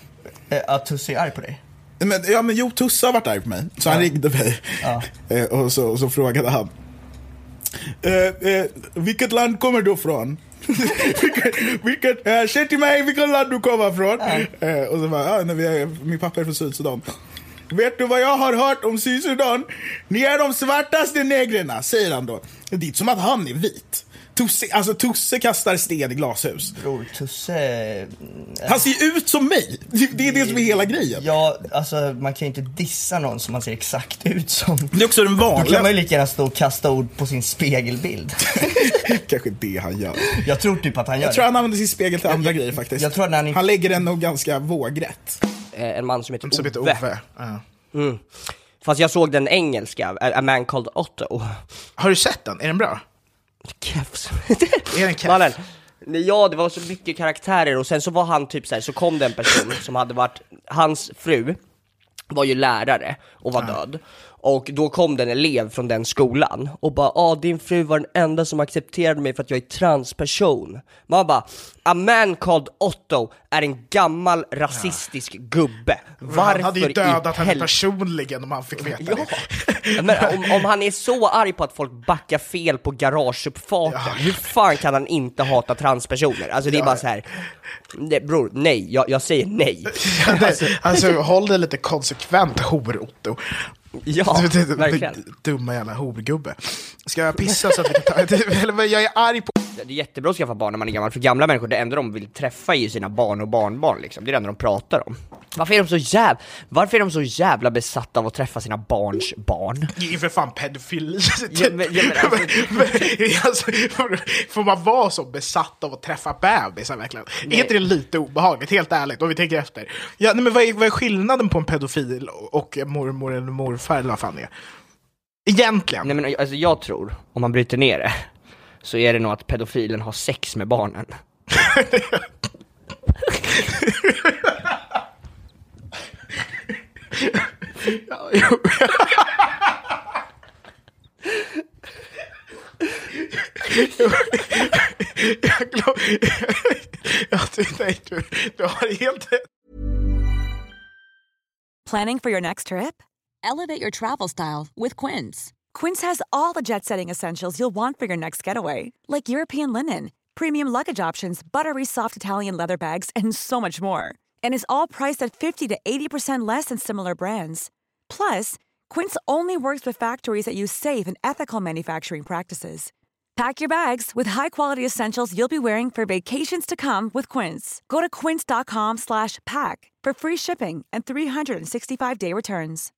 Att Tusse är arg på dig? Men, ja, men jo, Tusse har varit arg på mig. Så ja. Han ringde mig. Ja. Eh, och, så, och så frågade han. Eh, eh, vilket land kommer du från? vilket, vilket, eh, säg till mig vilket land du kommer från. Ja. Eh, och så bara, ja, när vi är, min pappa är från Sydsudan. Vet du vad jag har hört om Sydsudan? Ni är de svartaste negrerna, säger han då. Det är inte som att han är vit. Tusse, alltså Tusse kastar sten i glashus. Bror, Tusse... Han ser ut som mig. Det är det som är hela grejen. Ja, alltså man kan ju inte dissa någon som man ser exakt ut som. Det är också den vanliga. Då kan man ju lika gärna stå och kasta ord på sin spegelbild. Kanske det han gör. Jag tror typ att han gör Jag det. tror han använder sin spegel till andra jag, grejer faktiskt. Jag tror att han, inte... han lägger den nog ganska vågrätt. En man som heter som Ove. Heter Ove. Ja. Mm. Fast jag såg den engelska, A Man Called Otto. Har du sett den? Är den bra? Kefs. Är den kefs? Ja, det var så mycket karaktärer. Och sen så var han typ så här, så kom det en person som hade varit, hans fru var ju lärare och var död. Och då kom det en elev från den skolan och bara, ah, din fru var den enda som accepterade mig för att jag är transperson. Man bara, A Man Called Otto är en gammal rasistisk ja. gubbe. Varför han hade ju dödat henne personligen om han fick veta ja. det. Men om, om han är så arg på att folk backar fel på garageuppfarten, ja. hur fan kan han inte hata transpersoner? Alltså det är ja. bara så här. Nej, bror, nej, jag, jag säger nej. alltså, alltså håll det lite konsekvent, hor-Otto. Ja, du, du, verkligen. Dumma jävla horgubbe. Ska jag pissa så att vi kan ta... Eller jag är arg på... Det är jättebra att skaffa barn när man är gammal. För gamla människor, det enda de vill träffa är ju sina barn och barnbarn liksom. Det är det enda de pratar om. Varför är de så jävla, varför är de så jävla besatta av att träffa sina barns barn? Det är ju för fan pedofili. Ja, men, ja, men, alltså... alltså, får man vara så besatt av att träffa bebisar verkligen? Nej. Är inte det lite obehagligt, helt ärligt, om vi tänker efter? Ja, nej, men vad är, vad är skillnaden på en pedofil och mormor eller morfar eller vad fan det är? Egentligen. Nej, men alltså jag tror, om man bryter ner det, så är det nog att pedofilen har sex med barnen. ja, jo. jag glöm... jag nej, du, du har helt... Planning for your next trip? Elevate your travel style with Quince. Quince has all the jet-setting essentials you'll want for your next getaway, like European linen, premium luggage options, buttery soft Italian leather bags, and so much more. And is all priced at fifty to eighty percent less than similar brands. Plus, Quince only works with factories that use safe and ethical manufacturing practices. Pack your bags with high-quality essentials you'll be wearing for vacations to come with Quince. Go to quince.com slash pack for free shipping and three sixty-five day returns.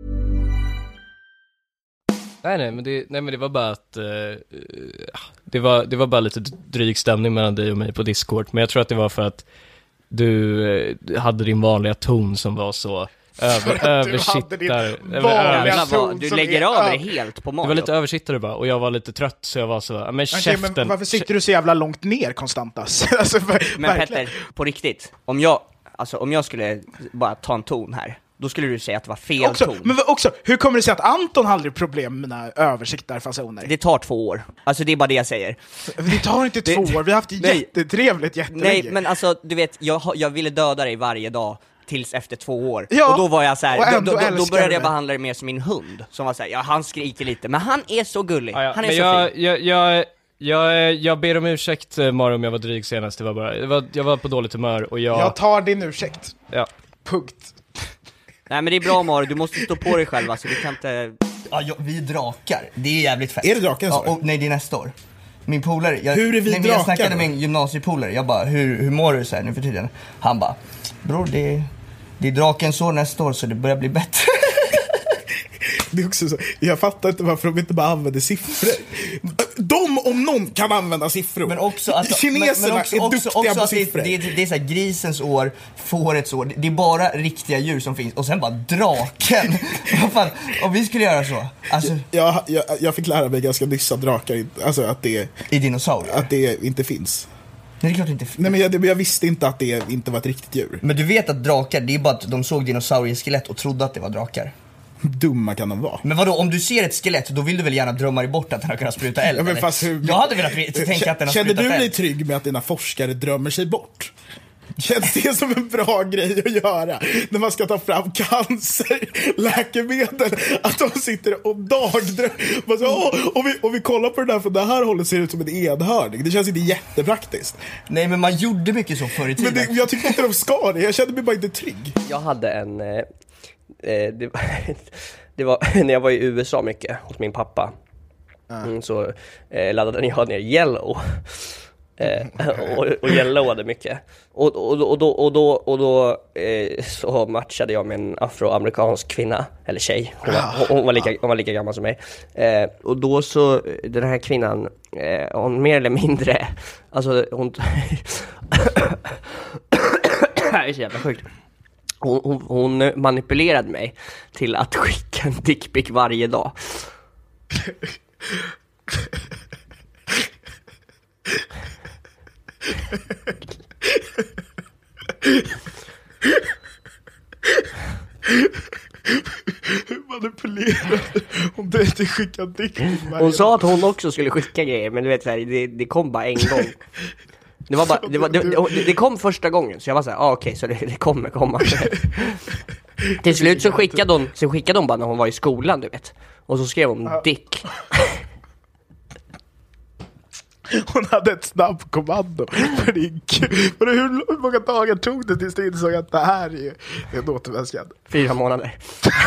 Nej, nej, men det, nej, men det var bara att uh, det, var, det var bara lite dryg stämning mellan dig och mig på Discord. Men jag tror att det var för att du uh, hade din vanliga ton som var så över, översittare. Du lägger av det helt på Mario. Det var lite översittare bara, och jag var lite trött så jag var så, men okay, käften. Men varför sitter du så jävla långt ner konstant? alltså, för, men Petter, på riktigt, om jag, alltså, om jag skulle bara ta en ton här, då skulle du säga att det var fel också, ton. Men också, hur kommer det sig att Anton hade problem med mina översiktarfasoner? Det tar två år. Alltså det är bara det jag säger. Det tar inte två år, vi har haft det jättetrevligt jättelänge. Nej, men alltså, du vet, jag, jag ville döda dig varje dag tills efter två år. Ja, och då var jag så här, då, då, då, då började jag det. behandla det mer som min hund. Som var så här, ja, han skriker lite, men han är så gullig. Ja, ja. Han är men så jag, fin. Jag, jag, jag, jag ber om ursäkt, Mario, om jag var dryg senast. Det var bara, det var, jag var på dåligt humör och jag... Jag tar din ursäkt. Ja. Punkt. Nej, men det är bra, Mario, du måste stå på dig själv, alltså, du kan inte... Ja, jag, vi är drakar, det är jävligt fett. Är det draken så? Ja, och, nej, det är nästa år. Min polare, jag, hur är vi nej, drakar? Jag snackade med en gymnasiepolare, jag bara, hur, hur mår du så här nu för tiden? Han bara, bror, det, det är drakens år nästa år så det börjar bli bättre. Det är också så, jag fattar inte varför de inte bara använder siffror. De om någon kan använda siffror. Men också att kineserna men, men också, är också, duktiga också på att siffror. Det, det, det är så här grisens år, fårets år. Det är bara riktiga djur som finns. Och sen bara draken. Vad fan, om vi skulle göra så. Alltså, jag, jag, jag fick lära mig ganska nyss att drakar, alltså att det i dinosaurier. Att det inte finns. Nej, det är klart inte finns. Nej, men jag, jag visste inte att det inte var ett riktigt djur. Men du vet att drakar, det är bara att de såg dinosaurieskelett och trodde att det var drakar. Dumma kan de vara. Men vadå, om du ser ett skelett, då vill du väl gärna drömma dig bort att den har kunnat spruta eld? Ja, men fast hur, jag hade velat tänka att den har känner sprutat du dig eld. trygg med att dina forskare drömmer sig bort? Känns det som en bra grej att göra när man ska ta fram cancer, läkemedel, att de sitter och dagdrömmer? Åh, och, vi, och vi kollar på det där, för det här hållet ser ut som en enhörning. Det känns inte jättepraktiskt. Nej, men man gjorde mycket så förr i tiden. Men det, jag tyckte inte de ska det. Jag kände mig bara inte trygg. Jag hade en eh, eh, det, var, det var när jag var i U S A mycket hos min pappa. Mm, så eh, laddade jag ner Yellow. Eh, och, och yellowade mycket och, och, och då, och då, och då eh, så matchade jag med en afroamerikansk kvinna, eller tjej. Hon var, hon var, lika, hon var lika gammal som mig, eh, och då så, den här kvinnan, eh, hon mer eller mindre, alltså hon det är så jävla sjukt. Hon, hon, hon manipulerade mig till att skicka en dickpic varje dag. Manipulerad. Hon behövde skicka dickpic. Hon sa att hon också skulle skicka grejer, men du vet så här, det, det kom bara en gång. Det var bara det, var, det, det kom första gången, så jag var så här, ah, okej, okay, så det, det kommer komma. Till slut så skickade hon, så skickade hon bara när hon var i skolan, du vet. Och så skrev hon dick. Hon hade ett snabbkommando för din för hur, hur många dagar tog det tills du insåg att det här är en återvändsgränd? Fyra månader.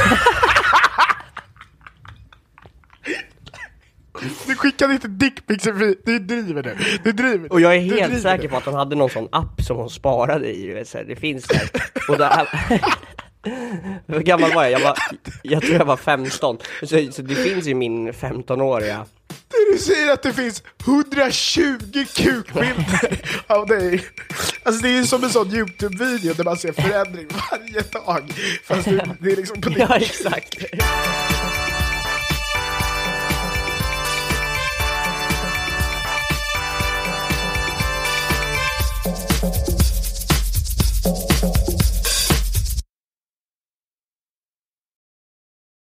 Du skickade inte dickpics, du driver det. Du driver det. Och jag är helt säker på att hon hade någon sån app som hon sparade i, vet, så här, det finns där. Och där, hur gammal var jag? Jag, var, jag tror jag var femton. Så, så det finns ju min femtonåriga. Du säger att det finns hundratjugo kukbilder av dig. Alltså det är ju som en sån YouTube-video där man ser förändring varje dag. Fast det, det är liksom på det. Ja, exakt.